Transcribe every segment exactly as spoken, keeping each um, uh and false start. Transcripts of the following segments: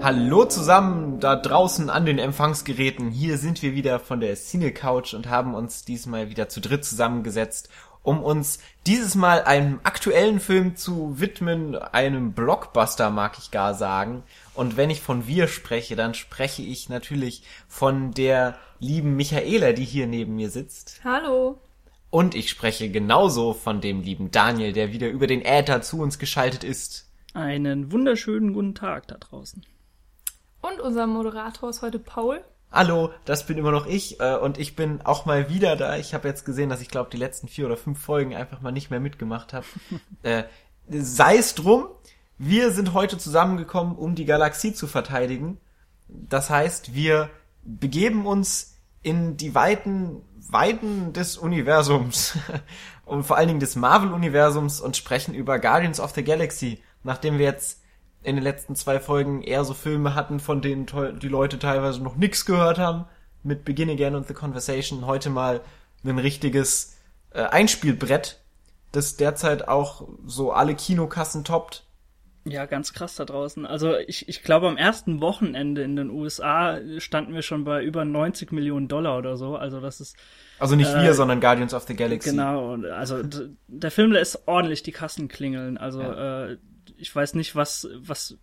Hallo zusammen da draußen an den Empfangsgeräten. Hier sind wir wieder von der Cine Couch und haben uns diesmal wieder zu dritt zusammengesetzt, um uns dieses Mal einem aktuellen Film zu widmen, einem Blockbuster, mag ich gar sagen. Und wenn ich von wir spreche, dann spreche ich natürlich von der lieben Michaela, die hier neben mir sitzt. Hallo. Und ich spreche genauso von dem lieben Daniel, der wieder über den Äther zu uns geschaltet ist. Einen wunderschönen guten Tag da draußen. Und unser Moderator ist heute Paul. Hallo, das bin immer noch ich äh, und ich bin auch mal wieder da. Ich habe jetzt gesehen, dass ich glaube, die letzten vier oder fünf Folgen einfach mal nicht mehr mitgemacht habe. äh, sei es drum, wir sind heute zusammengekommen, um die Galaxie zu verteidigen. Das heißt, wir begeben uns in die Weiten, Weiten des Universums und vor allen Dingen des Marvel-Universums und sprechen über Guardians of the Galaxy, nachdem wir jetzt in den letzten zwei Folgen eher so Filme hatten, von denen die Leute teilweise noch nichts gehört haben, mit Begin Again und The Conversation. Heute mal ein richtiges äh, Einspielbrett, das derzeit auch so alle Kinokassen toppt. Ja, ganz krass da draußen. Also ich, ich glaube, am ersten Wochenende in den U S A standen wir schon bei über neunzig Millionen Dollar oder so. Also das ist... Also nicht äh, wir, sondern Guardians of the Galaxy. Genau, also d- der Film lässt ordentlich die Kassen klingeln. Also ja. äh, ich weiß nicht, was was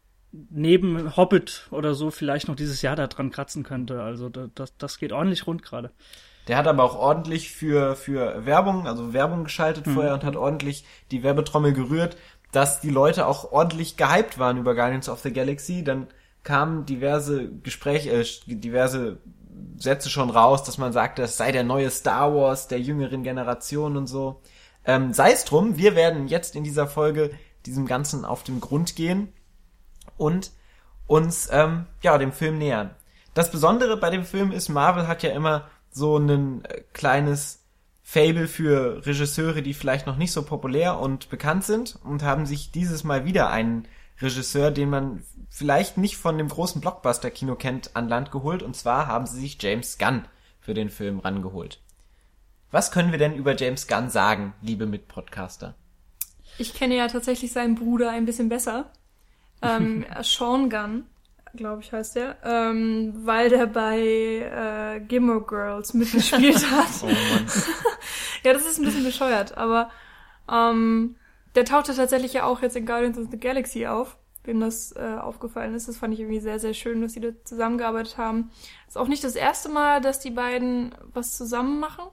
neben Hobbit oder so vielleicht noch dieses Jahr da dran kratzen könnte. Also das das geht ordentlich rund gerade. Der hat aber auch ordentlich für für Werbung, also Werbung geschaltet mhm. vorher und hat ordentlich die Werbetrommel gerührt, dass die Leute auch ordentlich gehypt waren über Guardians of the Galaxy. Dann kamen diverse Gespräche, äh, diverse Sätze schon raus, dass man sagte, es sei der neue Star Wars der jüngeren Generation und so. Ähm, sei es drum, wir werden jetzt in dieser Folge diesem Ganzen auf den Grund gehen und uns ähm, ja dem Film nähern. Das Besondere bei dem Film ist, Marvel hat ja immer so ein äh, kleines Fable für Regisseure, die vielleicht noch nicht so populär und bekannt sind und haben sich dieses Mal wieder einen Regisseur, den man vielleicht nicht von dem großen Blockbuster-Kino kennt, an Land geholt. Und zwar haben sie sich James Gunn für den Film rangeholt. Was können wir denn über James Gunn sagen, liebe Mitpodcaster? Ich kenne ja tatsächlich seinen Bruder ein bisschen besser. Ähm, Sean Gunn, glaube ich, heißt der. Ähm, weil der bei äh, Gilmore Girls mitgespielt hat. Oh Mann. Ja, das ist ein bisschen bescheuert, aber ähm, der tauchte tatsächlich ja auch jetzt in Guardians of the Galaxy auf, wem das äh, aufgefallen ist. Das fand ich irgendwie sehr, sehr schön, dass die da zusammengearbeitet haben. Ist auch nicht das erste Mal, dass die beiden was zusammen machen.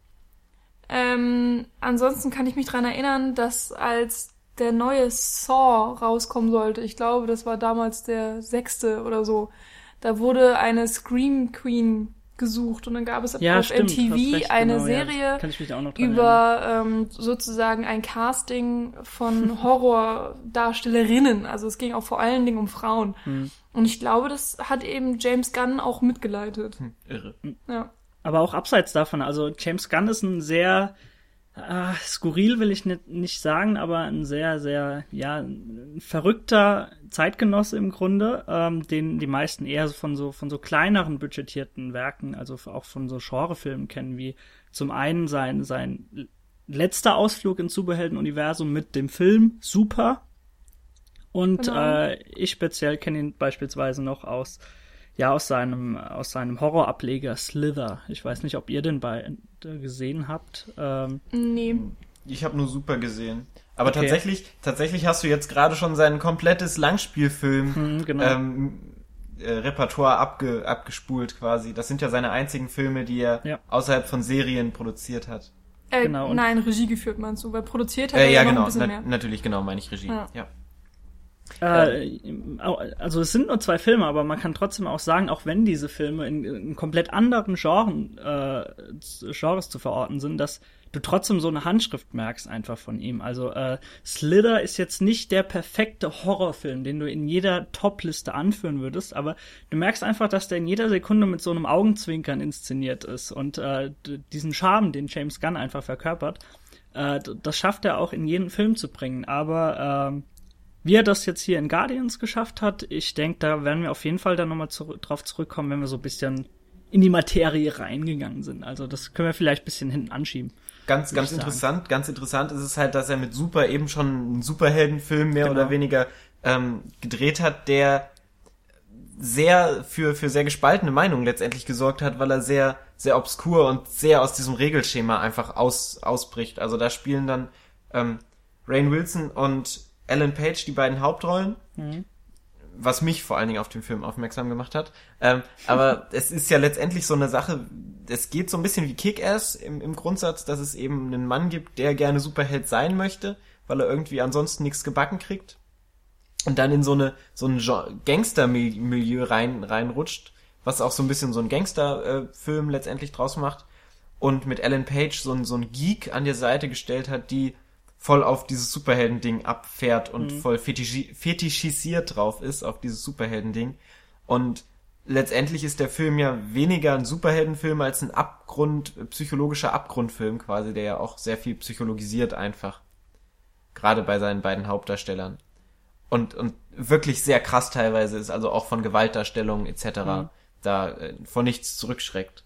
Ähm, ansonsten kann ich mich dran erinnern, dass als der neue Saw rauskommen sollte, ich glaube, das war damals der sechste oder so, da wurde eine Scream Queen gesucht und dann gab es ja, auf stimmt, M T V recht, eine genau, Serie ja, kann ich mich auch noch dran über ähm, sozusagen ein Casting von Horrordarstellerinnen. Also es ging auch vor allen Dingen um Frauen. Hm. Und ich glaube, das hat eben James Gunn auch mitgeleitet. Hm, irre. Ja. Aber auch abseits davon, also James Gunn ist ein sehr äh, skurril will ich nicht, nicht sagen, aber ein sehr, sehr, ja, ein verrückter Zeitgenosse im Grunde, ähm, den die meisten eher von so von so kleineren budgetierten Werken, also auch von so Genrefilmen kennen, wie zum einen sein sein letzter Ausflug ins Superheldenuniversum mit dem Film Super und Genau. äh, ich speziell kenne ihn beispielsweise noch aus Ja, aus seinem aus seinem Horrorableger Slither. Ich weiß nicht, ob ihr den bei gesehen habt. Ähm, Nee. Ich habe nur Super gesehen. Aber Okay. tatsächlich, tatsächlich hast du jetzt gerade schon sein komplettes Langspielfilm hm, genau. ähm, äh, Repertoire abge, abgespult quasi. Das sind ja seine einzigen Filme, die er Ja. außerhalb von Serien produziert hat. Äh, Genau, und- nein, Regie geführt meinst du, weil produziert hat Äh, er ja, ja noch genau. ein bisschen Na, mehr. natürlich, genau, meine ich Regie. Ja. Ja. Äh, also es sind nur zwei Filme, aber man kann trotzdem auch sagen, auch wenn diese Filme in, in komplett anderen Genren, äh, Genres zu verorten sind, dass du trotzdem so eine Handschrift merkst einfach von ihm. Also äh, Slither ist jetzt nicht der perfekte Horrorfilm, den du in jeder Top-Liste anführen würdest, aber du merkst einfach, dass der in jeder Sekunde mit so einem Augenzwinkern inszeniert ist und äh, d- diesen Charme, den James Gunn einfach verkörpert, äh, d- das schafft er auch in jeden Film zu bringen. Aber ähm, wie er das jetzt hier in Guardians geschafft hat, ich denke, da werden wir auf jeden Fall dann nochmal zu, drauf zurückkommen, wenn wir so ein bisschen in die Materie reingegangen sind. Also das können wir vielleicht ein bisschen hinten anschieben. Ganz, ganz ich sagen. interessant. Ganz interessant ist es halt, dass er mit Super eben schon einen Superheldenfilm mehr Genau. oder weniger ähm, gedreht hat, der sehr für für sehr gespaltene Meinungen letztendlich gesorgt hat, weil er sehr sehr obskur und sehr aus diesem Regelschema einfach aus ausbricht. Also da spielen dann ähm, Rainn Wilson und Ellen Page die beiden Hauptrollen, mhm. was mich vor allen Dingen auf den Film aufmerksam gemacht hat. Ähm, aber es ist ja letztendlich so eine Sache, es geht so ein bisschen wie Kick-Ass im, im Grundsatz, dass es eben einen Mann gibt, der gerne Superheld sein möchte, weil er irgendwie ansonsten nichts gebacken kriegt. Und dann in so eine so ein Gangster-Milieu rein reinrutscht, was auch so ein bisschen so ein Gangster-Film letztendlich draus macht. Und mit Ellen Page so ein so ein Geek an der Seite gestellt hat, die voll auf dieses Superhelden-Ding abfährt und mhm. voll fetischi- fetischisiert drauf ist auf dieses Superhelden-Ding. Und letztendlich ist der Film ja weniger ein Superheldenfilm als ein Abgrund, psychologischer Abgrundfilm quasi, der ja auch sehr viel psychologisiert einfach. Gerade bei seinen beiden Hauptdarstellern. Und, und wirklich sehr krass teilweise ist, also auch von Gewaltdarstellungen et cetera. Mhm. da äh, vor nichts zurückschreckt.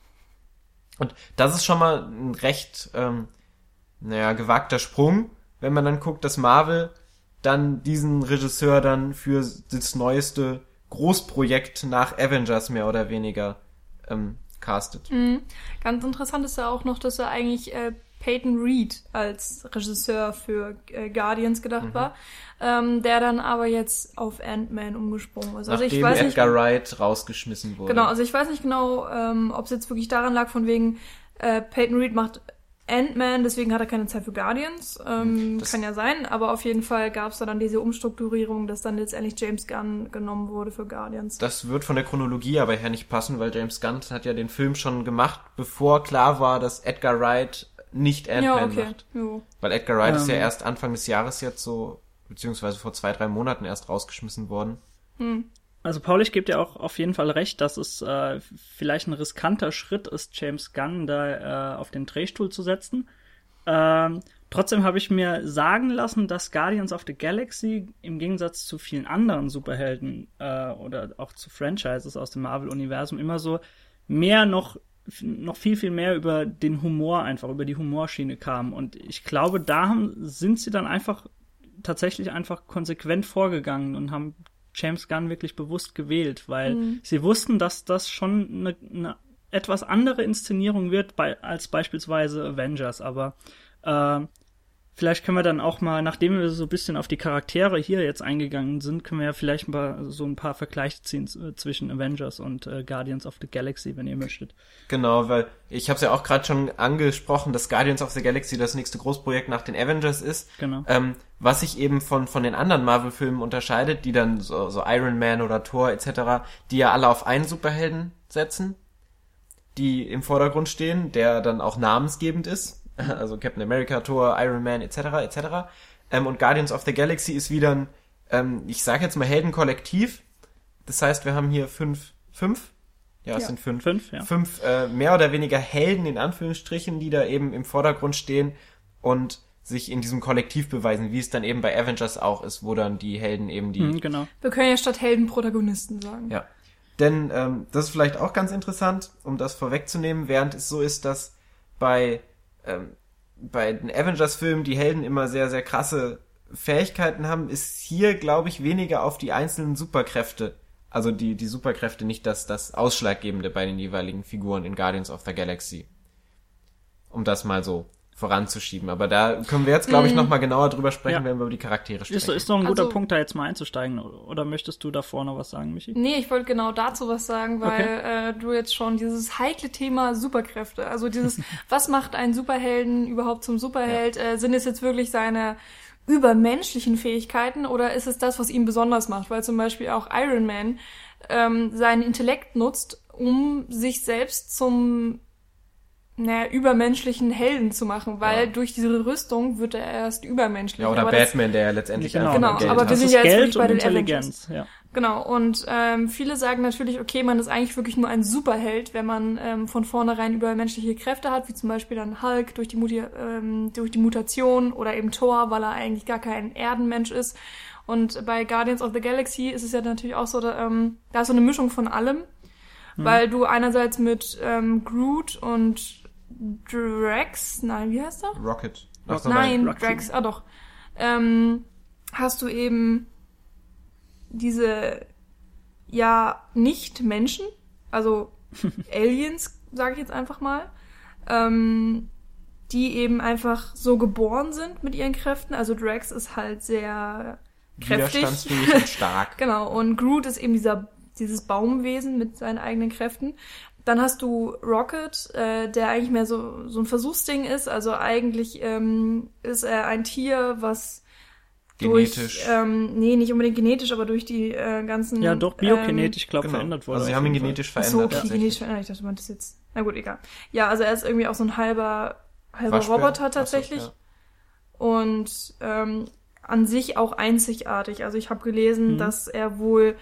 Und das ist schon mal ein recht, ähm, naja, gewagter Sprung, wenn man dann guckt, dass Marvel dann diesen Regisseur dann für das neueste Großprojekt nach Avengers mehr oder weniger ähm, castet. Mhm. Ganz interessant ist ja auch noch, dass er eigentlich äh, Peyton Reed als Regisseur für äh, Guardians gedacht mhm. war, ähm, der dann aber jetzt auf Ant-Man umgesprungen ist. Also Nachdem ich weiß Edgar nicht, Wright rausgeschmissen wurde. Genau, also ich weiß nicht genau, ähm, ob es jetzt wirklich daran lag, von wegen äh, Peyton Reed macht Ant-Man, deswegen hat er keine Zeit für Guardians. Ähm, kann ja sein, aber auf jeden Fall gab es da dann diese Umstrukturierung, dass dann letztendlich James Gunn genommen wurde für Guardians. Das wird von der Chronologie aber her nicht passen, weil James Gunn hat ja den Film schon gemacht, bevor klar war, dass Edgar Wright nicht Ant-Man ja, okay. macht. Jo. Weil Edgar Wright ähm. ist ja erst Anfang des Jahres jetzt so, beziehungsweise vor zwei, drei Monaten erst rausgeschmissen worden. Hm. Also Paul, ich gebe dir auch auf jeden Fall recht, dass es äh, vielleicht ein riskanter Schritt ist, James Gunn da äh, auf den Drehstuhl zu setzen. Ähm, trotzdem habe ich mir sagen lassen, dass Guardians of the Galaxy im Gegensatz zu vielen anderen Superhelden äh, oder auch zu Franchises aus dem Marvel-Universum immer so mehr noch noch viel, viel mehr über den Humor einfach, über die Humorschiene kam. Und ich glaube, da haben, sind sie dann einfach tatsächlich einfach konsequent vorgegangen und haben James Gunn wirklich bewusst gewählt, weil mhm. sie wussten, dass das schon eine, eine etwas andere Inszenierung wird bei, als beispielsweise Avengers. Aber äh, vielleicht können wir dann auch mal, nachdem wir so ein bisschen auf die Charaktere hier jetzt eingegangen sind, können wir ja vielleicht mal so ein paar Vergleiche ziehen zwischen Avengers und äh, Guardians of the Galaxy, wenn ihr möchtet. Genau, weil ich habe es ja auch gerade schon angesprochen, dass Guardians of the Galaxy das nächste Großprojekt nach den Avengers ist. Genau. Ähm, was sich eben von von den anderen Marvel-Filmen unterscheidet, die dann so, so Iron Man oder Thor et cetera, die ja alle auf einen Superhelden setzen, die im Vordergrund stehen, der dann auch namensgebend ist. Also Captain America, Thor, Iron Man et cetera et cetera. Ähm, und Guardians of the Galaxy ist wieder ein, ähm, ich sage jetzt mal Heldenkollektiv. Das heißt, wir haben hier fünf, fünf? Ja, es Ja. sind fünf. Fünf, ja. Fünf äh, mehr oder weniger Helden in Anführungsstrichen, die da eben im Vordergrund stehen und sich in diesem Kollektiv beweisen, wie es dann eben bei Avengers auch ist, wo dann die Helden eben die... Mhm, genau. Wir können ja statt Helden Protagonisten sagen. Ja. Denn ähm, das ist vielleicht auch ganz interessant, um das vorwegzunehmen, während es so ist, dass bei ähm, bei den Avengers-Filmen die Helden immer sehr, sehr krasse Fähigkeiten haben, ist hier, glaube ich, weniger auf die einzelnen Superkräfte, also die die Superkräfte nicht das das Ausschlaggebende bei den jeweiligen Figuren in Guardians of the Galaxy. Um das mal so voranzuschieben. Aber da können wir jetzt, glaube ich, Mhm. noch mal genauer drüber sprechen, Ja. wenn wir über die Charaktere sprechen. Ist, ist doch ein guter Also- Punkt, da jetzt mal einzusteigen. Oder möchtest du davor noch was sagen, Michi? Nee, ich wollte genau dazu was sagen, weil äh, du jetzt schon dieses heikle Thema Superkräfte, also dieses, was macht einen Superhelden überhaupt zum Superheld? Äh, sind es jetzt wirklich seine übermenschlichen Fähigkeiten oder ist es das, was ihn besonders macht? Weil zum Beispiel auch Iron Man ähm, seinen Intellekt nutzt, um sich selbst zum naja, übermenschlichen Helden zu machen, weil Ja. durch diese Rüstung wird er erst übermenschlich. Ja, oder Aber das- Batman, der ja letztendlich Genau. einfach Genau, nur Geld aber hat. wir Das sind ist ja jetzt Geld wirklich bei und den Intelligenz. Ja. Genau, und ähm, viele sagen natürlich, okay, man ist eigentlich wirklich nur ein Superheld, wenn man ähm, von vornherein übermenschliche Kräfte hat, wie zum Beispiel dann Hulk durch die, Muti ähm, durch die Mutation oder eben Thor, weil er eigentlich gar kein Erdenmensch ist. Und bei Guardians of the Galaxy ist es ja natürlich auch so, da, ähm, da ist so eine Mischung von allem, Mhm. weil du einerseits mit ähm, Groot und Drax, nein, wie heißt er? Rocket. Rock- so, Nein, Rocky. Drax, ah doch. Ähm, hast du eben diese ja nicht Menschen, also Aliens, sage ich jetzt einfach mal, ähm, die eben einfach so geboren sind mit ihren Kräften. Also Drax ist halt sehr kräftig. Widerstandsfähig und stark. Genau, und Groot ist eben dieser dieses Baumwesen mit seinen eigenen Kräften. Dann hast du Rocket, äh, der eigentlich mehr so so ein Versuchsding ist. Also eigentlich ähm, ist er ein Tier, was genetisch. durch, ähm, nee, nicht unbedingt genetisch, aber durch die äh, ganzen... Ja, doch, biokinetisch, ähm, glaube ich, genau. verändert wurde. Also sie haben ihn genetisch Ach so, verändert. okay, genetisch verändert. Ich dachte, du meintest jetzt... Na gut, egal. Ja, also er ist irgendwie auch so ein halber, halber Waschbär. Roboter tatsächlich. Ach so, ja. Und ähm, an sich auch einzigartig. Also ich habe gelesen, Mhm. dass er wohl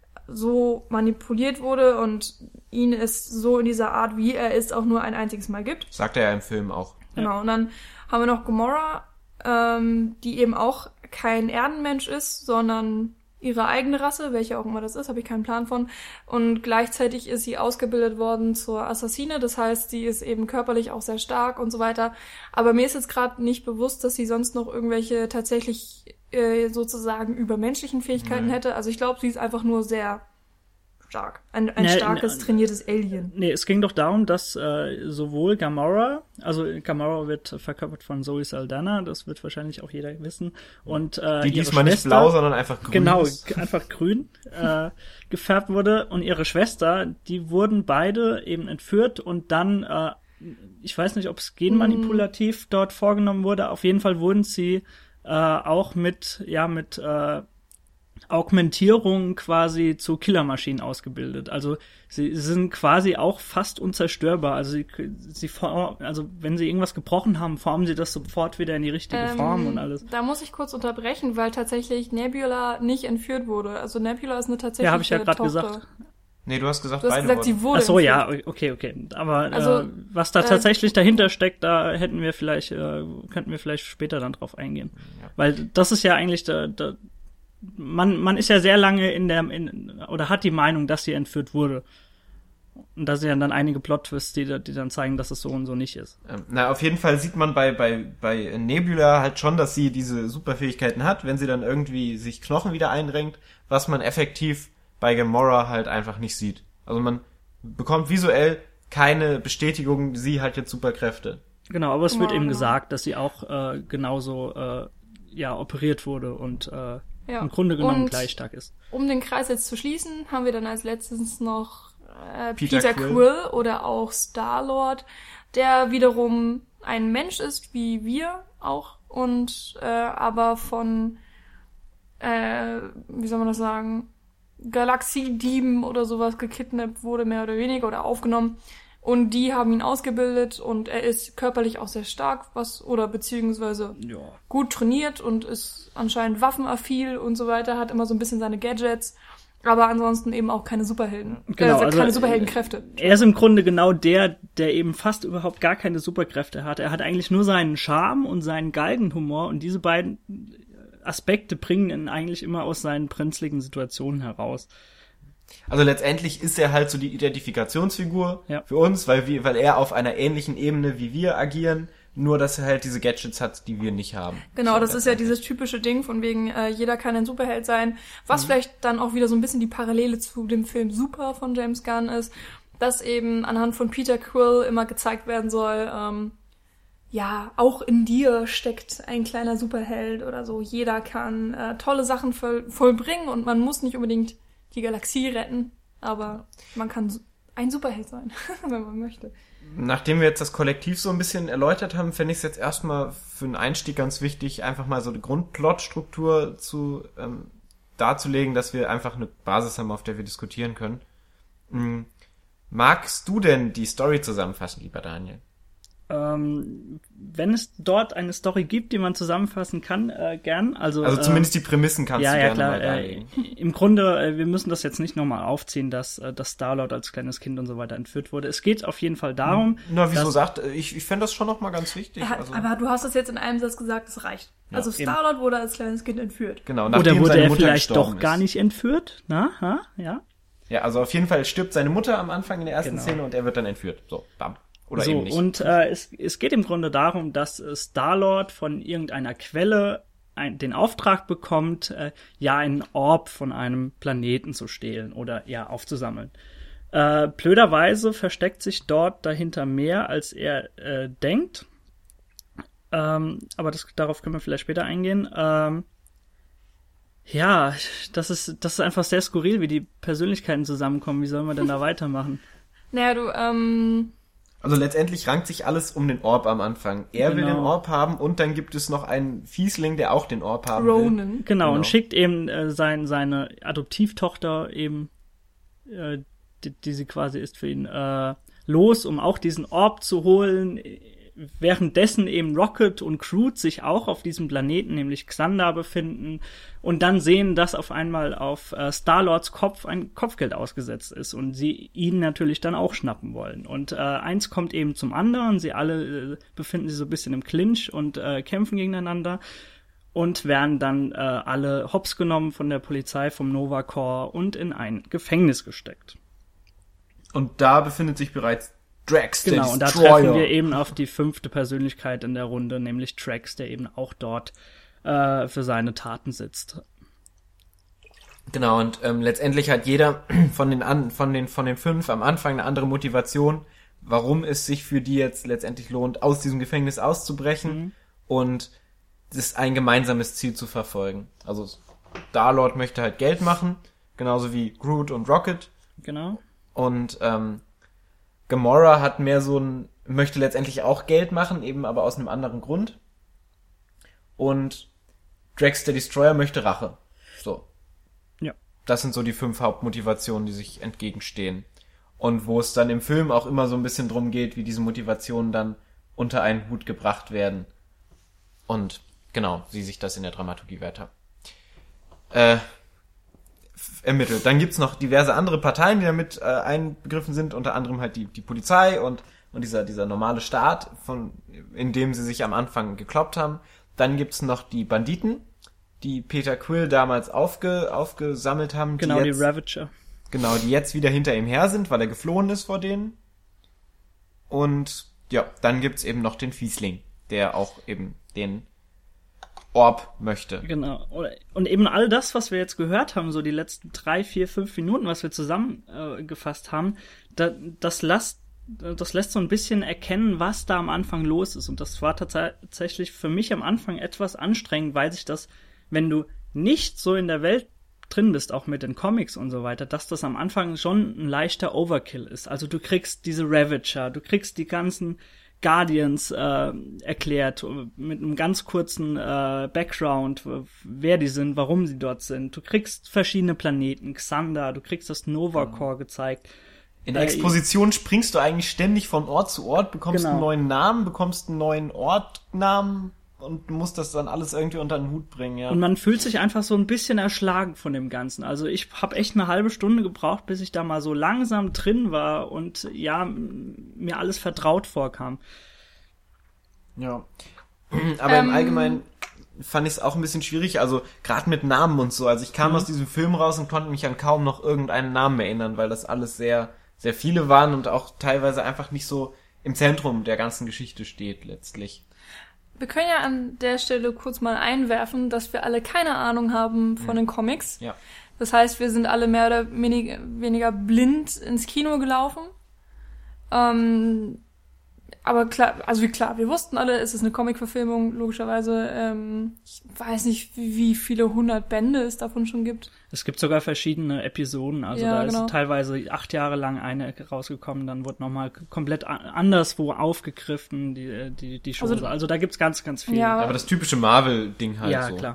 so manipuliert wurde und ihn es so in dieser Art, wie er ist, auch nur ein einziges Mal gibt. Sagt er ja im Film auch. Genau, und dann haben wir noch Gamora, ähm, die eben auch kein Erdenmensch ist, sondern ihre eigene Rasse, welche auch immer das ist, habe ich keinen Plan von. Und gleichzeitig ist sie ausgebildet worden zur Assassine, das heißt, sie ist eben körperlich auch sehr stark und so weiter. Aber mir ist jetzt gerade nicht bewusst, dass sie sonst noch irgendwelche tatsächlich äh, sozusagen übermenschlichen Fähigkeiten Mhm. hätte. Also ich glaube, sie ist einfach nur sehr stark. Ein, ein Nee, starkes, nee, trainiertes Alien. Nee, es ging doch darum, dass äh, sowohl Gamora, also Gamora wird verkörpert von Zoe Saldana, das wird wahrscheinlich auch jeder wissen, und äh, Die ihre diesmal nicht Schwester, blau, sondern einfach grün. genau, ist. g- einfach grün äh, gefärbt wurde, und ihre Schwester, die wurden beide eben entführt und dann, äh, ich weiß nicht, ob es genmanipulativ dort vorgenommen wurde, auf jeden Fall wurden sie äh, auch mit, ja, mit äh, Augmentierung quasi zu Killermaschinen ausgebildet. Also sie sind quasi auch fast unzerstörbar. Also sie, sie form, also wenn sie irgendwas gebrochen haben, formen sie das sofort wieder in die richtige Ähm, Form und alles. Da muss ich kurz unterbrechen, weil tatsächlich Nebula nicht entführt wurde. Also Nebula ist eine tatsächliche Ja, habe ich ja gerade Tochter. gesagt. Nee, du hast gesagt, Du hast beide gesagt, wurden. sie wurde Ach so, entführt. ja, okay, okay. Aber Also, äh, was da äh, tatsächlich dahinter steckt, da hätten wir vielleicht, äh, könnten wir vielleicht später dann drauf eingehen. Ja. Weil das ist ja eigentlich der, der man, man ist ja sehr lange in der, in, oder hat die Meinung, dass sie entführt wurde. Und da sind ja dann einige Plot-Twists, die, die dann zeigen, dass es so und so nicht ist. Ähm, na, auf jeden Fall sieht man bei, bei, bei Nebula halt schon, dass sie diese Superfähigkeiten hat, wenn sie dann irgendwie sich Knochen wieder einrenkt, was man effektiv bei Gamora halt einfach nicht sieht. Also man bekommt visuell keine Bestätigung, sie hat jetzt Superkräfte. Genau, aber es wird Genau, eben genau. gesagt, dass sie auch äh, genauso äh, ja, operiert wurde und äh, Ja. im Grunde genommen Und gleich stark ist. Um den Kreis jetzt zu schließen, haben wir dann als letztes noch äh, Peter Peter, Quill. Quill. oder auch Star-Lord, der wiederum ein Mensch ist, wie wir auch, und äh, aber von, äh, wie soll man das sagen, Galaxiedieben oder sowas gekidnappt wurde, mehr oder weniger, oder aufgenommen. Und die haben ihn ausgebildet und er ist körperlich auch sehr stark, was, oder beziehungsweise Ja. gut trainiert und ist anscheinend waffenaffin und so weiter, hat immer so ein bisschen seine Gadgets, aber ansonsten eben auch keine Superhelden. Genau, äh, also, keine Superheldenkräfte. Er ist im Grunde genau der, der eben fast überhaupt gar keine Superkräfte hat. Er hat eigentlich nur seinen Charme und seinen Galgenhumor, und diese beiden Aspekte bringen ihn eigentlich immer aus seinen brenzligen Situationen heraus. Also letztendlich ist er halt so die Identifikationsfigur Ja. für uns, weil wir, weil er auf einer ähnlichen Ebene wie wir agieren, nur dass er halt diese Gadgets hat, die wir nicht haben. Genau, So, das ist ja dieses typische Ding von wegen, äh, jeder kann ein Superheld sein, was vielleicht dann auch wieder so ein bisschen die Parallele zu dem Film Super von James Gunn ist, dass eben anhand von Peter Quill immer gezeigt werden soll, ähm, ja, auch in dir steckt ein kleiner Superheld oder so. Jeder kann äh, tolle Sachen voll, vollbringen und man muss nicht unbedingt die Galaxie retten, aber man kann su- ein Superheld sein, wenn man möchte. Nachdem wir jetzt das Kollektiv so ein bisschen erläutert haben, fände ich es jetzt erstmal für einen Einstieg ganz wichtig, einfach mal so eine Grundplotstruktur zu ähm, darzulegen, dass wir einfach eine Basis haben, auf der wir diskutieren können. Mhm. Magst du denn die Story zusammenfassen, lieber Daniel? Ähm, wenn es dort eine Story gibt, die man zusammenfassen kann, äh, gern. Also, Also ähm, zumindest die Prämissen kannst ja, du ja, gerne klar. mal Äh, darlegen. Im Grunde, äh, wir müssen das jetzt nicht nochmal aufziehen, dass, äh, dass Star-Lord als kleines Kind und so weiter entführt wurde. Es geht auf jeden Fall darum, Na, wieso dass- sagt, ich, ich fände das schon noch mal ganz wichtig. Er hat, Also, aber du hast das jetzt in einem Satz gesagt, es reicht. Ja, also eben. Star-Lord wurde als kleines Kind entführt. genau, oder nachdem wurde seine er Mutter vielleicht gestorben doch gar ist. nicht entführt? Na, ha? Ja. Ja, also auf jeden Fall stirbt seine Mutter am Anfang in der ersten Genau. Szene und er wird dann entführt. So, bam. Oder so, eben nicht. und äh, es, es geht im Grunde darum, dass äh, Star-Lord von irgendeiner Quelle ein, den Auftrag bekommt, äh, ja einen Orb von einem Planeten zu stehlen oder ja aufzusammeln. Äh, blöderweise versteckt sich dort dahinter mehr, als er äh, denkt. Ähm, aber das, darauf können wir vielleicht später eingehen. Ähm, ja, das ist, das ist einfach sehr skurril, wie die Persönlichkeiten zusammenkommen. Wie soll man denn da weitermachen? Naja, du, ähm... Also letztendlich rankt sich alles um den Orb am Anfang. Er Genau. will den Orb haben und dann gibt es noch einen Fiesling, der auch den Orb haben will. Ronan. Genau, Genau. und schickt eben äh, sein, seine Adoptivtochter eben, äh, die, die sie quasi ist für ihn, äh, los, um auch diesen Orb zu holen. Währenddessen eben Rocket und Groot sich auch auf diesem Planeten, nämlich Xandar, befinden und dann sehen, dass auf einmal auf äh, Star-Lords Kopf ein Kopfgeld ausgesetzt ist und sie ihn natürlich dann auch schnappen wollen. Und äh, eins kommt eben zum anderen, sie alle äh, befinden sich so ein bisschen im Clinch und äh, kämpfen gegeneinander und werden dann äh, alle hops genommen von der Polizei, vom Nova Corps und in ein Gefängnis gesteckt. Und da befindet sich bereits Drax, der Genau, und da Destroyer. treffen wir eben auf die fünfte Persönlichkeit in der Runde, nämlich Drax, der eben auch dort äh, für seine Taten sitzt. Genau, und ähm, letztendlich hat jeder von den, an, von, den, von den fünf am Anfang eine andere Motivation, warum es sich für die jetzt letztendlich lohnt, aus diesem Gefängnis auszubrechen Mhm. und das ein gemeinsames Ziel zu verfolgen. Also Star-Lord möchte halt Geld machen, genauso wie Groot und Rocket. Genau. Und ähm, Gamora hat mehr so ein, möchte letztendlich auch Geld machen, eben aber aus einem anderen Grund. Und Drax der Destroyer möchte Rache. So. Ja. Das sind so die fünf Hauptmotivationen, die sich entgegenstehen. Und wo es dann im Film auch immer so ein bisschen drum geht, wie diese Motivationen dann unter einen Hut gebracht werden. Und genau, wie sich das in der Dramaturgie weiter äh, ermittelt. Dann gibt's noch diverse andere Parteien, die damit äh, einbegriffen sind, unter anderem halt die, die Polizei und, und dieser, dieser normale Staat, von, in dem sie sich am Anfang gekloppt haben. Dann gibt's noch die Banditen, die Peter Quill damals aufge, aufgesammelt haben. Genau, die, die, jetzt, die Ravager. Genau, die jetzt wieder hinter ihm her sind, weil er geflohen ist vor denen. Und ja, dann gibt's eben noch den Fiesling, der auch eben den Orb möchte. Genau. Und eben all das, was wir jetzt gehört haben, so die letzten drei, vier, fünf Minuten, was wir zusammengefasst äh, haben, da, das lässt, das lässt so ein bisschen erkennen, was da am Anfang los ist. Und das war tats- tatsächlich für mich am Anfang etwas anstrengend, weil sich das, wenn du nicht so in der Welt drin bist, auch mit den Comics und so weiter, dass das am Anfang schon ein leichter Overkill ist. Also du kriegst diese Ravager, du kriegst die ganzen Guardians äh, erklärt, mit einem ganz kurzen äh, Background, wer die sind, warum sie dort sind. Du kriegst verschiedene Planeten, Xandar, du kriegst das Nova Corps gezeigt. In der Exposition springst du eigentlich ständig von Ort zu Ort, bekommst Genau. einen neuen Namen, bekommst einen neuen Ortnamen und musst das dann alles irgendwie unter den Hut bringen, ja. Und man fühlt sich einfach so ein bisschen erschlagen von dem Ganzen. Also ich habe echt eine halbe Stunde gebraucht, bis ich da mal so langsam drin war und ja, m- mir alles vertraut vorkam. Ja. Aber Ähm. im Allgemeinen fand ich es auch ein bisschen schwierig, also gerade mit Namen und so. Also ich kam Mhm. aus diesem Film raus und konnte mich an kaum noch irgendeinen Namen erinnern, weil das alles sehr, sehr viele waren und auch teilweise einfach nicht so im Zentrum der ganzen Geschichte steht letztlich. Wir können ja an der Stelle kurz mal einwerfen, dass wir alle keine Ahnung haben von den Comics. Ja. Das heißt, wir sind alle mehr oder wenig, weniger blind ins Kino gelaufen. Ähm, aber klar, also wie klar, wir wussten alle, es ist eine Comic-Verfilmung, logischerweise. Ähm, ich weiß nicht, wie, wie viele hundert Bände es davon schon gibt. Es gibt sogar verschiedene Episoden, also Ja, da genau. ist teilweise acht Jahre lang eine rausgekommen, dann wurde nochmal komplett a- anderswo aufgegriffen, die, die, die Chose. Also, Also- da gibt's ganz, ganz viel. Ja, Aber das typische Marvel-Ding halt ja so. klar.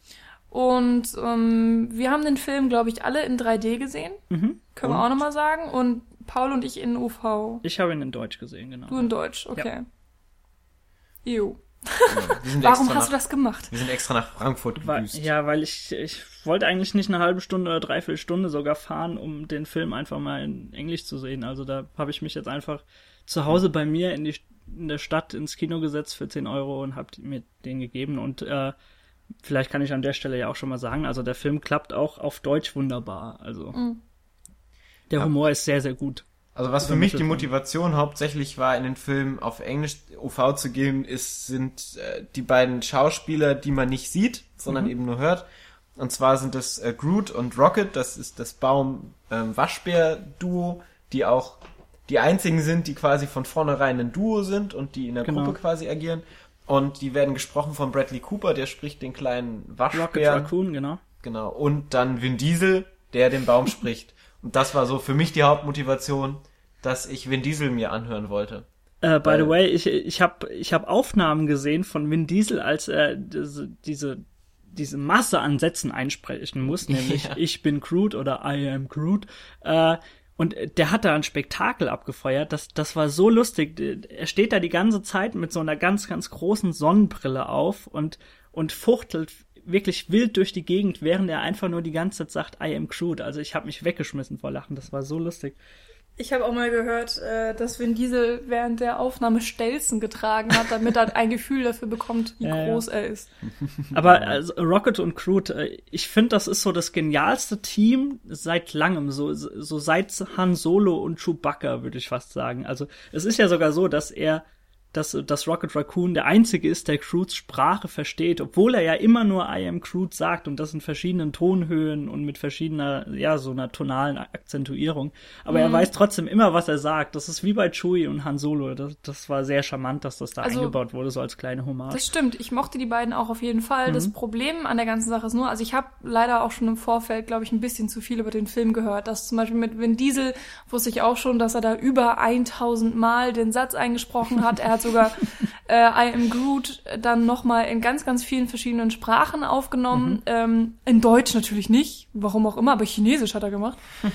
Und ähm, wir haben den Film, glaube ich, alle in drei D gesehen. Mhm. Können wir Und? auch nochmal sagen. Und Paul und ich in U V. Ich habe ihn in Deutsch gesehen, genau. Du in Deutsch, okay. Jo. Ja, wir sind Warum extra hast du nach, das gemacht? Wir sind extra nach Frankfurt Weil, gedüst. ja, weil ich, ich wollte eigentlich nicht eine halbe Stunde oder dreiviertel Stunde sogar fahren, um den Film einfach mal in Englisch zu sehen. Also da habe ich mich jetzt einfach zu Hause bei mir in, die, in der Stadt ins Kino gesetzt für zehn Euro und habe mir den gegeben. Und äh, vielleicht kann ich an der Stelle ja auch schon mal sagen, also der Film klappt auch auf Deutsch wunderbar. Also Mhm. der Ja. Humor ist sehr, sehr gut. Also was für mich die Motivation hauptsächlich war, in den Film auf Englisch O V zu gehen, ist, sind äh, die beiden Schauspieler, die man nicht sieht, sondern mhm. eben nur hört. Und zwar sind es äh, Groot und Rocket, das ist das Baum-Waschbär-Duo, die auch die einzigen sind, die quasi von vornherein ein Duo sind und die in der genau. Gruppe quasi agieren. Und die werden gesprochen von Bradley Cooper, der spricht den kleinen Waschbären. Rocket Raccoon, genau. Genau. Und dann Vin Diesel, der den Baum spricht. Und das war so für mich die Hauptmotivation, dass ich Vin Diesel mir anhören wollte. Uh, by the way, ich ich habe ich hab Aufnahmen gesehen von Vin Diesel, als er diese diese diese Masse an Sätzen einsprechen muss, nämlich ja. ich bin Groot oder I am Groot. Uh, und der hat da ein Spektakel abgefeuert. Das das war so lustig. Er steht da die ganze Zeit mit so einer ganz ganz großen Sonnenbrille auf und und fuchtelt wirklich wild durch die Gegend, während er einfach nur die ganze Zeit sagt, I am Groot. Also ich habe mich weggeschmissen vor Lachen, das war so lustig. Ich habe auch mal gehört, dass Vin Diesel während der Aufnahme Stelzen getragen hat, damit er ein Gefühl dafür bekommt, wie ja, groß ja. er ist. Aber also, Rocket und Groot, ich finde, das ist so das genialste Team seit langem, so, so seit Han Solo und Chewbacca, würde ich fast sagen. Also es ist ja sogar so, dass er dass, dass Rocket Raccoon der Einzige ist, der Groots Sprache versteht, obwohl er ja immer nur I am Groot sagt und das in verschiedenen Tonhöhen und mit verschiedener, ja, so einer tonalen Akzentuierung. Aber mhm. er weiß trotzdem immer, was er sagt. Das ist wie bei Chewie und Han Solo. Das, das war sehr charmant, dass das da also, eingebaut wurde, so als kleine Hommage. Das stimmt. Ich mochte die beiden auch auf jeden Fall. Mhm. Das Problem an der ganzen Sache ist nur, also ich habe leider auch schon im Vorfeld, glaube ich, ein bisschen zu viel über den Film gehört. Das zum Beispiel mit Vin Diesel wusste ich auch schon, dass er da über tausend Mal den Satz eingesprochen hat. Er hat sogar äh, I am Groot dann nochmal in ganz, ganz vielen verschiedenen Sprachen aufgenommen. Mhm. Ähm, in Deutsch natürlich nicht, warum auch immer, aber Chinesisch hat er gemacht.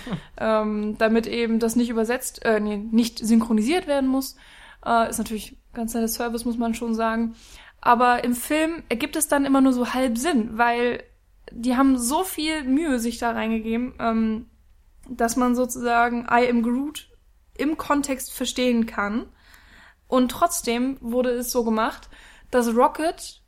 ähm, damit eben das nicht übersetzt, äh, nee, nicht synchronisiert werden muss. Äh, ist natürlich ganz netter Service, muss man schon sagen. Aber im Film ergibt es dann immer nur so halb Sinn, weil die haben so viel Mühe sich da reingegeben, ähm, dass man sozusagen I am Groot im Kontext verstehen kann. Und trotzdem wurde es so gemacht, dass Rocket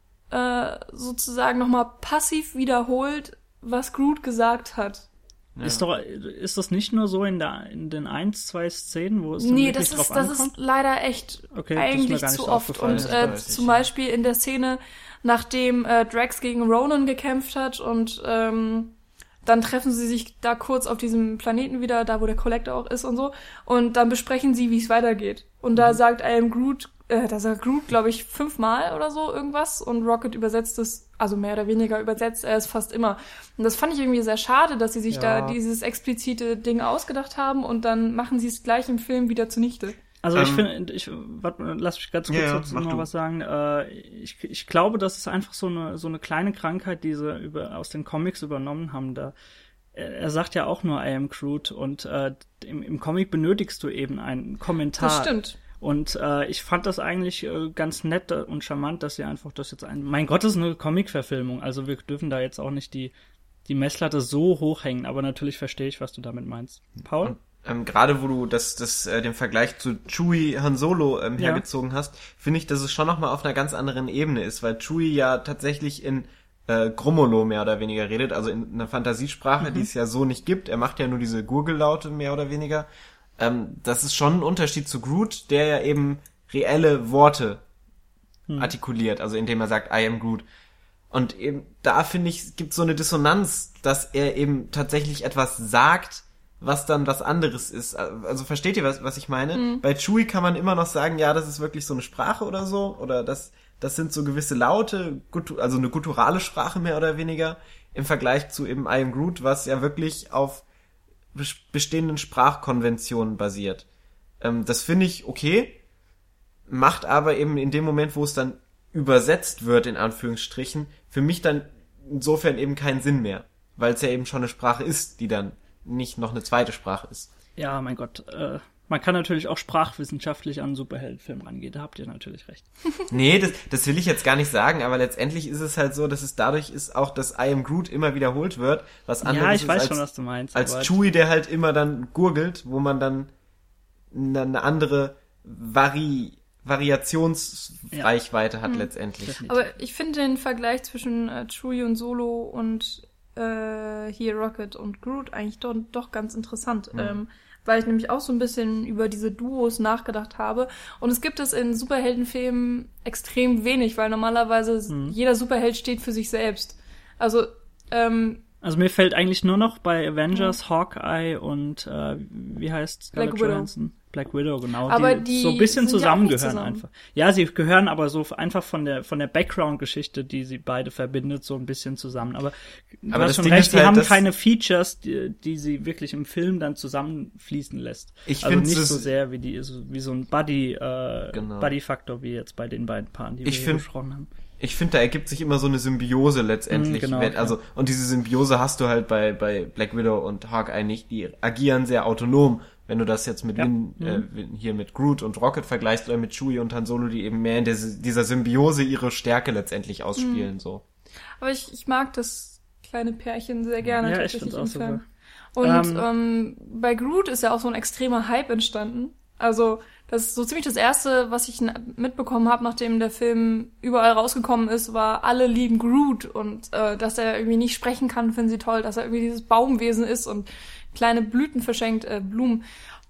äh, sozusagen nochmal passiv wiederholt, was Groot gesagt hat. Ja. Ist doch, ist das nicht nur so in der in den ein, zwei Szenen, wo es dann nee, wirklich das drauf ist, das ankommt? ist leider echt okay, eigentlich zu so oft. Und äh, zum Beispiel in der Szene, nachdem äh, Drax gegen Ronan gekämpft hat und ähm, dann treffen sie sich da kurz auf diesem Planeten wieder, da wo der Collector auch ist und so. Und dann besprechen sie, wie es weitergeht. Und da mhm. sagt I am Groot, äh, da sagt Groot, glaube ich, fünfmal oder so irgendwas. Und Rocket übersetzt es, also mehr oder weniger übersetzt er es fast immer. Und das fand ich irgendwie sehr schade, dass sie sich ja. da dieses explizite Ding ausgedacht haben und dann machen sie es gleich im Film wieder zunichte. Also ich ähm, finde, ich warte, lass mich ganz kurz ja, dazu noch du. was sagen. Äh, ich, ich glaube, das ist einfach so eine so eine kleine Krankheit, die sie über aus den Comics übernommen haben. Da er, er sagt ja auch nur I am Groot und äh, im, im Comic benötigst du eben einen Kommentar. Das stimmt. Und äh, ich fand das eigentlich äh, ganz nett und charmant, dass sie einfach das jetzt ein. Mein Gott, das ist eine Comic-Verfilmung. Also wir dürfen da jetzt auch nicht die die Messlatte so hochhängen. Aber natürlich verstehe ich, was du damit meinst. Paul? Und Ähm, gerade wo du das, das, äh, den Vergleich zu Chewie Han Solo ähm, hergezogen ja. hast, finde ich, dass es schon nochmal auf einer ganz anderen Ebene ist, weil Chewie ja tatsächlich in äh, Grummolo mehr oder weniger redet, also in einer Fantasiesprache, mhm. die es ja so nicht gibt. Er macht ja nur diese Gurgellaute mehr oder weniger. Ähm, das ist schon ein Unterschied zu Groot, der ja eben reelle Worte mhm. artikuliert, also indem er sagt I am Groot. Und eben da, finde ich, gibt so eine Dissonanz, dass er eben tatsächlich etwas sagt, was dann was anderes ist. Also versteht ihr, was was ich meine? Mhm. Bei Chewie kann man immer noch sagen, ja, das ist wirklich so eine Sprache oder so, oder das das sind so gewisse Laute, also eine gutturale Sprache mehr oder weniger, im Vergleich zu eben I am Groot, was ja wirklich auf bestehenden Sprachkonventionen basiert. Ähm, das finde ich okay, macht aber eben in dem Moment, wo es dann übersetzt wird, in Anführungsstrichen, für mich dann insofern eben keinen Sinn mehr, weil es ja eben schon eine Sprache ist, die dann nicht noch eine zweite Sprache ist. Ja, mein Gott. Äh, man kann natürlich auch sprachwissenschaftlich an einen Superheldenfilm rangehen. Da habt ihr natürlich recht. Nee, das, das will ich jetzt gar nicht sagen, aber letztendlich ist es halt so, dass es dadurch ist auch, dass I am Groot immer wiederholt wird. Was anderes ja, ich ist weiß als, schon, was du meinst. Als Chewie, der halt immer dann gurgelt, wo man dann eine andere Vari... Variationsreichweite ja. hat hm. letztendlich. Aber ich finde den Vergleich zwischen äh, Chewie und Solo und äh, hier Rocket und Groot eigentlich doch, doch ganz interessant. Mhm. Ähm, weil ich nämlich auch so ein bisschen über diese Duos nachgedacht habe. Und es gibt es in Superheldenfilmen extrem wenig, weil normalerweise mhm. jeder Superheld steht für sich selbst. Also, ähm, Also mir fällt eigentlich nur noch bei Avengers, ja. Hawkeye und äh, wie heißt Scarlett Black Johansson? Widow. Black Widow, genau. Aber die, die so ein bisschen zusammengehören ja zusammen. einfach. Ja, sie gehören aber so einfach von der von der Background-Geschichte, die sie beide verbindet, so ein bisschen zusammen. Aber, aber du hast schon recht, die halt, haben keine Features, die, die sie wirklich im Film dann zusammenfließen lässt. Ich also nicht es so sehr wie die wie so ein Buddy äh, genau. Buddy-Faktor wie jetzt bei den beiden Paaren, die ich wir find, besprochen haben. Ich finde, da ergibt sich immer so eine Symbiose letztendlich. Mm, genau, wenn, also und diese Symbiose hast du halt bei bei Black Widow und Hawkeye nicht. Die agieren sehr autonom. Wenn du das jetzt mit ja. Win, mhm. äh, hier mit Groot und Rocket vergleichst oder mit Chewie und Han Solo, die eben mehr in der, dieser Symbiose ihre Stärke letztendlich ausspielen. Mhm. So. Aber ich, ich mag das kleine Pärchen sehr gerne ja, tatsächlich ich im auch Film. Super. Und ähm, ähm, bei Groot ist ja auch so ein extremer Hype entstanden. Also das ist so ziemlich das Erste, was ich mitbekommen habe, nachdem der Film überall rausgekommen ist, war, alle lieben Groot und äh, dass er irgendwie nicht sprechen kann, finden sie toll, dass er irgendwie dieses Baumwesen ist und kleine Blüten verschenkt, äh, Blumen,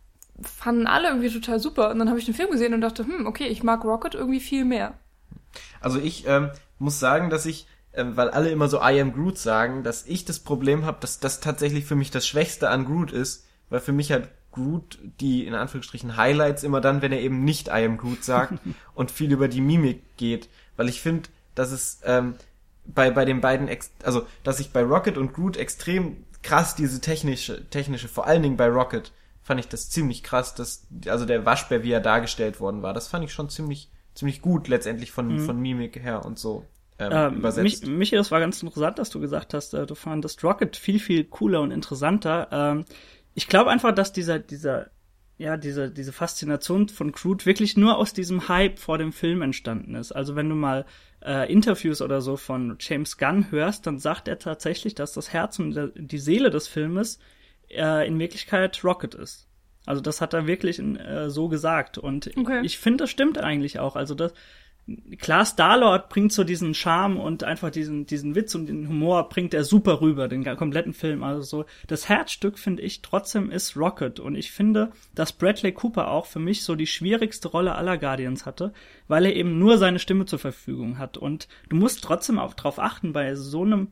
fanden alle irgendwie total super. Und dann habe ich den Film gesehen und dachte, hm, okay, ich mag Rocket irgendwie viel mehr. Also ich ähm, muss sagen, dass ich, ähm, weil alle immer so I am Groot sagen, dass ich das Problem habe, dass das tatsächlich für mich das Schwächste an Groot ist, weil für mich halt Groot die, in Anführungsstrichen, Highlights immer dann, wenn er eben nicht I am Groot sagt und viel über die Mimik geht. Weil ich finde, dass es ähm, bei bei den beiden, ex- also dass ich bei Rocket und Groot extrem krass diese technische, technische, vor allen Dingen bei Rocket, fand ich das ziemlich krass, dass, also der Waschbär, wie er dargestellt worden war, das fand ich schon ziemlich ziemlich gut letztendlich von, mhm. von Mimik her und so. Ähm, ähm, übersetzt. Mich, Michi, das war ganz interessant, dass du gesagt hast, äh, du fandest Rocket viel, viel cooler und interessanter. Ähm, ich glaube einfach, dass dieser, dieser, ja, diese, diese Faszination von Groot wirklich nur aus diesem Hype vor dem Film entstanden ist. Also wenn du mal äh, Interviews oder so von James Gunn hörst, dann sagt er tatsächlich, dass das Herz und der, die Seele des Filmes äh, in Wirklichkeit Rocket ist. Also das hat er wirklich äh, so gesagt. Und okay. ich finde, das stimmt eigentlich auch. Also das, klar, Star-Lord bringt so diesen Charme und einfach diesen diesen Witz und den Humor bringt er super rüber, den kompletten Film. Also so das Herzstück, finde ich, trotzdem ist Rocket. Und ich finde, dass Bradley Cooper auch für mich so die schwierigste Rolle aller Guardians hatte, weil er eben nur seine Stimme zur Verfügung hat. Und du musst trotzdem auch drauf achten, bei so einem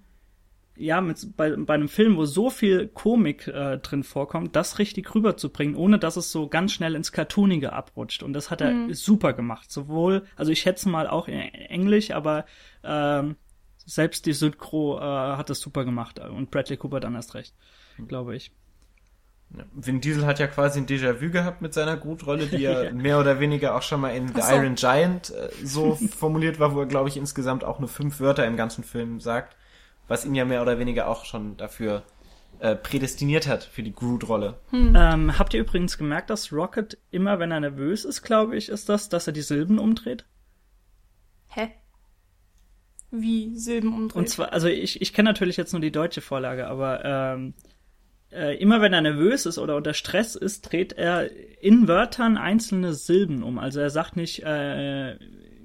ja, mit, bei, bei einem Film, wo so viel Komik äh, drin vorkommt, das richtig rüberzubringen, ohne dass es so ganz schnell ins Cartoonige abrutscht. Und das hat er mhm. super gemacht. Sowohl, also ich schätze mal auch in Englisch, aber ähm, selbst die Synchro äh, hat das super gemacht. Und Bradley Cooper dann erst recht, glaube ich. Ja, Vin Diesel hat ja quasi ein Déjà-vu gehabt mit seiner Groot-Rolle, die ja, ja mehr oder weniger auch schon mal in The so. Iron Giant äh, so formuliert war, wo er, glaube ich, insgesamt auch nur fünf Wörter im ganzen Film sagt. Was ihn ja mehr oder weniger auch schon dafür äh, prädestiniert hat, für die Groot-Rolle. Hm. Ähm, habt ihr übrigens gemerkt, dass Rocket immer, wenn er nervös ist, glaube ich, ist das, dass er die Silben umdreht? Hä? Wie Silben umdreht? Und zwar, also ich, ich kenne natürlich jetzt nur die deutsche Vorlage, aber ähm, äh, immer wenn er nervös ist oder unter Stress ist, dreht er in Wörtern einzelne Silben um. Also er sagt nicht äh,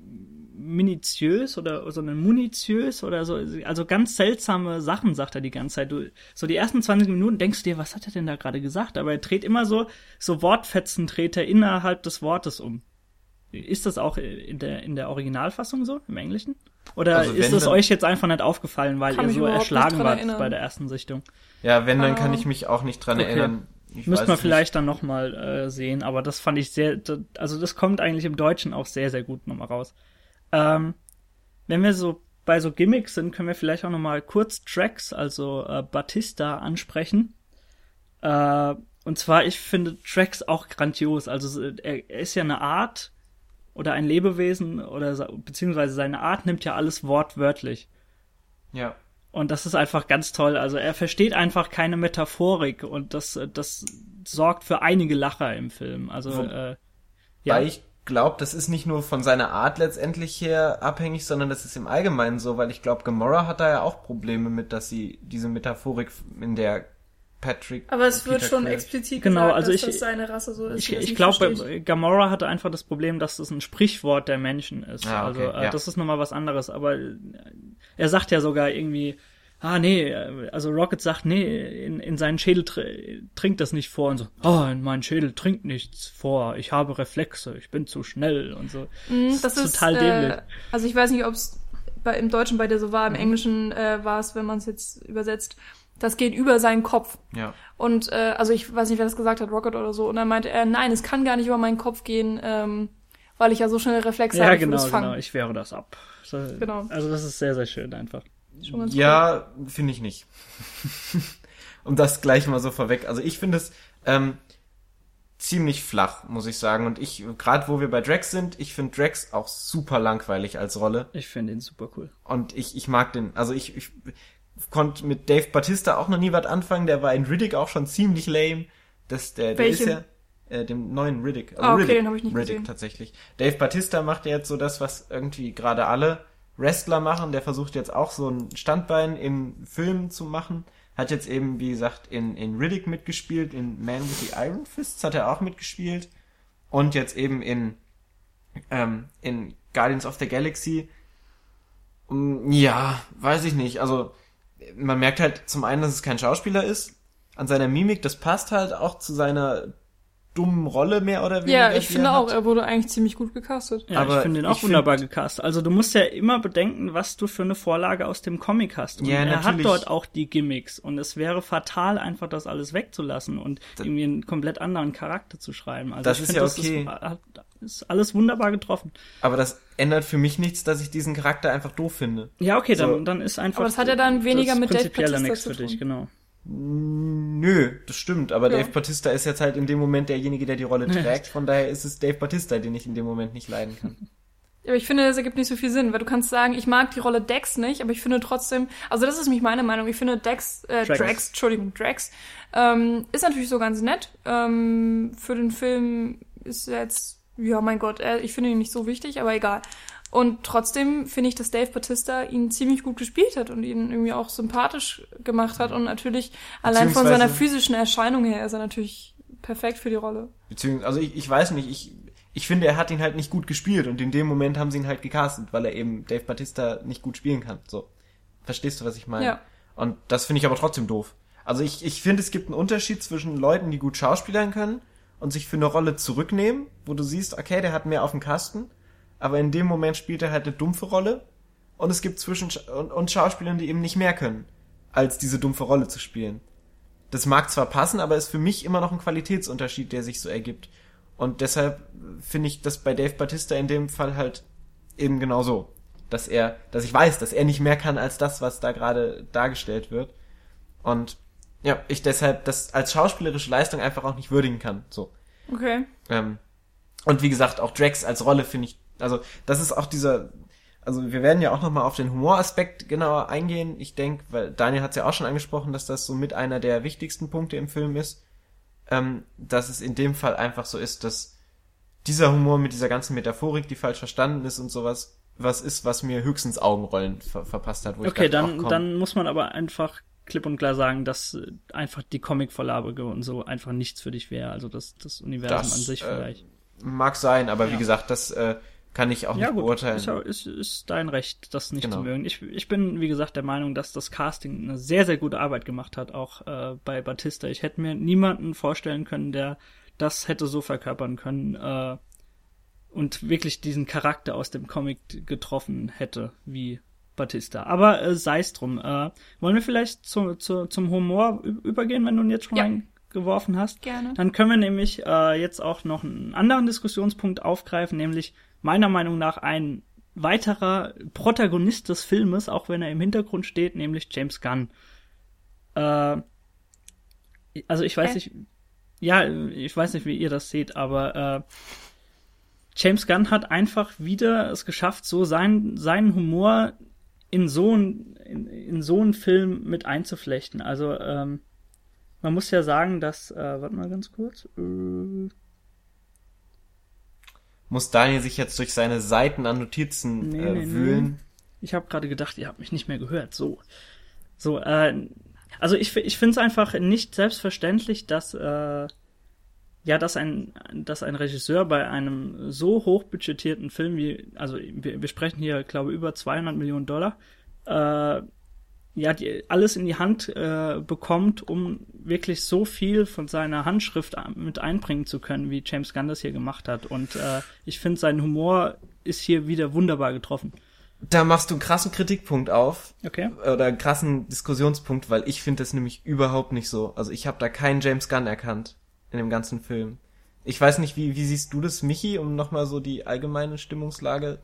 minutiös oder sondern munitiös oder so, also ganz seltsame Sachen sagt er die ganze Zeit. Du, so die ersten zwanzig Minuten denkst du dir, was hat er denn da gerade gesagt? Aber er dreht immer so, so Wortfetzen dreht er innerhalb des Wortes um. Ist das auch in der, in der Originalfassung so, im Englischen? Oder also ist es euch jetzt einfach nicht aufgefallen, weil ihr so erschlagen wart erinnern. bei der ersten Sichtung? Ja, wenn, dann ah. kann ich mich auch nicht dran okay. erinnern. Ich Müsste man vielleicht nicht. dann nochmal äh, sehen, aber das fand ich sehr, also das kommt eigentlich im Deutschen auch sehr, sehr gut nochmal raus. Ähm, wenn wir so bei so Gimmicks sind, können wir vielleicht auch nochmal kurz Drax, also äh, Batista, ansprechen. Äh, und zwar, ich finde Drax auch grandios. Also er, er ist ja eine Art oder ein Lebewesen oder beziehungsweise seine Art nimmt ja alles wortwörtlich. Ja. Und das ist einfach ganz toll. Also er versteht einfach keine Metaphorik und das das sorgt für einige Lacher im Film. Also Wo, äh, ja. Weil ich glaube, das ist nicht nur von seiner Art letztendlich her abhängig, sondern das ist im Allgemeinen so, weil ich glaube, Gamora hat da ja auch Probleme mit, dass sie diese Metaphorik in der Patrick... Aber es wird schon explizit genau, gesagt, also dass ich, das seine Rasse so ist. Ich, ich glaube, Gamora hatte einfach das Problem, dass das ein Sprichwort der Menschen ist. Ah, okay, also äh, ja. das ist nochmal was anderes. Aber er sagt ja sogar irgendwie, ah nee, also Rocket sagt, nee, in, in seinen Schädel tr- trinkt das nicht vor und so, oh, in meinen Schädel trinkt nichts vor, ich habe Reflexe, ich bin zu schnell und so. Mm, das, das ist total dämlich. Äh, also ich weiß nicht, ob es im Deutschen bei dir so war, im mhm. Englischen äh, war es, wenn man es jetzt übersetzt, das geht über seinen Kopf. Ja. Und äh, also ich weiß nicht, wer das gesagt hat, Rocket oder so, und dann meinte er, nein, es kann gar nicht über meinen Kopf gehen, ähm, weil ich ja so schnell Reflexe ja, habe, genau, ich das fangen. genau, ich wehre das ab. So, genau. Also das ist sehr, sehr schön einfach. Ja, cool. Finde ich nicht. Um das gleich mal so vorweg. Also ich finde es ähm, ziemlich flach, muss ich sagen. Und ich, gerade wo wir bei Drax sind, ich finde Drax auch super langweilig als Rolle. Ich finde ihn super cool. Und ich, ich mag den, also ich, ich konnte mit Dave Bautista auch noch nie was anfangen. Der war in Riddick auch schon ziemlich lame. Das, der, der ist ja äh, dem neuen Riddick. Also ah, okay, Riddick, den habe ich nicht Riddick gesehen. Tatsächlich. Dave Bautista macht ja jetzt so das, was irgendwie gerade alle Wrestler machen. Der versucht jetzt auch so ein Standbein in Filmen zu machen. Hat jetzt eben, wie gesagt, in, in Riddick mitgespielt. In Man with the Iron Fists hat er auch mitgespielt. Und jetzt eben in, ähm, in Guardians of the Galaxy. Um, ja, weiß ich nicht. Also, man merkt halt zum einen, dass es kein Schauspieler ist. An seiner Mimik, das passt halt auch zu seiner dummen Rolle mehr oder weniger. Ja, ich finde auch, er wurde eigentlich ziemlich gut gecastet. Ja, aber ich finde ihn auch wunderbar find, gecastet. Also du musst ja immer bedenken, was du für eine Vorlage aus dem Comic hast. Und ja, er natürlich. hat dort auch die Gimmicks. Und es wäre fatal, einfach das alles wegzulassen und das, irgendwie einen komplett anderen Charakter zu schreiben. Also das ich ist find, ja das okay. Ist, ist alles wunderbar getroffen. Aber das ändert für mich nichts, dass ich diesen Charakter einfach doof finde. Ja, okay, so. dann, dann ist einfach... Aber das hat ja dann weniger mit Dave Bautista nichts zu für tun. dich, genau. Nö, das stimmt, aber ja. Dave Bautista ist jetzt halt in dem Moment derjenige, der die Rolle trägt, von daher ist es Dave Bautista, den ich in dem Moment nicht leiden kann. Aber ich finde, das ergibt nicht so viel Sinn, weil du kannst sagen, ich mag die Rolle Dex nicht, aber ich finde trotzdem, also das ist nämlich meine Meinung, ich finde Dex, äh, Drax, Drax Entschuldigung, Drax, ähm, ist natürlich so ganz nett, ähm, für den Film ist jetzt, ja mein Gott, äh, ich finde ihn nicht so wichtig, aber egal. Und trotzdem finde ich, dass Dave Bautista ihn ziemlich gut gespielt hat und ihn irgendwie auch sympathisch gemacht hat. Und natürlich allein von seiner physischen Erscheinung her ist er natürlich perfekt für die Rolle. Beziehungsweise, also ich, ich weiß nicht, ich, ich finde, er hat ihn halt nicht gut gespielt. Und in dem Moment haben sie ihn halt gecastet, weil er eben Dave Bautista nicht gut spielen kann. So. Verstehst du, was ich meine? Ja. Und das finde ich aber trotzdem doof. Also ich, ich finde, es gibt einen Unterschied zwischen Leuten, die gut schauspielern können und sich für eine Rolle zurücknehmen, wo du siehst, okay, der hat mehr auf dem Kasten. Aber in dem Moment spielt er halt eine dumpfe Rolle. Und es gibt zwischen und, und Schauspielern, die eben nicht mehr können, als diese dumpfe Rolle zu spielen. Das mag zwar passen, aber ist für mich immer noch ein Qualitätsunterschied, der sich so ergibt. Und deshalb finde ich das bei Dave Bautista in dem Fall halt eben genau so. Dass er, dass ich weiß, dass er nicht mehr kann als das, was da gerade dargestellt wird. Und ja, ich deshalb das als schauspielerische Leistung einfach auch nicht würdigen kann. So. Okay. Ähm, und wie gesagt, auch Drax als Rolle finde ich, also das ist auch dieser, also wir werden ja auch nochmal auf den Humoraspekt genauer eingehen. Ich denke, weil Daniel hat es ja auch schon angesprochen, dass das so mit einer der wichtigsten Punkte im Film ist, ähm, dass es in dem Fall einfach so ist, dass dieser Humor mit dieser ganzen Metaphorik, die falsch verstanden ist und sowas, was ist, was mir höchstens Augenrollen ver- verpasst hat. Wo okay, ich dachte, dann, ach, komm. dann muss man aber einfach klipp und klar sagen, dass einfach die Comic-Vorlage und so einfach nichts für dich wäre. Also das, das Universum das, an sich äh, vielleicht. Mag sein, aber ja. wie gesagt, das äh, kann ich auch ja, nicht gut, beurteilen. Ist, ist, ist dein Recht, das nicht genau. zu mögen. Ich, ich bin, wie gesagt, der Meinung, dass das Casting eine sehr, sehr gute Arbeit gemacht hat, auch äh, bei Bautista. Ich hätte mir niemanden vorstellen können, der das hätte so verkörpern können äh, und wirklich diesen Charakter aus dem Comic getroffen hätte, wie Bautista. Aber äh, sei es drum. Äh, wollen wir vielleicht zu, zu, zum Humor übergehen, wenn du ihn jetzt schon ja. reingeworfen hast? Gerne. Dann können wir nämlich äh, jetzt auch noch einen anderen Diskussionspunkt aufgreifen, nämlich meiner Meinung nach ein weiterer Protagonist des Filmes, auch wenn er im Hintergrund steht, nämlich James Gunn. Äh, also ich weiß äh? nicht, ja, ich weiß nicht, wie ihr das seht, aber äh, James Gunn hat einfach wieder es geschafft, so sein, seinen Humor in so ein, in, in so einen Film mit einzuflechten. Also ähm, man muss ja sagen, dass, äh, warte mal ganz kurz, äh, muss Daniel sich jetzt durch seine Seiten an Notizen nee, äh, nee, wühlen. Nee. Ich habe gerade gedacht, ihr habt mich nicht mehr gehört. So, so. Äh, also ich ich finde es einfach nicht selbstverständlich, dass äh, ja, dass ein dass ein Regisseur bei einem so hochbudgetierten Film wie, also wir, wir sprechen hier, glaube ich, über zweihundert Millionen Dollar, äh, ja, die, alles in die Hand äh, bekommt, um wirklich so viel von seiner Handschrift mit einbringen zu können, wie James Gunn das hier gemacht hat. Und äh, ich finde, sein Humor ist hier wieder wunderbar getroffen. Da machst du einen krassen Kritikpunkt auf. Okay. Oder einen krassen Diskussionspunkt, weil ich finde das nämlich überhaupt nicht so. Also ich habe da keinen James Gunn erkannt in dem ganzen Film. Ich weiß nicht, wie, wie siehst du das, Michi, um nochmal so die allgemeine Stimmungslage?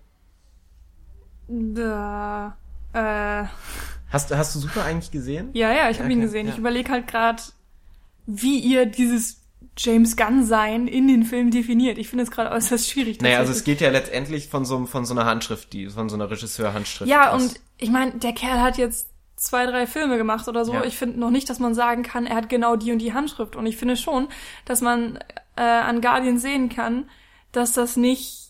Da, äh... Hast, hast du Super eigentlich gesehen? Ja, ja, ich habe okay, ihn gesehen. Ja. Ich überlege halt gerade, wie ihr dieses James Gunn-Sein in den Film definiert. Ich finde es gerade äußerst schwierig. Naja, also es geht ja letztendlich von so, von so einer Handschrift, die von so einer Regisseur-Handschrift. Ja, aus. und ich meine, der Kerl hat jetzt zwei, drei Filme gemacht oder so. Ja. Ich finde noch nicht, dass man sagen kann, er hat genau die und die Handschrift. Und ich finde schon, dass man äh, an Guardians sehen kann, dass das nicht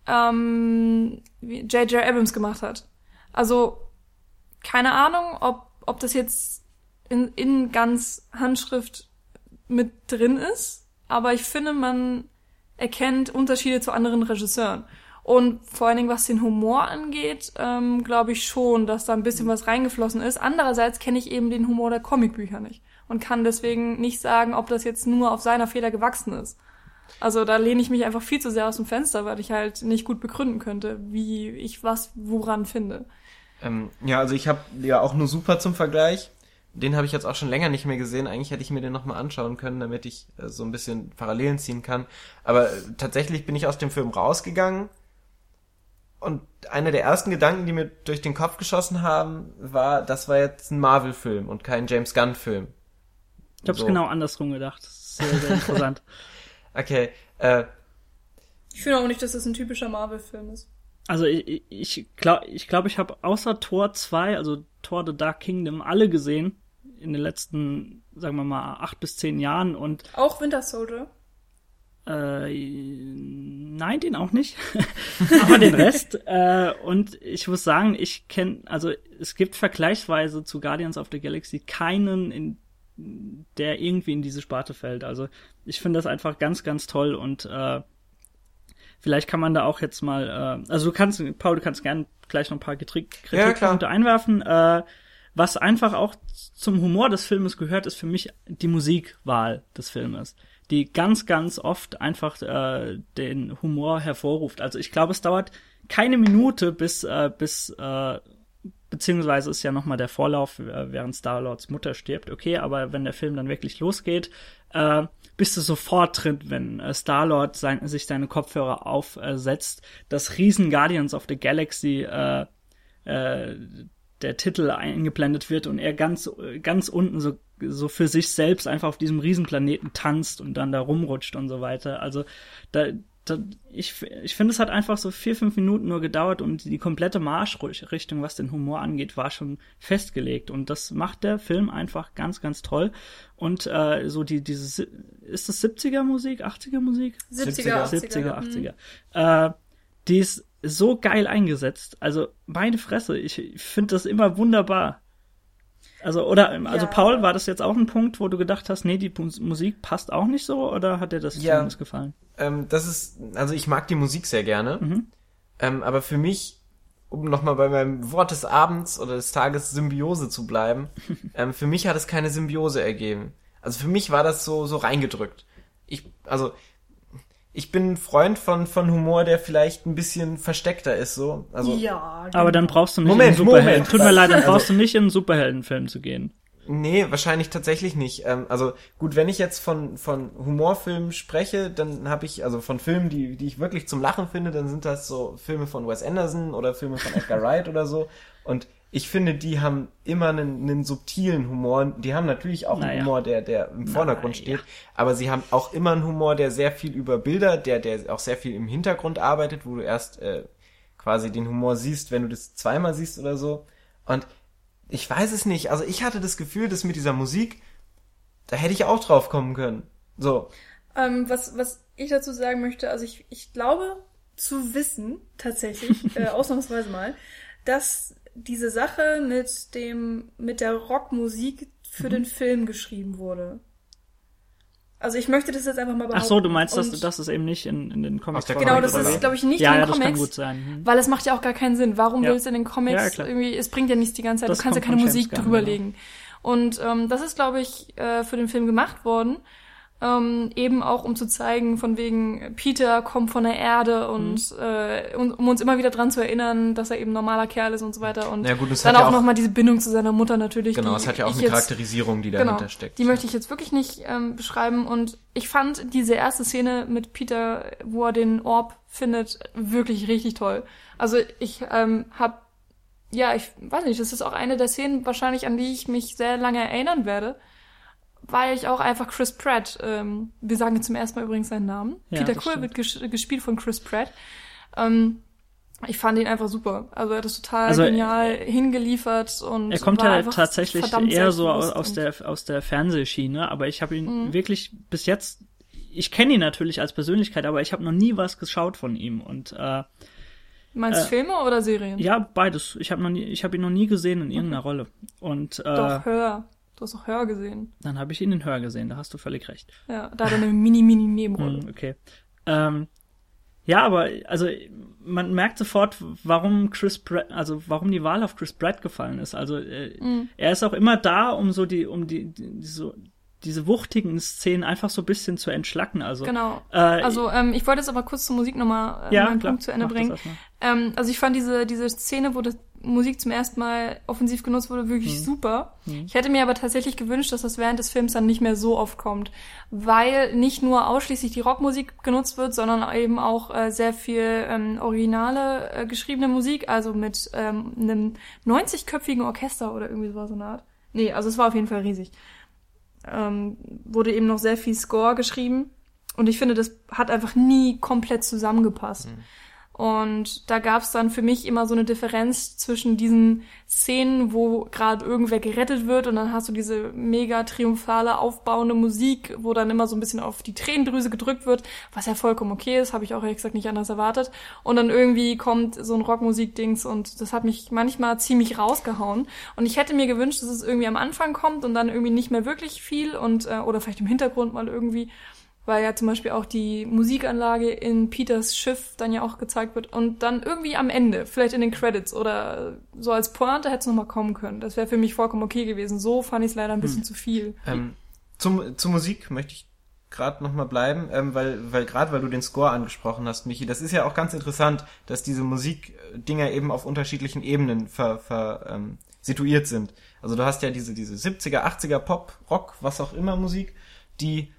ähm, J J Abrams gemacht hat. Also keine Ahnung, ob ob das jetzt in, in ganz Handschrift mit drin ist, aber ich finde, man erkennt Unterschiede zu anderen Regisseuren. Und vor allen Dingen, was den Humor angeht, ähm, glaube ich schon, dass da ein bisschen was reingeflossen ist. Andererseits kenne ich eben den Humor der Comicbücher nicht und kann deswegen nicht sagen, ob das jetzt nur auf seiner Feder gewachsen ist. Also da lehne ich mich einfach viel zu sehr aus dem Fenster, weil ich halt nicht gut begründen könnte, wie ich was woran finde. Ähm, ja, also ich habe ja auch nur Super zum Vergleich. Den habe ich jetzt auch schon länger nicht mehr gesehen. Eigentlich hätte ich mir den nochmal anschauen können, damit ich äh, so ein bisschen Parallelen ziehen kann. Aber äh, tatsächlich bin ich aus dem Film rausgegangen und einer der ersten Gedanken, die mir durch den Kopf geschossen haben, war, das war jetzt ein Marvel-Film und kein James Gunn-Film. Ich habe es So. genau andersrum gedacht. Das ist sehr, sehr interessant. Okay, äh, Ich finde auch nicht, dass das ein typischer Marvel-Film ist. Also ich ich glaube, ich, glaub, ich habe außer Thor zwei, also Thor The Dark Kingdom, alle gesehen in den letzten, sagen wir mal, acht bis zehn Jahren und Auch Winter Soldier? äh, nein, den auch nicht, aber den Rest. äh, und ich muss sagen, ich kenne, also es gibt vergleichsweise zu Guardians of the Galaxy keinen, in, der irgendwie in diese Sparte fällt. Also ich finde das einfach ganz, ganz toll und äh, vielleicht kann man da auch jetzt mal, äh, also du kannst, Paul, du kannst gerne gleich noch ein paar Kritik- Kritikpunkte Ja, einwerfen. Äh, was einfach auch zum Humor des Filmes gehört, ist für mich die Musikwahl des Filmes, die ganz, ganz oft einfach äh, den Humor hervorruft. Also ich glaube, es dauert keine Minute, bis, äh, bis äh, beziehungsweise ist ja nochmal der Vorlauf, äh, während Star-Lords Mutter stirbt, okay, aber wenn der Film dann wirklich losgeht, äh, bist du sofort drin, wenn äh, Star-Lord sein, sich seine Kopfhörer aufsetzt, äh, das riesen Guardians of the Galaxy äh, äh, der Titel eingeblendet wird und er ganz ganz unten so so für sich selbst einfach auf diesem Riesenplaneten tanzt und dann da rumrutscht und so weiter. Also da, da ich ich finde, es hat einfach so vier, fünf Minuten nur gedauert und die komplette Marschrichtung, was den Humor angeht, war schon festgelegt. Und das macht der Film einfach ganz, ganz toll. Und äh, so die diese ist das siebziger Musik, achtziger Musik? siebziger, achtziger. siebziger, achtziger. Mhm. Äh, die ist so geil eingesetzt. Also meine Fresse, ich finde das immer wunderbar. Also, oder, also Ja. Paul, war das jetzt auch ein Punkt, wo du gedacht hast, nee, die Mus- Musik passt auch nicht so, oder hat dir das Ja. zumindest gefallen? ähm, das ist, also ich mag die Musik sehr gerne, Mhm. ähm, aber für mich, um nochmal bei meinem Wort des Abends oder des Tages Symbiose zu bleiben, ähm, für mich hat es keine Symbiose ergeben. Also für mich war das so, so reingedrückt. Ich, also, ich bin ein Freund von, von Humor, der vielleicht ein bisschen versteckter ist, so. Also, Ja, genau. Aber dann brauchst du nicht Moment, in einen Superhelden. Moment. Tut mir leid, dann Also- brauchst du nicht in einen Superheldenfilm zu gehen. nee, wahrscheinlich tatsächlich nicht. Ähm, also gut, wenn ich jetzt von von Humorfilmen spreche, dann habe ich, also von Filmen, die die ich wirklich zum Lachen finde, dann sind das so Filme von Wes Anderson oder Filme von Edgar Wright oder so. Und ich finde, die haben immer einen, einen subtilen Humor. Die haben natürlich auch Naja. einen Humor, der der im Vordergrund Naja. steht, aber sie haben auch immer einen Humor, der sehr viel über Bilder, der der auch sehr viel im Hintergrund arbeitet, wo du erst äh, quasi den Humor siehst, wenn du das zweimal siehst oder so. Und ich weiß es nicht. Also ich hatte das Gefühl, dass mit dieser Musik, da hätte ich auch drauf kommen können. So. Ähm, was, was ich dazu sagen möchte, also ich, ich glaube zu wissen, tatsächlich, äh, ausnahmsweise mal, dass diese Sache mit dem, mit der Rockmusik für Mhm. den Film geschrieben wurde. Also ich möchte das jetzt einfach mal behaupten. Ach so, du meinst, dass das ist eben nicht in, in den Comics vorkommt? Genau, das ist, glaube ich, nicht ja, in den ja, Comics. Das kann gut sein. Hm. Weil es macht ja auch gar keinen Sinn. Warum ja. willst du in den Comics ja, irgendwie, es bringt ja nichts die ganze Zeit, das du kannst ja keine Musik drüberlegen. Und ähm, das ist, glaube ich, äh, für den Film gemacht worden. Ähm, eben auch um zu zeigen, von wegen Peter kommt von der Erde und mhm. äh, um, um uns immer wieder dran zu erinnern, dass er eben ein normaler Kerl ist und so weiter. Und ja, gut, dann auch, auch nochmal diese Bindung zu seiner Mutter natürlich. Genau, es hat ja auch eine jetzt, Charakterisierung, die dahinter genau, steckt. Die möchte ich jetzt wirklich nicht ähm, beschreiben. Und ich fand diese erste Szene mit Peter, wo er den Orb findet, wirklich richtig toll. Also ich ähm, habe, ja, ich weiß nicht, das ist auch eine der Szenen wahrscheinlich, an die ich mich sehr lange erinnern werde. Weil ich auch einfach Chris Pratt, ähm, wir sagen jetzt zum ersten Mal übrigens seinen Namen. Ja, Peter Quill wird ges- gespielt von Chris Pratt. Ähm, ich fand ihn einfach super. Also er hat das total also, genial hingeliefert und er kommt ja tatsächlich eher so aus, aus der aus der Fernsehschiene, aber ich habe ihn mhm. wirklich bis jetzt, ich kenne ihn natürlich als Persönlichkeit, aber ich habe noch nie was geschaut von ihm und äh, Meinst du äh, Filme oder Serien? Ja, beides. Ich habe noch nie, ich habe ihn noch nie gesehen in irgendeiner okay. Rolle. Und äh, Doch, Hör. Du hast auch Hör gesehen. Dann habe ich ihn in Hör gesehen, da hast du völlig recht. Ja, da hat er eine mini-mini-Nebenrolle. Okay. Ähm, ja, aber also man merkt sofort, warum Chris Pratt, also warum die Wahl auf Chris Pratt gefallen ist. Also äh, mhm. er ist auch immer da, um so die, um die, die, die so diese wuchtigen Szenen einfach so ein bisschen zu entschlacken. Also genau. Äh, also ähm, ich wollte jetzt aber kurz zur Musik nochmal äh, ja, meinen klar, Punkt zu Ende bringen. Ähm, also ich fand diese diese Szene, wo das Musik zum ersten Mal offensiv genutzt wurde, wirklich mhm. super. Mhm. Ich hätte mir aber tatsächlich gewünscht, dass das während des Films dann nicht mehr so oft kommt, weil nicht nur ausschließlich die Rockmusik genutzt wird, sondern eben auch äh, sehr viel ähm, originale äh, geschriebene Musik, also mit ähm, einem neunzigköpfigen Orchester oder irgendwie so eine Art. Nee, also es war auf jeden Fall riesig. Ähm, wurde eben noch sehr viel Score geschrieben und ich finde, das hat einfach nie komplett zusammengepasst. Mhm. Und da gab's dann für mich immer so eine Differenz zwischen diesen Szenen, wo gerade irgendwer gerettet wird und dann hast du diese mega triumphale, aufbauende Musik, wo dann immer so ein bisschen auf die Tränendrüse gedrückt wird, was ja vollkommen okay ist, habe ich auch ehrlich gesagt nicht anders erwartet. Und dann irgendwie kommt so ein Rockmusik-Dings und das hat mich manchmal ziemlich rausgehauen. Und ich hätte mir gewünscht, dass es irgendwie am Anfang kommt und dann irgendwie nicht mehr wirklich viel und äh, oder vielleicht im Hintergrund mal irgendwie, weil ja zum Beispiel auch die Musikanlage in Peters Schiff dann ja auch gezeigt wird und dann irgendwie am Ende, vielleicht in den Credits oder so als Pointe hätte es nochmal kommen können. Das wäre für mich vollkommen okay gewesen. So fand ich es leider ein bisschen hm. zu viel. Ähm, zum, zur Musik möchte ich gerade nochmal bleiben, ähm, weil weil gerade weil du den Score angesprochen hast, Michi, das ist ja auch ganz interessant, dass diese Musikdinger eben auf unterschiedlichen Ebenen ver, ver, ähm, situiert sind. Also du hast ja diese diese siebziger, achtziger Pop, Rock, was auch immer Musik, die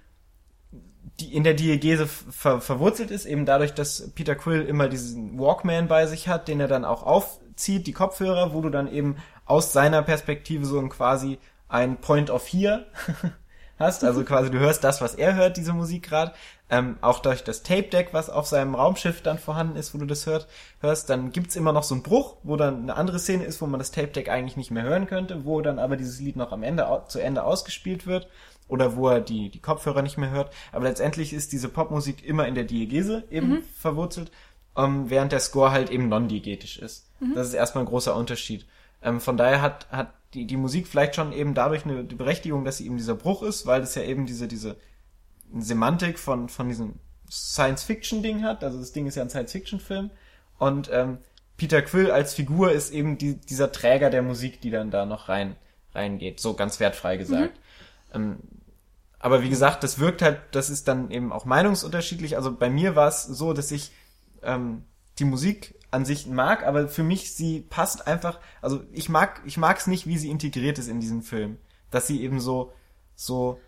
die in der Diegese ver- verwurzelt ist, eben dadurch, dass Peter Quill immer diesen Walkman bei sich hat, den er dann auch aufzieht, die Kopfhörer, wo du dann eben aus seiner Perspektive so ein quasi ein Point of Hear hast, also quasi du hörst das, was er hört, diese Musik gerade, ähm, auch durch das Tape-Deck, was auf seinem Raumschiff dann vorhanden ist, wo du das hört, hörst, dann gibt's immer noch so einen Bruch, wo dann eine andere Szene ist, wo man das Tape-Deck eigentlich nicht mehr hören könnte, wo dann aber dieses Lied noch am Ende zu Ende ausgespielt wird. Oder wo er die, die Kopfhörer nicht mehr hört. Aber letztendlich ist diese Popmusik immer in der Diegese eben mhm. verwurzelt, ähm, während der Score halt eben non-diegetisch ist. Mhm. Das ist erstmal ein großer Unterschied. Ähm, von daher hat, hat die, die Musik vielleicht schon eben dadurch eine die Berechtigung, dass sie eben dieser Bruch ist, weil es ja eben diese, diese Semantik von, von diesem Science-Fiction-Ding hat. Also das Ding ist ja ein Science-Fiction-Film. Und ähm, Peter Quill als Figur ist eben die, dieser Träger der Musik, die dann da noch rein reingeht. So ganz wertfrei gesagt. Mhm. Ähm, Aber wie gesagt, das wirkt halt, das ist dann eben auch meinungsunterschiedlich. Also bei mir war es so, dass ich ähm, die Musik an sich mag, aber für mich, sie passt einfach, also ich mag ich mag es nicht, wie sie integriert ist in diesen Film. Dass sie eben so, so,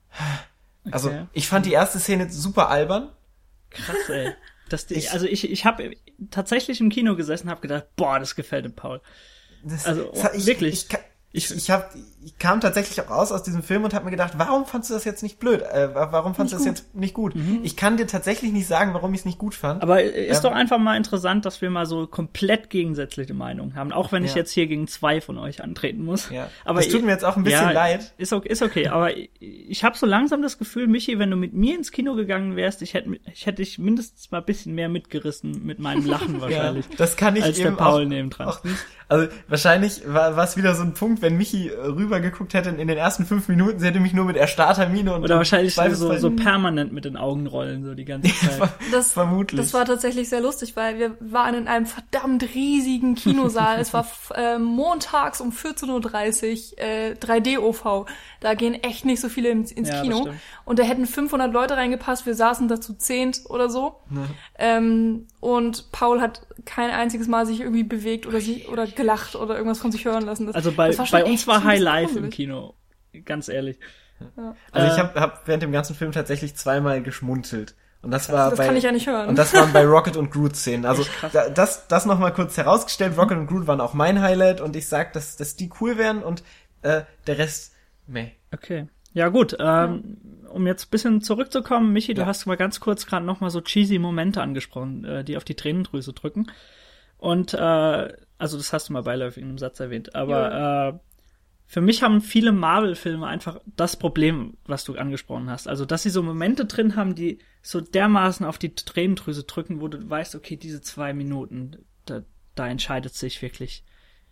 also okay. Ich fand die erste Szene super albern. Krass, ey. Das, ich, also ich ich habe tatsächlich im Kino gesessen und habe gedacht, boah, das gefällt dem Paul. Das, also oh, ich, wirklich. Ich, ich, ich, ich, hab, ich kam tatsächlich auch raus aus diesem Film und habe mir gedacht, warum fandst du das jetzt nicht blöd? Äh, warum fandst du das jetzt nicht gut? Mhm. Ich kann dir tatsächlich nicht sagen, warum ich es nicht gut fand. Aber ist ähm, doch einfach mal interessant, dass wir mal so komplett gegensätzliche Meinungen haben. Auch wenn ich ja. jetzt hier gegen zwei von euch antreten muss. Ja. Aber das tut mir jetzt auch ein bisschen ja, leid. Ist okay, ist okay. Aber ich, ich habe so langsam das Gefühl, Michi, wenn du mit mir ins Kino gegangen wärst, ich hätte ich hätte dich mindestens mal ein bisschen mehr mitgerissen mit meinem Lachen wahrscheinlich. Ja, das kann ich als eben der Paul auch, nebendran. Auch nicht. Also wahrscheinlich war es wieder so ein Punkt, gut, wenn Michi rübergeguckt hätte in den ersten fünf Minuten, sie hätte mich nur mit erstarrter Miene und... Oder wahrscheinlich so, Zweifelsfall- so permanent mit den Augen rollen, so die ganze Zeit. Das, Vermutlich. Das war tatsächlich sehr lustig, weil wir waren in einem verdammt riesigen Kinosaal. Es war äh, montags um vierzehn Uhr dreißig äh, drei D O V. Da gehen echt nicht so viele ins, ins Ja, das Kino. stimmt. Und da hätten fünfhundert Leute reingepasst. Wir saßen da zu zehnt oder so. Ne. Ähm, und Paul hat kein einziges Mal sich irgendwie bewegt oder sich oder gelacht oder irgendwas von sich hören lassen. Das, Also bei, das war schon bei uns echt war so ein High bisschen Life im gruselig. Kino. Ganz ehrlich. Ja. Also ich Äh, habe hab während dem ganzen Film tatsächlich zweimal geschmunzelt. Und das war Das bei, kann ich ja nicht hören. Und das waren bei Rocket und Groot Szenen. Also Echt krass. da, das das noch mal kurz herausgestellt. Rocket und Groot waren auch mein Highlight und ich sag, dass dass die cool wären und äh, der Rest meh. Okay. Ja gut, ähm, um jetzt ein bisschen zurückzukommen, Michi, du Ja. hast mal ganz kurz gerade noch mal so cheesy Momente angesprochen, äh, die auf die Tränendrüse drücken. Und, äh, also das hast du mal beiläufig in einem Satz erwähnt, aber äh, für mich haben viele Marvel-Filme einfach das Problem, was du angesprochen hast. Also, dass sie so Momente drin haben, die so dermaßen auf die Tränendrüse drücken, wo du weißt, okay, diese zwei Minuten, da, da entscheidet sich wirklich...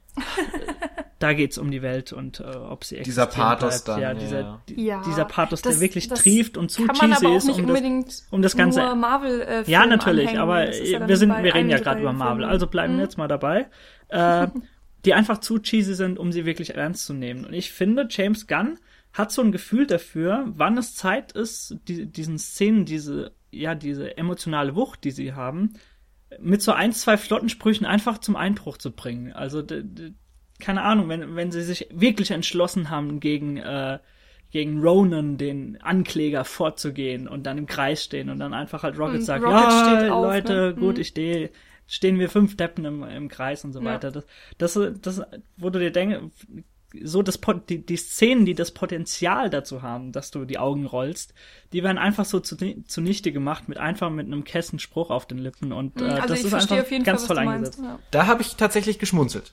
Da geht's um die Welt und äh, ob sie Dieser existieren Pathos bleibt. dann, Ja, ja. dieser, die, Ja, dieser Pathos, das- der wirklich das trieft und zu kann man cheesy aber auch ist, nicht um das, unbedingt um das Ganze... nur Marvel äh, Ja, Filmen natürlich, anhängen. aber Das ist ja dann wir sind, bei wir reden ja allen gerade über drei Marvel, Filmen. also bleiben wir Mhm. jetzt mal dabei. Äh, die einfach zu cheesy sind, um sie wirklich ernst zu nehmen. Und ich finde, James Gunn hat so ein Gefühl dafür, wann es Zeit ist, die, diesen Szenen, diese, ja, diese emotionale Wucht, die sie haben, mit so ein, zwei flotten Sprüchen einfach zum Einbruch zu bringen. Also, d- d- keine Ahnung, wenn, wenn sie sich wirklich entschlossen haben, gegen, äh, gegen Ronan, den Ankläger, vorzugehen und dann im Kreis stehen und dann einfach halt Rocket Und sagt, Rocket ja, steht auf, Leute, ne? gut, Mhm. ich stehe, stehen wir fünf Deppen im, im Kreis und so Ja. weiter. Das, das, das, wo du dir denkst, so das Pot- die, die Szenen, die das Potenzial dazu haben, dass du die Augen rollst, die werden einfach so zu, zunichte gemacht mit einfach mit einem Kessenspruch auf den Lippen und äh, Also das ich ist verstehe einfach auf jeden ganz Fall, was toll du eingesetzt. meinst. Ja. Da habe ich tatsächlich geschmunzelt.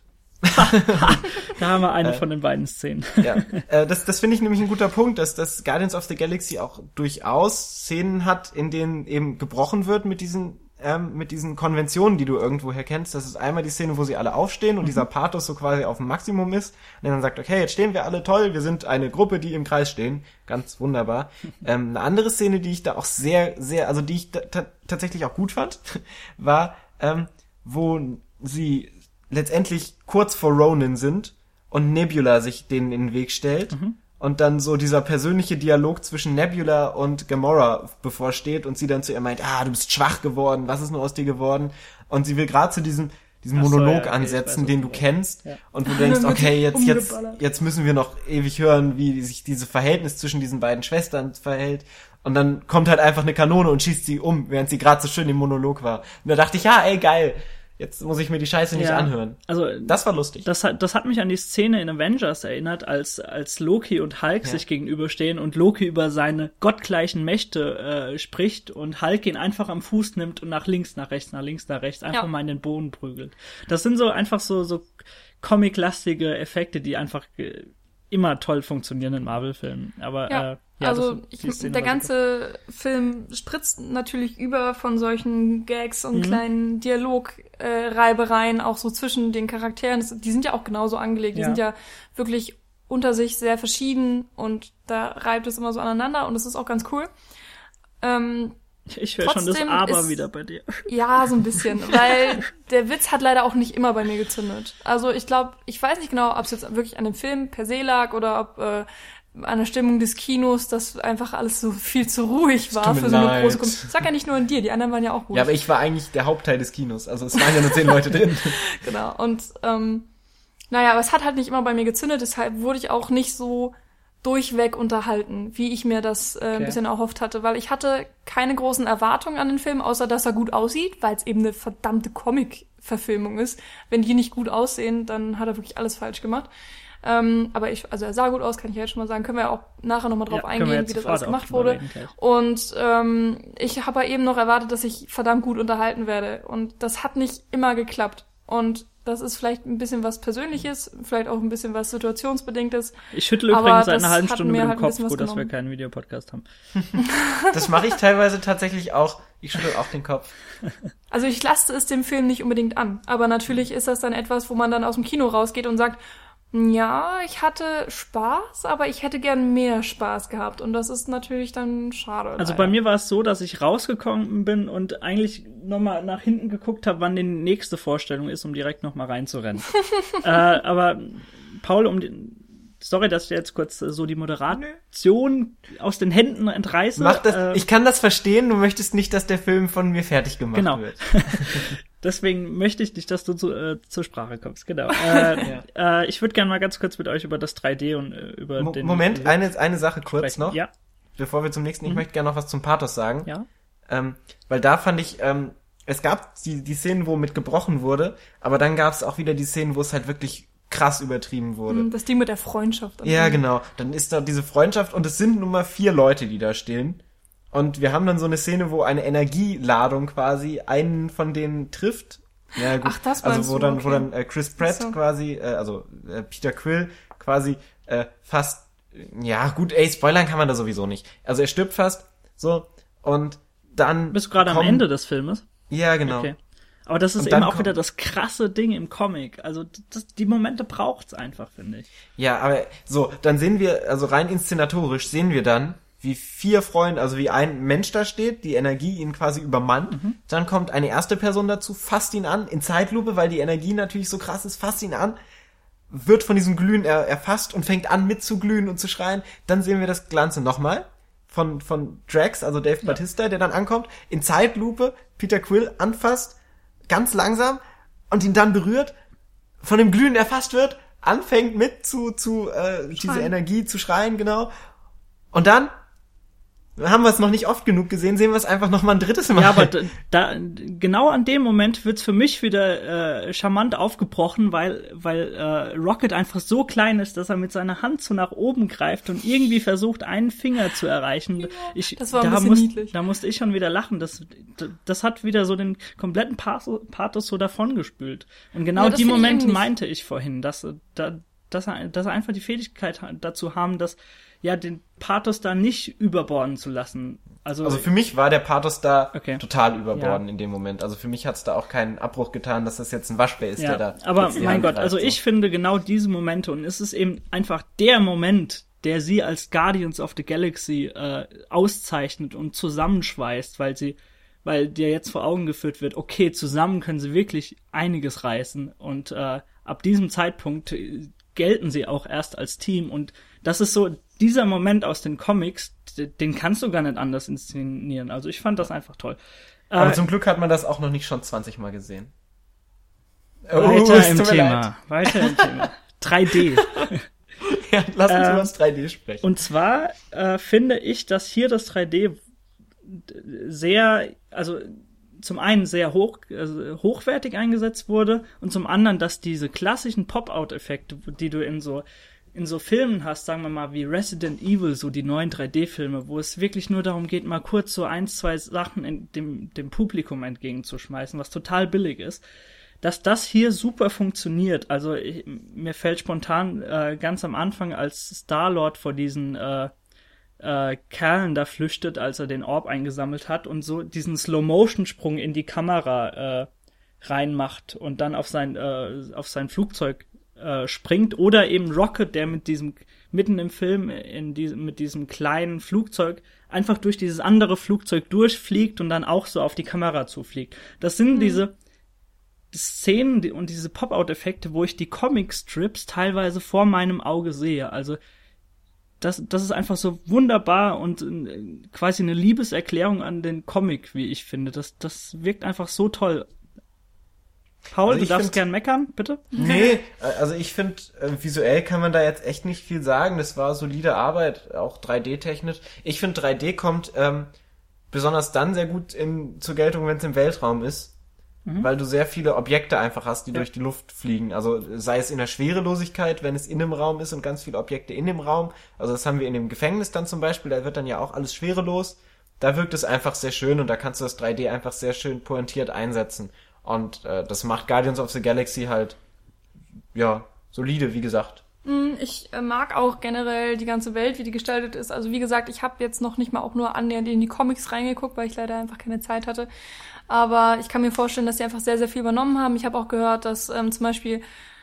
Da haben wir eine von den beiden Szenen. Ja, äh, das, das finde ich nämlich ein guter Punkt, dass das Guardians of the Galaxy auch durchaus Szenen hat, in denen eben gebrochen wird mit diesen ähm, mit diesen Konventionen, die du irgendwoher kennst. Das ist einmal die Szene, wo sie alle aufstehen und Mhm. dieser Pathos so quasi auf dem Maximum ist und dann sagt, okay, jetzt stehen wir alle toll, wir sind eine Gruppe, die im Kreis stehen. Ganz wunderbar. ähm, eine andere Szene, die ich da auch sehr, sehr, also die ich da, ta- tatsächlich auch gut fand, war, ähm, wo sie letztendlich kurz vor Ronan sind und Nebula sich denen in den Weg stellt und dann so dieser persönliche Dialog zwischen Nebula und Gamora bevorsteht und sie dann zu ihr meint, ah, du bist schwach geworden, was ist nur aus dir geworden? Und sie will gerade zu diesem diesen Ach so, Monolog ja, okay, ich ansetzen, weiß, den was du du kennst Ja. und du denkst, Wird okay, jetzt jetzt umgeballert. jetzt müssen wir noch ewig hören, wie sich dieses Verhältnis zwischen diesen beiden Schwestern verhält. Und dann kommt halt einfach eine Kanone und schießt sie um, während sie gerade so schön im Monolog war. Und da dachte ich, ja, ey, geil. Jetzt muss ich mir die Scheiße nicht Ja. anhören. Also Das war lustig. Das hat, das hat mich an die Szene in Avengers erinnert, als, als Loki und Hulk Ja. sich gegenüberstehen und Loki über seine gottgleichen Mächte äh, spricht und Hulk ihn einfach am Fuß nimmt und nach links, nach rechts, nach links, nach rechts einfach Ja. mal in den Boden prügelt. Das sind so einfach so, so comic-lastige Effekte, die einfach äh, immer toll funktionieren in Marvel-Filmen. Aber Ja, äh, ja, also das, ich, die Szene der war ganze Film spritzt natürlich über von solchen Gags und Mhm. kleinen Dialogreibereien, äh, auch so zwischen den Charakteren. Das, die sind ja auch genauso angelegt. Die Ja. sind ja wirklich unter sich sehr verschieden und da reibt es immer so aneinander und das ist auch ganz cool. Ähm, super. Ich höre schon das trotzdem Aber ist- wieder bei dir. Ja, so ein bisschen, weil der Witz hat leider auch nicht immer bei mir gezündet. Also ich glaube, ich weiß nicht genau, ob es jetzt wirklich an dem Film per se lag oder ob äh, an der Stimmung des Kinos, dass einfach alles so viel zu ruhig war tut mir für so eine leid. große Komödie. Ich sag ja nicht nur in dir, die anderen waren ja auch gut. Ja, aber ich war eigentlich der Hauptteil des Kinos. Also es waren ja nur zehn Leute drin. Genau. Und ähm, naja, aber es hat halt nicht immer bei mir gezündet, deshalb wurde ich auch nicht so durchweg unterhalten, wie ich mir das äh, ein Okay. bisschen erhofft hatte, weil ich hatte keine großen Erwartungen an den Film, außer dass er gut aussieht, weil es eben eine verdammte Comic-Verfilmung ist. Wenn die nicht gut aussehen, dann hat er wirklich alles falsch gemacht. Ähm, aber ich, also er sah gut aus, kann ich ja jetzt schon mal sagen. Können wir ja auch nachher nochmal drauf Ja, können wir eingehen, jetzt wie das sofort alles auch gemacht drüber wurde. reden gleich. Und ähm, ich habe eben noch erwartet, dass ich verdammt gut unterhalten werde. Und das hat nicht immer geklappt. Und das ist vielleicht ein bisschen was Persönliches, vielleicht auch ein bisschen was Situationsbedingtes. Ich schüttle Aber übrigens seit das einer halben hat Stunde mir mit dem halt ein Kopf, bisschen was gut, dass wir genommen. keinen Videopodcast haben. Das mache ich teilweise tatsächlich auch. Ich schüttel auch den Kopf. Also ich laste es dem Film nicht unbedingt an. Aber natürlich ist das dann etwas, wo man dann aus dem Kino rausgeht und sagt, Ja, ich hatte Spaß, aber ich hätte gern mehr Spaß gehabt und das ist natürlich dann schade. Also leider. bei mir war es so, dass ich rausgekommen bin und eigentlich nochmal nach hinten geguckt habe, wann die nächste Vorstellung ist, um direkt nochmal reinzurennen. äh, aber Paul, um die, sorry, dass ich jetzt kurz so die Moderation Nö. aus den Händen entreiße. Mach das, äh, ich kann das verstehen, du möchtest nicht, dass der Film von mir fertig gemacht genau. wird. Deswegen möchte ich nicht, dass du zu, äh, zur Sprache kommst. Genau. Äh, ja. äh, ich würde gerne mal ganz kurz mit euch über das drei D und äh, über Mo- den... Moment, äh, eine, eine Sache kurz sprechen. noch. Ja. Bevor wir zum nächsten, ich Mhm. möchte gerne noch was zum Pathos sagen. Ja. Ähm, weil da fand ich, ähm, es gab die, die Szenen, wo mit gebrochen wurde, aber dann gab es auch wieder die Szenen, wo es halt wirklich krass übertrieben wurde. Das Ding mit der Freundschaft. Ja, genau. Dann ist da diese Freundschaft und es sind nun mal vier Leute, die da stehen. Und wir haben dann so eine Szene, wo eine Energieladung quasi einen von denen trifft. Ja, gut. Ach, das also meinst wo du, dann, okay. wo dann äh, Chris Pratt So. quasi, äh, also äh, Peter Quill quasi äh, fast, ja gut, ey, spoilern kann man da sowieso nicht. Also er stirbt fast, so, und dann Bist du gerade am kommen- Ende des Filmes? Ja, genau. Okay. Aber das ist Und eben dann auch kommt- wieder das krasse Ding im Comic. Also das, die Momente braucht's einfach, finde ich. Ja, aber so, dann sehen wir, also rein inszenatorisch sehen wir dann, wie vier Freunde, also wie ein Mensch da steht, die Energie ihn quasi übermannt. Mhm. Dann kommt eine erste Person dazu, fasst ihn an, in Zeitlupe, weil die Energie natürlich so krass ist, fasst ihn an, wird von diesem Glühen er, erfasst und fängt an mitzuglühen und zu schreien. Dann sehen wir das Ganze nochmal von, von Drax, also Dave Ja. Bautista, der dann ankommt, in Zeitlupe Peter Quill anfasst, ganz langsam und ihn dann berührt, von dem Glühen erfasst wird, anfängt mit zu, zu äh, diese Schreien. Energie zu schreien, genau. Und dann haben wir es noch nicht oft genug gesehen, sehen wir es einfach noch mal ein drittes Mal. Ja, aber da, da genau an dem Moment wird's für mich wieder äh, charmant aufgebrochen, weil weil äh, Rocket einfach so klein ist, dass er mit seiner Hand so nach oben greift und irgendwie versucht, einen Finger zu erreichen. Ja, ich, das war ein da bisschen muss, niedlich. Da musste ich schon wieder lachen. Das, das hat wieder so den kompletten Pathos, Pathos so davongespült. Und genau Ja, das die find ich Momente eben nicht. meinte ich vorhin, dass da dass er, dass er einfach die Fähigkeit ha- dazu haben, dass ja den Pathos da nicht überborden zu lassen. Also, Also für mich war der Pathos da Okay. total überborden Ja. in dem Moment. Also für mich hat's da auch keinen Abbruch getan, dass das jetzt ein Waschbär ist, ja, der da aber jetzt die mein Hand Gott, greift, also so. ich finde genau diese Momente und es ist eben einfach der Moment, der sie als Guardians of the Galaxy äh, auszeichnet und zusammenschweißt, weil sie, weil dir jetzt vor Augen geführt wird, okay, zusammen können sie wirklich einiges reißen und äh, ab diesem Zeitpunkt äh, gelten sie auch erst als Team und das ist so dieser Moment aus den Comics, d- den kannst du gar nicht anders inszenieren. Also ich fand das einfach toll. Aber Äh, zum Glück hat man das auch noch nicht schon zwanzig Mal gesehen. weiter es im tut mir Thema, leid. weiter im Thema. drei D. Ja, lass uns Ähm, über das drei D sprechen. Und zwar äh, finde ich, dass hier das drei D sehr, also zum einen sehr hoch, also hochwertig eingesetzt wurde und zum anderen, dass diese klassischen Pop-Out-Effekte, die du in so in so Filmen hast, sagen wir mal wie Resident Evil, so die neuen drei D-Filme, wo es wirklich nur darum geht, mal kurz so ein, zwei Sachen in dem, dem Publikum entgegenzuschmeißen, was total billig ist, dass das hier super funktioniert. Also ich, mir fällt spontan äh, ganz am Anfang, als Star-Lord vor diesen äh, äh, Kerlen da flüchtet, als er den Orb eingesammelt hat und so diesen Slow-Motion-Sprung in die Kamera äh, reinmacht und dann auf sein äh, auf sein Flugzeug äh, springt oder eben Rocket, der mit diesem mitten im Film in diesem mit diesem kleinen Flugzeug einfach durch dieses andere Flugzeug durchfliegt und dann auch so auf die Kamera zufliegt. Das sind Mhm. diese Szenen die, und diese Pop-Out-Effekte, wo ich die Comic-Strips teilweise vor meinem Auge sehe. Also das, das ist einfach so wunderbar und äh, quasi eine Liebeserklärung an den Comic, wie ich finde. Das, das wirkt einfach so toll. Paul, Also du ich darfst find- gern meckern, bitte? Nee, äh, also ich finde, äh, visuell kann man da jetzt echt nicht viel sagen. Das war solide Arbeit, auch drei D-technisch. Ich finde, drei D kommt ähm, besonders dann sehr gut in, zur Geltung, wenn es im Weltraum ist. Weil du sehr viele Objekte einfach hast, die Ja. durch die Luft fliegen. Also sei es in der Schwerelosigkeit, wenn es in einem Raum ist und ganz viele Objekte in dem Raum. Also das haben wir in dem Gefängnis dann zum Beispiel, da wird dann ja auch alles schwerelos. Da wirkt es einfach sehr schön und da kannst du das drei D einfach sehr schön pointiert einsetzen. Und äh, das macht Guardians of the Galaxy halt, ja, solide, wie gesagt. Mm, Ich äh, mag auch generell die ganze Welt, wie die gestaltet ist. Also wie gesagt, ich habe jetzt noch nicht mal auch nur annähernd in die Comics reingeguckt, weil ich leider einfach keine Zeit hatte. Aber ich kann mir vorstellen, dass sie einfach sehr, sehr viel übernommen haben. Ich habe auch gehört, dass ähm, zum Beispiel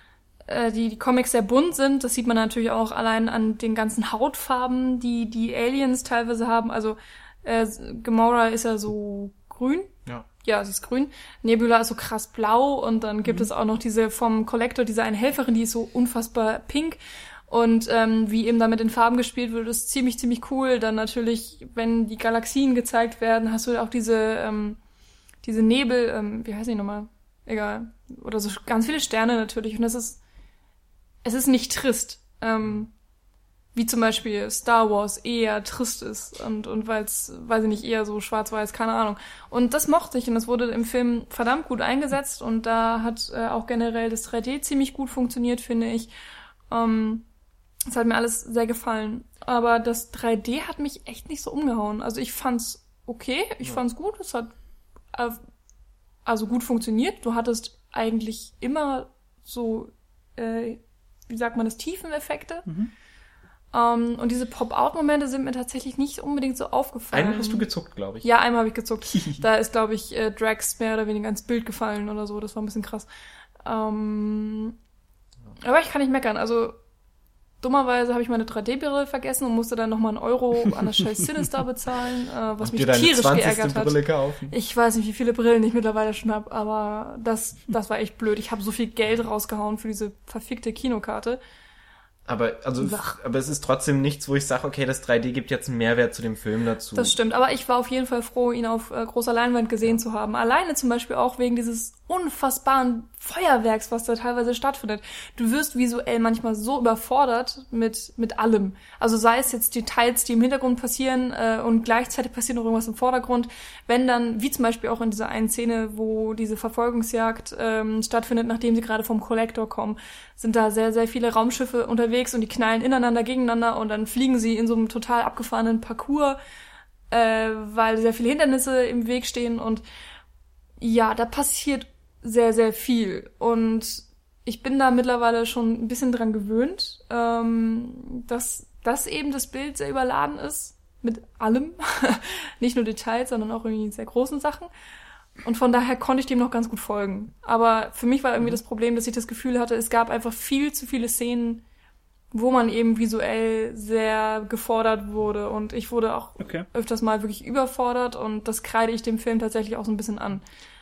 äh, die, die Comics sehr bunt sind. Das sieht man natürlich auch allein an den ganzen Hautfarben, die die Aliens teilweise haben. Also äh, Gamora ist ja so grün. Ja. Ja, sie ist grün. Nebula ist so krass blau und dann gibt mhm. es auch noch diese vom Collector, diese eine Helferin, die ist so unfassbar pink. Und ähm, wie eben da mit den Farben gespielt wird, ist ziemlich, ziemlich cool. Dann natürlich, wenn die Galaxien gezeigt werden, hast du auch diese ähm, diese Nebel, ähm, wie heißt die nochmal? Egal. Oder so ganz viele Sterne natürlich. Und das ist, es ist nicht trist. Ähm, wie zum Beispiel Star Wars eher trist ist und, und weil es, weiß ich nicht, eher so schwarz-weiß, keine Ahnung. Und das mochte ich und das wurde im Film verdammt gut eingesetzt und da hat äh, auch generell das drei D ziemlich gut funktioniert, finde ich. Ähm, das hat mir alles sehr gefallen. Aber das drei D hat mich echt nicht so umgehauen. Also ich fand's okay, ich ja. fand's gut, es hat äh, also gut funktioniert. Du hattest eigentlich immer so, äh, wie sagt man das, Tiefeneffekte. Mhm. Um, und diese Pop-Out-Momente sind mir tatsächlich nicht unbedingt so aufgefallen. Einmal hast du gezuckt, glaube ich. Ja, einmal habe ich gezuckt. Da ist, glaube ich, äh, Drax mehr oder weniger ins Bild gefallen oder so. Das war ein bisschen krass. Um, ja. Aber ich kann nicht meckern. Also dummerweise habe ich meine drei D-Brille vergessen und musste dann nochmal einen Euro an das scheiß Sinister bezahlen, äh, was Habt mich ihr deine tierisch zwanzigste geärgert hat. Brille kaufen? Ich weiß nicht, wie viele Brillen ich mittlerweile schon habe, aber das, das war echt blöd. Ich habe so viel Geld rausgehauen für diese verfickte Kinokarte. Aber also, Ach. aber es ist trotzdem nichts, wo ich sage, okay, das drei D gibt jetzt einen Mehrwert zu dem Film dazu. Das stimmt, aber ich war auf jeden Fall froh, ihn auf äh, großer Leinwand gesehen zu haben. Alleine zum Beispiel auch wegen dieses unfassbaren Feuerwerks, was da teilweise stattfindet. Du wirst visuell manchmal so überfordert mit mit allem. Also sei es jetzt Details, die im Hintergrund passieren äh, und gleichzeitig passiert noch irgendwas im Vordergrund. Wenn dann, wie zum Beispiel auch in dieser einen Szene, wo diese Verfolgungsjagd ähm, stattfindet, nachdem sie gerade vom Collector kommen, sind da sehr, sehr viele Raumschiffe unterwegs und die knallen ineinander, gegeneinander und dann fliegen sie in so einem total abgefahrenen Parcours, äh, weil sehr viele Hindernisse im Weg stehen und ja, da passiert sehr, sehr viel. Und ich bin da mittlerweile schon ein bisschen dran gewöhnt, ähm, dass, dass eben das Bild sehr überladen ist mit allem. Nicht nur Details, sondern auch irgendwie sehr großen Sachen. Und von daher konnte ich dem noch ganz gut folgen. Aber für mich war irgendwie das Problem, dass ich das Gefühl hatte, es gab einfach viel zu viele Szenen, wo man eben visuell sehr gefordert wurde. Und ich wurde auch okay. öfters mal wirklich überfordert und das kreide ich dem Film tatsächlich auch so ein bisschen an.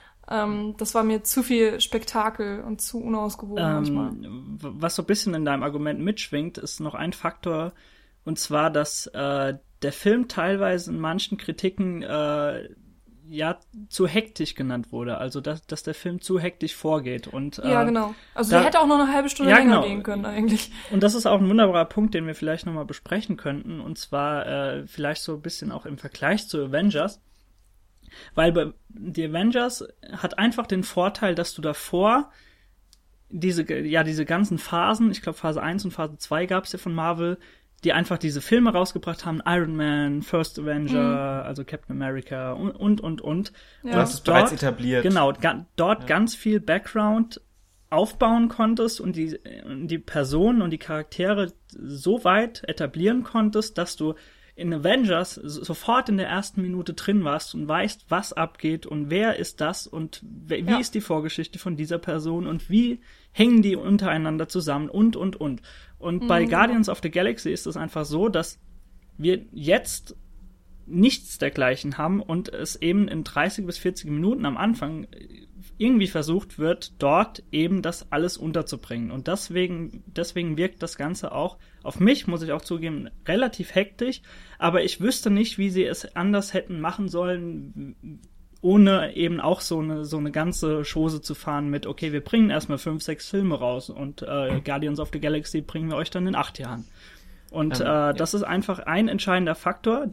Ähm, das war mir zu viel Spektakel und zu unausgewogen ähm, manchmal. Was so ein bisschen in deinem Argument mitschwingt, ist noch ein Faktor, und zwar, dass äh, der Film teilweise in manchen Kritiken äh, ja zu hektisch genannt wurde. Also, dass, dass der Film zu hektisch vorgeht. Und, äh, ja, genau. Also, da, der hätte auch noch eine halbe Stunde ja, länger genau. gehen können, eigentlich. Und das ist auch ein wunderbarer Punkt, den wir vielleicht nochmal besprechen könnten. Und zwar äh, vielleicht so ein bisschen auch im Vergleich zu Avengers. Weil bei The Avengers hat einfach den Vorteil, dass du davor diese, ja, diese ganzen Phasen, ich glaube Phase eins und Phase zwei gab es ja von Marvel, die einfach diese Filme rausgebracht haben, Iron Man, First Avenger, mhm. also Captain America und, und, und, und. Ja. Das ist bereits etabliert. Genau, ga, dort ja. ganz viel Background aufbauen konntest und die, die Personen und die Charaktere so weit etablieren konntest, dass du in Avengers sofort in der ersten Minute drin warst und weißt, was abgeht und wer ist das und wie ja. ist die Vorgeschichte von dieser Person und wie hängen die untereinander zusammen und, und, und. Und mhm. bei Guardians of the Galaxy ist es einfach so, dass wir jetzt nichts dergleichen haben und es eben in dreißig bis vierzig Minuten am Anfang irgendwie versucht wird, dort eben das alles unterzubringen. Und deswegen, deswegen wirkt das Ganze auch auf mich, muss ich auch zugeben, relativ hektisch. Aber ich wüsste nicht, wie sie es anders hätten machen sollen, ohne eben auch so eine, so eine ganze Chose zu fahren mit, okay, wir bringen erstmal fünf, sechs Filme raus und äh, Guardians of the Galaxy bringen wir euch dann in acht Jahren. Und ähm, äh, ja. das ist einfach ein entscheidender Faktor,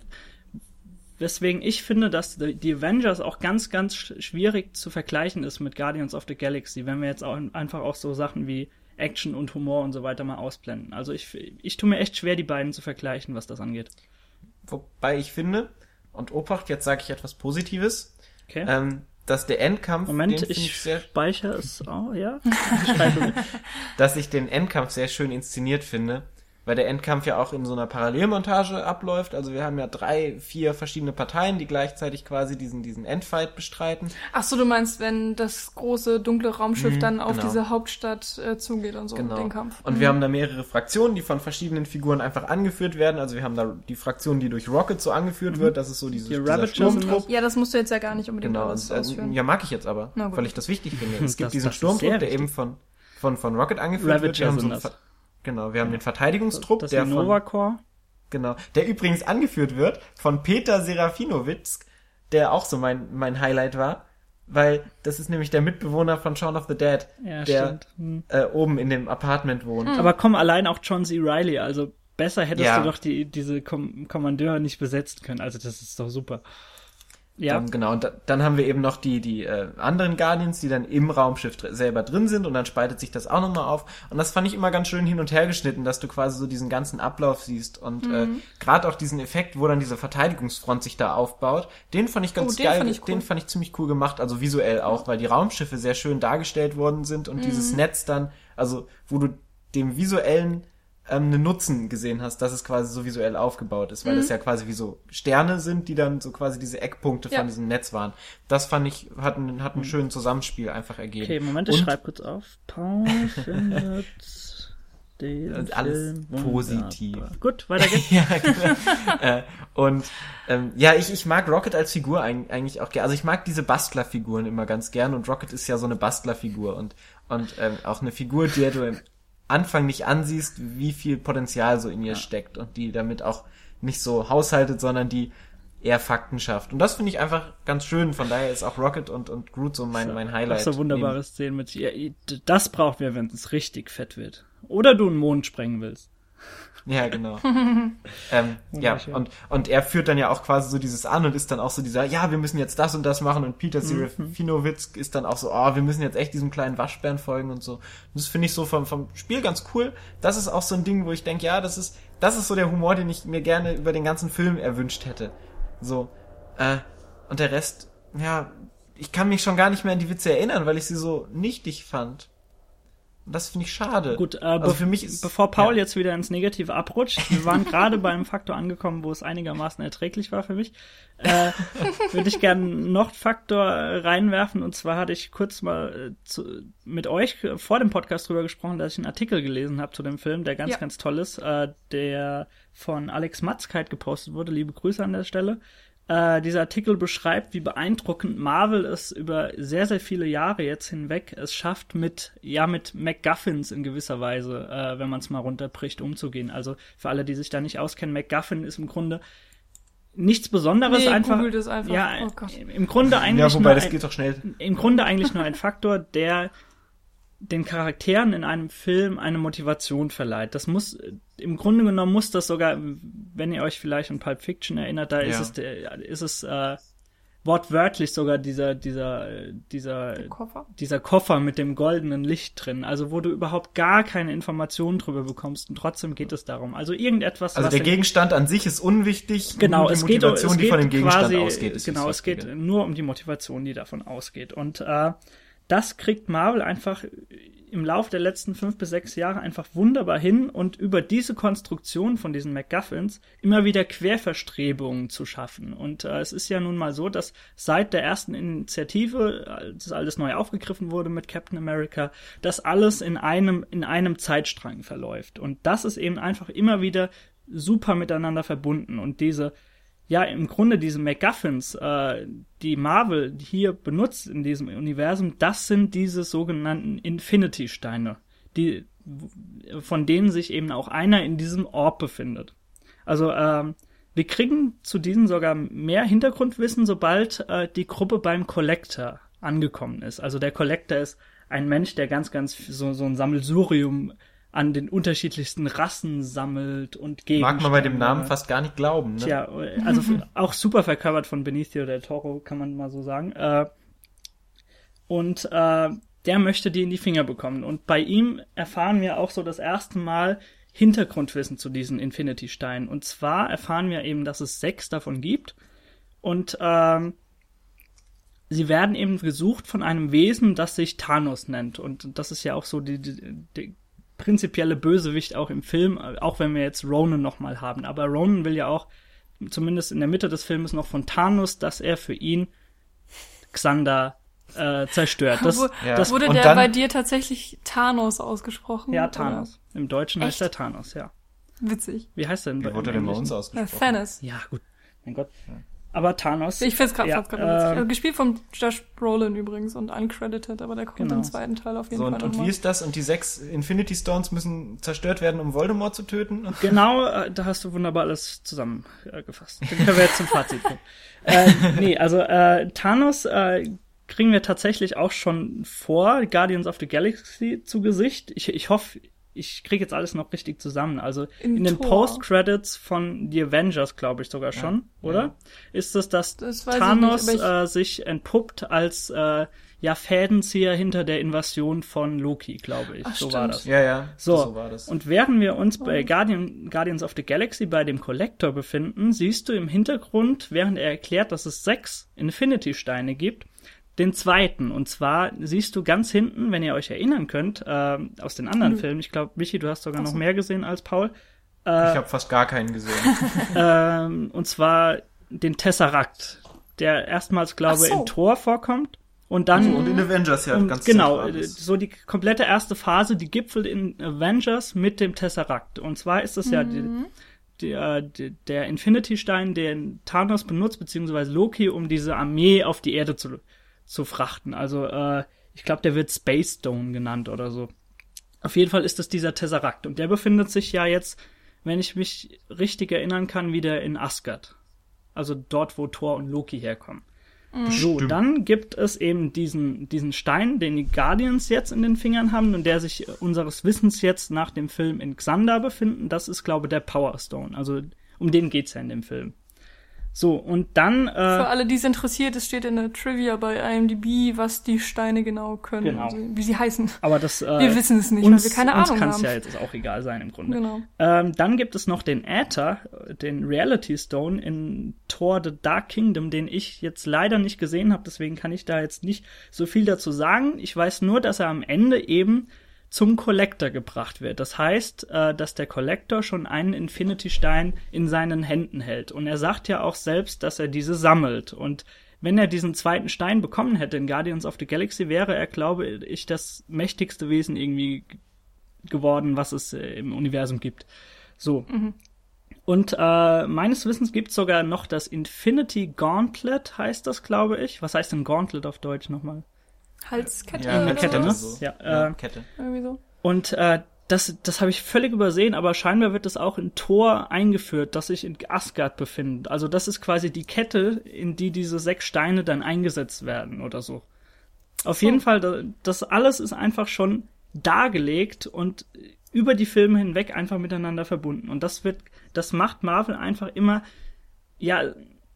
weswegen ich finde, dass die Avengers auch ganz, ganz schwierig zu vergleichen ist mit Guardians of the Galaxy, wenn wir jetzt auch einfach auch so Sachen wie Action und Humor und so weiter mal ausblenden. Also ich, ich tue mir echt schwer, die beiden zu vergleichen, was das angeht. Wobei ich finde, und Obacht, jetzt sage ich etwas Positives, okay. ähm, dass der Endkampf... Moment, den ich, ich sehr, speichere es, oh ja. dass ich den Endkampf sehr schön inszeniert finde, weil der Endkampf ja auch in so einer Parallelmontage abläuft. Also wir haben ja drei, vier verschiedene Parteien, die gleichzeitig quasi diesen diesen Endfight bestreiten. Ach so, du meinst, wenn das große dunkle Raumschiff Mhm, dann auf genau. diese Hauptstadt äh, zugeht und so, Genau. den Kampf. Und Mhm. wir haben da mehrere Fraktionen, die von verschiedenen Figuren einfach angeführt werden. Also wir haben da die Fraktion, die durch Rocket so angeführt wird. Das ist so dieses, Die dieser Ravagers sind Sturmtrupp. Ja, das musst du jetzt ja gar nicht unbedingt Genau, alles und, äh, ausführen. ja, mag ich jetzt aber, Na gut. weil ich das wichtig finde. Es gibt Das- diesen das ist Sturmtrupp, sehr der wichtig. eben von, von, von Rocket angeführt wird. Wir Ravager haben so sind einen das. Ver- genau, wir haben den Verteidigungstrupp, Das der ist von, Nova Corps. genau, der übrigens angeführt wird von Peter Serafinowicz, der auch so mein, mein Highlight war, weil das ist nämlich der Mitbewohner von Shaun of the Dead, Ja, der stimmt. Hm. äh, oben in dem Apartment wohnt. Aber komm, allein auch John C. Reilly, also besser hättest Ja. du doch die, diese Kom- Kommandeure nicht besetzen können. Also das ist doch super. Ja, Dann, genau, und da, dann haben wir eben noch die die äh, anderen Guardians, die dann im Raumschiff dr- selber drin sind und dann spaltet sich das auch nochmal auf. Und das fand ich immer ganz schön hin und her geschnitten, dass du quasi so diesen ganzen Ablauf siehst und äh, gerade auch diesen Effekt, wo dann diese Verteidigungsfront sich da aufbaut, den fand ich ganz Oh, den geil, fand ich cool. den fand ich ziemlich cool gemacht, also visuell auch, weil die Raumschiffe sehr schön dargestellt worden sind und dieses Netz dann, also wo du dem visuellen ähm, einen Nutzen gesehen hast, dass es quasi so visuell aufgebaut ist, weil das ja quasi wie so Sterne sind, die dann so quasi diese Eckpunkte Ja. von diesem Netz waren. Das fand ich, hat einen, hat einen schönen Zusammenspiel einfach ergeben. okay, Moment, ich Und- schreibe kurz auf. Paul findet den Also alles Film positiv. wunderbar. Gut, weiter geht's. Ja, genau. äh, und ähm, ja, ich, ich mag Rocket als Figur eig- eigentlich auch gerne. Also ich mag diese Bastlerfiguren immer ganz gern und Rocket ist ja so eine Bastlerfigur und und ähm, auch eine Figur, der du im Anfang nicht ansiehst, wie viel Potenzial so in ihr steckt und die damit auch nicht so haushaltet, sondern die eher Fakten schafft. Und das finde ich einfach ganz schön. Von daher ist auch Rocket und und Groot so mein mein Highlight. Auch so wunderbare Szenen mit. Ja, das braucht wir, wenn es richtig fett wird. Oder du einen Mond sprengen willst. Ja, genau. ähm, ja, Wunderschön. und, und er führt dann ja auch quasi so dieses an und ist dann auch so dieser, ja, wir müssen jetzt das und das machen und Peter Serafinowicz ist dann auch so, oh, wir müssen jetzt echt diesem kleinen Waschbären folgen und so. Und das finde ich so vom, vom Spiel ganz cool. Das ist auch so ein Ding, wo ich denke, ja, das ist, das ist so der Humor, den ich mir gerne über den ganzen Film erwünscht hätte. So, äh, und der Rest, ja, ich kann mich schon gar nicht mehr an die Witze erinnern, weil ich sie so nichtig fand. Und das finde ich schade. Gut, äh, also bef- für mich ist, bevor Paul ja. jetzt wieder ins Negative abrutscht, wir waren gerade beim Faktor angekommen, wo es einigermaßen erträglich war für mich, äh, würde ich gerne noch einen Faktor äh, reinwerfen. Und zwar hatte ich kurz mal äh, zu, mit euch äh, vor dem Podcast drüber gesprochen, dass ich einen Artikel gelesen habe zu dem Film, der ganz, Ja. ganz toll ist, äh, der von Alex Matzkeit gepostet wurde. Liebe Grüße an der Stelle. Äh, dieser Artikel beschreibt, wie beeindruckend Marvel es über sehr, sehr viele Jahre jetzt hinweg es schafft, mit, ja, mit MacGuffins in gewisser Weise, äh, wenn man es mal runterbricht, umzugehen. Also für alle, die sich da nicht auskennen, MacGuffin ist im Grunde nichts Besonderes, Nee, einfach. googelt es einfach. Ja, Oh Gott. im Grunde eigentlich Ja, wobei, nur das ein, geht doch schnell. im Grunde eigentlich nur ein Faktor, der den Charakteren in einem Film eine Motivation verleiht. Das muss, im Grunde genommen muss das sogar, wenn ihr euch vielleicht an Pulp Fiction erinnert, da ist Ja. es, der- ist es äh, wortwörtlich sogar dieser, dieser, äh, dieser, Koffer. dieser Koffer mit dem goldenen Licht drin, also wo du überhaupt gar keine Informationen drüber bekommst und trotzdem geht es darum. Also irgendetwas, Also was der in- Gegenstand an sich ist unwichtig. Genau, nur die es geht, Motivation, es die geht von dem Gegenstand quasi, ausgeht, ist genau, das es geht Wichtige. nur um die Motivation, die davon ausgeht. Und äh, das kriegt Marvel einfach im Laufe der letzten fünf bis sechs Jahre einfach wunderbar hin und über diese Konstruktion von diesen MacGuffins immer wieder Querverstrebungen zu schaffen. Und äh, es ist ja nun mal so, dass seit der ersten Initiative, als alles neu aufgegriffen wurde mit Captain America, das alles in einem, in einem Zeitstrang verläuft. Und das ist eben einfach immer wieder super miteinander verbunden. Und diese ja, im Grunde diese MacGuffins, äh, die Marvel hier benutzt in diesem Universum, das sind diese sogenannten Infinity-Steine, die, von denen sich eben auch einer in diesem Orb befindet. Also, ähm, wir kriegen zu diesen sogar mehr Hintergrundwissen, sobald äh, die Gruppe beim Collector angekommen ist. Also der Collector ist ein Mensch, der ganz, ganz so, so ein Sammelsurium an den unterschiedlichsten Rassen sammelt und Gegenstände. Mag man bei dem Namen fast gar nicht glauben, ne? Tja, also f- auch super verkörpert von Benicio del Toro, kann man mal so sagen. Äh, und äh, der möchte die in die Finger bekommen. Und bei ihm erfahren wir auch so das erste Mal Hintergrundwissen zu diesen Infinity-Steinen. Und zwar erfahren wir eben, dass es sechs davon gibt. Und ähm, sie werden eben gesucht von einem Wesen, das sich Thanos nennt. Und das ist ja auch so die, die, die prinzipielle Bösewicht auch im Film, auch wenn wir jetzt Ronan nochmal haben. Aber Ronan will ja auch, zumindest in der Mitte des Filmes, noch von Thanos, dass er für ihn Xander äh, zerstört. Das, Wo, ja. das wurde Und der dann, bei dir tatsächlich Thanos ausgesprochen? ja, Thanos. Oder? Im Deutschen Echt? heißt er Thanos, ja. Witzig. Wie heißt er denn? wie wurde denn bei uns Äh, ausgesprochen? Thanos. Ja, gut. Mein Gott. Aber Thanos. Ich find's gerade ja, witzig. äh, Also gespielt von Josh Brolin übrigens und uncredited, aber der kommt Genau. im zweiten Teil auf jeden So, Fall und, und nochmal. wie ist das? Und die sechs Infinity Stones müssen zerstört werden, um Voldemort zu töten? Und Genau, äh, da hast du wunderbar alles zusammengefasst. Dann können wir jetzt zum Fazit kommen. äh, nee, also äh, Thanos äh, kriegen wir tatsächlich auch schon vor Guardians of the Galaxy zu Gesicht. Ich, ich hoffe, ich kriege jetzt alles noch richtig zusammen. Also Im in den Tor. Post-Credits von The Avengers, glaube ich sogar schon, Ja, oder? ja. Ist es, dass Das weiß ich Thanos nicht, aber äh, sich entpuppt als äh, ja Fädenzieher hinter der Invasion von Loki, glaube ich. Ach, so war stimmt. das. ja, ja, So, so war das. und während wir uns bei Guardian, Guardians of the Galaxy bei dem Collector befinden, siehst du im Hintergrund, während er erklärt, dass es sechs Infinity-Steine gibt, den zweiten. Und zwar siehst du ganz hinten, wenn ihr euch erinnern könnt, äh, aus den anderen Mhm. Filmen, ich glaube, Michi, du hast sogar Ach so. noch mehr gesehen als Paul, ich habe fast gar keinen gesehen. ähm, und zwar den Tesseract, der erstmals, glaube ich, Ach so. in Thor vorkommt. Und dann Und in Avengers ja und ganz genau, zentral äh, ist. so die komplette erste Phase, die gipfelt in Avengers mit dem Tesseract. Und zwar ist es ja die, die, äh, die, der Infinity-Stein, den Thanos benutzt, beziehungsweise Loki, um diese Armee auf die Erde zu, zu frachten. Also äh, ich glaube, der wird Space Stone genannt oder so. Auf jeden Fall ist es dieser Tesseract. Und der befindet sich ja jetzt, wenn ich mich richtig erinnern kann, wieder in Asgard. Also dort, wo Thor und Loki herkommen. So, Bestimmt. dann gibt es eben diesen, diesen Stein, den die Guardians jetzt in den Fingern haben und der sich unseres Wissens jetzt nach dem Film in Xandar befinden. Das ist, glaube ich, der Power Stone. Also um den geht's ja in dem Film. So, und dann Für äh, alle, die es interessiert, es steht in der Trivia bei I M D B, was die Steine genau können, Genau. also wie sie heißen. aber das äh, Wir wissen es nicht, uns, weil wir keine uns Ahnung kann's haben. ja jetzt auch egal sein im Grunde. Genau. Ähm, dann gibt es noch den Aether, den Reality Stone in Thor The Dark Kingdom, den ich jetzt leider nicht gesehen habe, deswegen kann ich da jetzt nicht so viel dazu sagen. Ich weiß nur, dass er am Ende eben zum Collector gebracht wird. Das heißt, äh, dass der Collector schon einen Infinity-Stein in seinen Händen hält. Und er sagt ja auch selbst, dass er diese sammelt. Und wenn er diesen zweiten Stein bekommen hätte in Guardians of the Galaxy, wäre er, glaube ich, das mächtigste Wesen irgendwie g- geworden, was es äh, im Universum gibt. So. Mhm. Und äh, meines Wissens gibt es sogar noch das Infinity Gauntlet, heißt das, glaube ich. Was heißt denn Gauntlet auf Deutsch nochmal? Halskette Ja, oder eine Kette, ne? was? So. Ja, Ja, äh, Kette. Irgendwie so. Und äh, das, das habe ich völlig übersehen, aber scheinbar wird das auch in Thor eingeführt, das sich in Asgard befindet. Also das ist quasi die Kette, in die diese sechs Steine dann eingesetzt werden oder so. Auf So. jeden Fall, da- das alles ist einfach schon dargelegt und über die Filme hinweg einfach miteinander verbunden. Und das wird, das macht Marvel einfach immer, ja,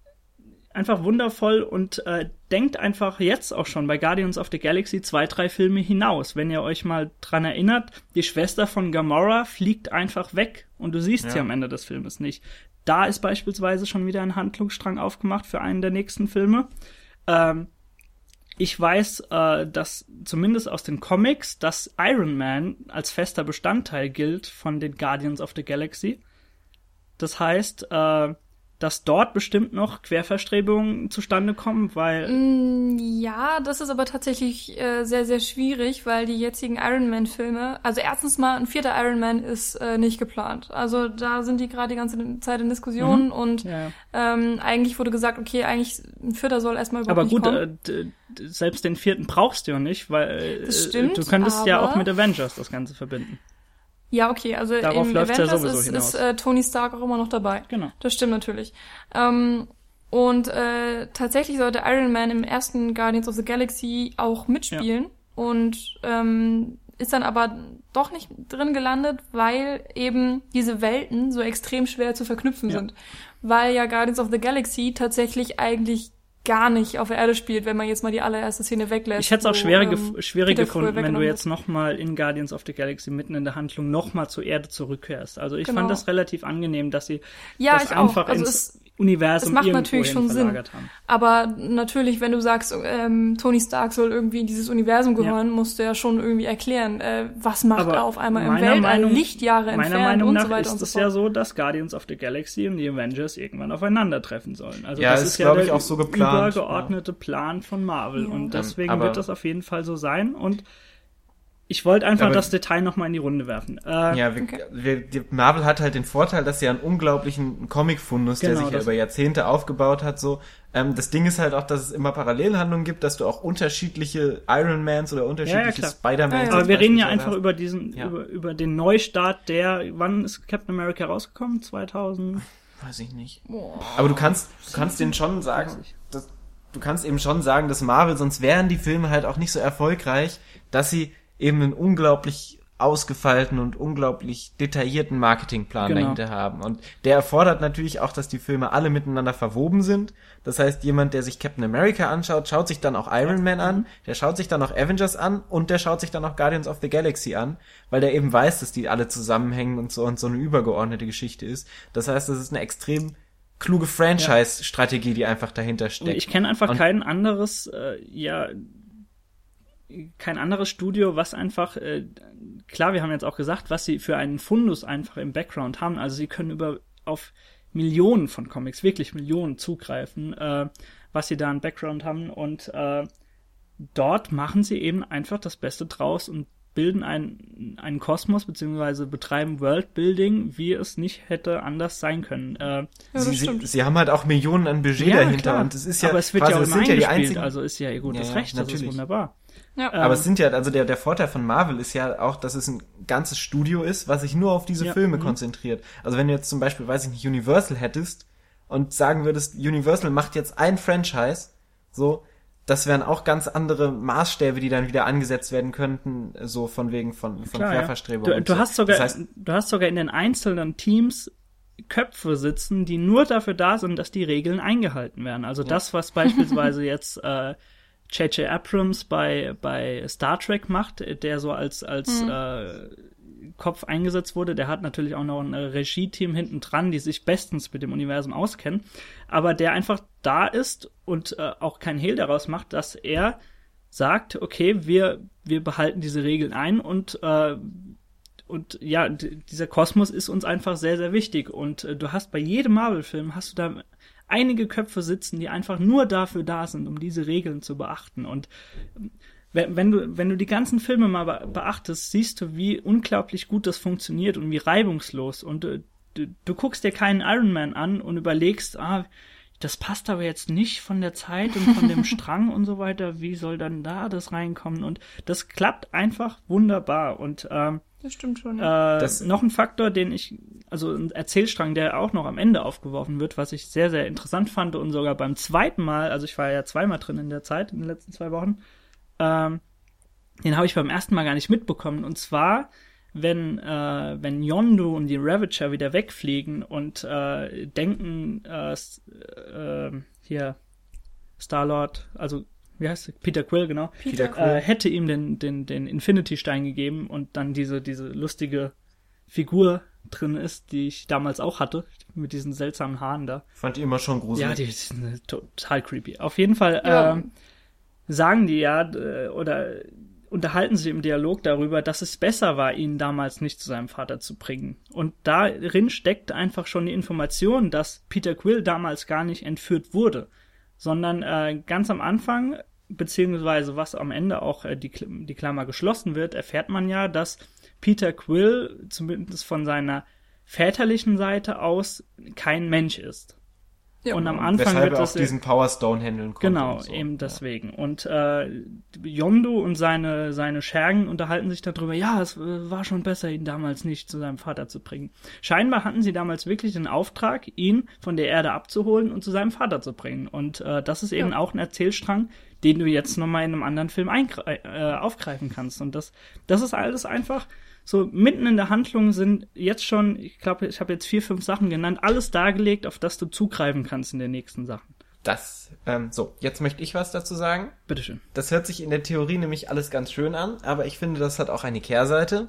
einfach wundervoll und äh, denkt einfach jetzt auch schon bei Guardians of the Galaxy zwei, drei Filme hinaus. Wenn ihr euch mal dran erinnert, die Schwester von Gamora fliegt einfach weg und du siehst Ja. sie am Ende des Filmes nicht. Da ist beispielsweise schon wieder ein Handlungsstrang aufgemacht für einen der nächsten Filme. Ähm, ich weiß, äh, dass zumindest aus den Comics, dass Iron Man als fester Bestandteil gilt von den Guardians of the Galaxy. Das heißt, äh, dass dort bestimmt noch Querverstrebungen zustande kommen, weil Mm, Ja, das ist aber tatsächlich äh, sehr, sehr schwierig, weil die jetzigen Iron Man-Filme, also erstens mal, ein vierter Iron Man ist äh, nicht geplant. Also da sind die gerade die ganze Zeit in Diskussionen Mhm. und ja. ähm, eigentlich wurde gesagt, okay, eigentlich ein vierter soll erstmal überhaupt Aber nicht gut, kommen. äh, d- d- selbst den vierten brauchst du ja nicht, weil äh, Das stimmt, du könntest ja aber- auch mit Avengers das Ganze verbinden. Ja, okay, also Darauf im läuft's ja Avengers sowieso ist, hinaus. ist äh, Tony Stark auch immer noch dabei. Genau. Das stimmt natürlich. Ähm, und äh, tatsächlich sollte Iron Man im ersten Guardians of the Galaxy auch mitspielen und ähm, ist dann aber doch nicht drin gelandet, weil eben diese Welten so extrem schwer zu verknüpfen Ja. sind. Weil ja Guardians of the Galaxy tatsächlich eigentlich gar nicht auf der Erde spielt, wenn man jetzt mal die allererste Szene weglässt. Ich hätte es auch wo, schwerer, ähm, gef- schwierig Peter gefunden, früher wenn du weggenommen jetzt nochmal in Guardians of the Galaxy mitten in der Handlung nochmal zur Erde zurückkehrst. Also ich Genau. fand das relativ angenehm, dass sie Ja, das ich auch. einfach Also ins es- Universum das macht irgendwo natürlich hin schon Sinn. verlagert haben. Aber natürlich, wenn du sagst, ähm, Tony Stark soll irgendwie in dieses Universum gehören, ja. musst du ja schon irgendwie erklären, äh, was macht Aber er auf einmal im Weltall, Meinung, Lichtjahre entfernt meiner Meinung und nach so weiter ist und so es fort. ja so, dass Guardians of the Galaxy und die Avengers irgendwann aufeinandertreffen sollen. Also ja, das ist, ist ja glaube der ich, auch so geplant. übergeordnete ja. Plan von Marvel. Ja. Und deswegen aber wird das auf jeden Fall so sein. Und ich wollte einfach aber, das Detail nochmal in die Runde werfen. Äh, ja, wir, okay. wir, die Marvel hat halt den Vorteil, dass sie einen unglaublichen Comic-Fundus, Genau, der sich ja über Jahrzehnte aufgebaut hat, so. Ähm, das Ding ist halt auch, dass es immer Parallelhandlungen gibt, dass du auch unterschiedliche Ironmans oder unterschiedliche ja, ja, Spider-Mans. Ja, ja. Aber wir reden ja einfach hast. über diesen, ja. über, über den Neustart, der, wann ist Captain America rausgekommen? zweitausend? Weiß ich nicht. Boah. Aber du kannst, du kannst denen schon sagen, dass, du kannst eben schon sagen, dass Marvel, sonst wären die Filme halt auch nicht so erfolgreich, dass sie eben einen unglaublich ausgefeilten und unglaublich detaillierten Marketingplan genau. dahinter haben. Und der erfordert natürlich auch, dass die Filme alle miteinander verwoben sind. Das heißt, jemand, der sich Captain America anschaut, schaut sich dann auch Iron Man an, der schaut sich dann auch Avengers an und der schaut sich dann auch Guardians of the Galaxy an, weil der eben weiß, dass die alle zusammenhängen und so und so eine übergeordnete Geschichte ist. Das heißt, das ist eine extrem kluge Franchise-Strategie, die einfach dahinter steckt. Und ich kenne einfach und kein anderes, äh, ja, kein anderes Studio, was einfach, äh, klar, wir haben jetzt auch gesagt, was sie für einen Fundus einfach im Background haben. Also sie können über auf Millionen von Comics, wirklich Millionen zugreifen, äh, was sie da im Background haben. Und äh, dort machen sie eben einfach das Beste draus und bilden einen, einen Kosmos, beziehungsweise betreiben Worldbuilding, wie es nicht hätte anders sein können. Äh, ja, das sie, stimmt. sie, sie haben halt auch Millionen an Budget ja, dahinter klar. und es ist ja, aber es wird quasi, ja auch das immer sind ja die eingespielt, einzigen, also ist ja ihr gutes ja, Recht, das natürlich. ist wunderbar. Ja. Aber ähm, es sind ja, also der, der Vorteil von Marvel ist ja auch, dass es ein ganzes Studio ist, was sich nur auf diese ja, Filme mhm. konzentriert. Also wenn du jetzt zum Beispiel, weiß ich nicht, Universal hättest und sagen würdest, Universal macht jetzt ein Franchise, so, das wären auch ganz andere Maßstäbe, die dann wieder angesetzt werden könnten, so von wegen von, von Klar, Querverstrebungen. ja. Du, du so. hast sogar, das heißt, du hast sogar in den einzelnen Teams Köpfe sitzen, die nur dafür da sind, dass die Regeln eingehalten werden. Also ja. das, was beispielsweise jetzt äh, J J Abrams bei bei Star Trek macht, der so als als mhm. äh, Kopf eingesetzt wurde, der hat natürlich auch noch ein Regie-Team hinten dran, die sich bestens mit dem Universum auskennen, aber der einfach da ist und äh, auch kein Hehl daraus macht, dass er sagt, okay, wir wir behalten diese Regeln ein und äh, und ja, d- dieser Kosmos ist uns einfach sehr, sehr wichtig und äh, du hast bei jedem Marvel-Film hast du da einige Köpfe sitzen, die einfach nur dafür da sind, um diese Regeln zu beachten. Und wenn, wenn du, wenn du die ganzen Filme mal be- beachtest, siehst du, wie unglaublich gut das funktioniert und wie reibungslos. Und du, du, du guckst dir keinen Iron Man an und überlegst, ah, das passt aber jetzt nicht von der Zeit und von dem Strang und so weiter. Wie soll dann da das reinkommen? Und das klappt einfach wunderbar. Und ähm, das stimmt schon. Ja. Äh, das noch ein Faktor, den ich, also ein Erzählstrang, der auch noch am Ende aufgeworfen wird, was ich sehr, sehr interessant fand und sogar beim zweiten Mal, also ich war ja zweimal drin in der Zeit, in den letzten zwei Wochen, ähm, den habe ich beim ersten Mal gar nicht mitbekommen. Und zwar, wenn äh, wenn Yondu und die Ravager wieder wegfliegen und äh, denken, äh, äh, hier Star-Lord, also wie heißt er? Peter Quill, genau. Peter Quill. Äh, hätte ihm den, den, den Infinity-Stein gegeben und dann diese, diese lustige Figur drin ist, die ich damals auch hatte, mit diesen seltsamen Haaren da. Fand ich immer schon gruselig. Ja, die sind total creepy. Auf jeden Fall ja. äh, sagen die ja, äh, oder unterhalten sie im Dialog darüber, dass es besser war, ihn damals nicht zu seinem Vater zu bringen. Und darin steckt einfach schon die Information, dass Peter Quill damals gar nicht entführt wurde, sondern äh, ganz am Anfang, beziehungsweise was am Ende auch äh, die, die Klammer geschlossen wird, erfährt man ja, dass Peter Quill zumindest von seiner väterlichen Seite aus kein Mensch ist. Ja, und am Anfang weshalb wird er das auch diesen Power Stone handeln konnte. Genau, und so. eben deswegen. Ja. Und äh, Yondu und seine seine Schergen unterhalten sich darüber, ja, es äh, war schon besser, ihn damals nicht zu seinem Vater zu bringen. Scheinbar hatten sie damals wirklich den Auftrag, ihn von der Erde abzuholen und zu seinem Vater zu bringen. Und äh, das ist eben ja. auch ein Erzählstrang, den du jetzt nochmal in einem anderen Film eingre- äh, aufgreifen kannst. Und das das ist alles einfach so mitten in der Handlung sind jetzt schon, ich glaube, ich habe jetzt vier, fünf Sachen genannt, alles dargelegt, auf das du zugreifen kannst in den nächsten Sachen. Das, ähm, so, jetzt möchte ich was dazu sagen. Bitteschön. Das hört sich in der Theorie nämlich alles ganz schön an, aber ich finde, das hat auch eine Kehrseite.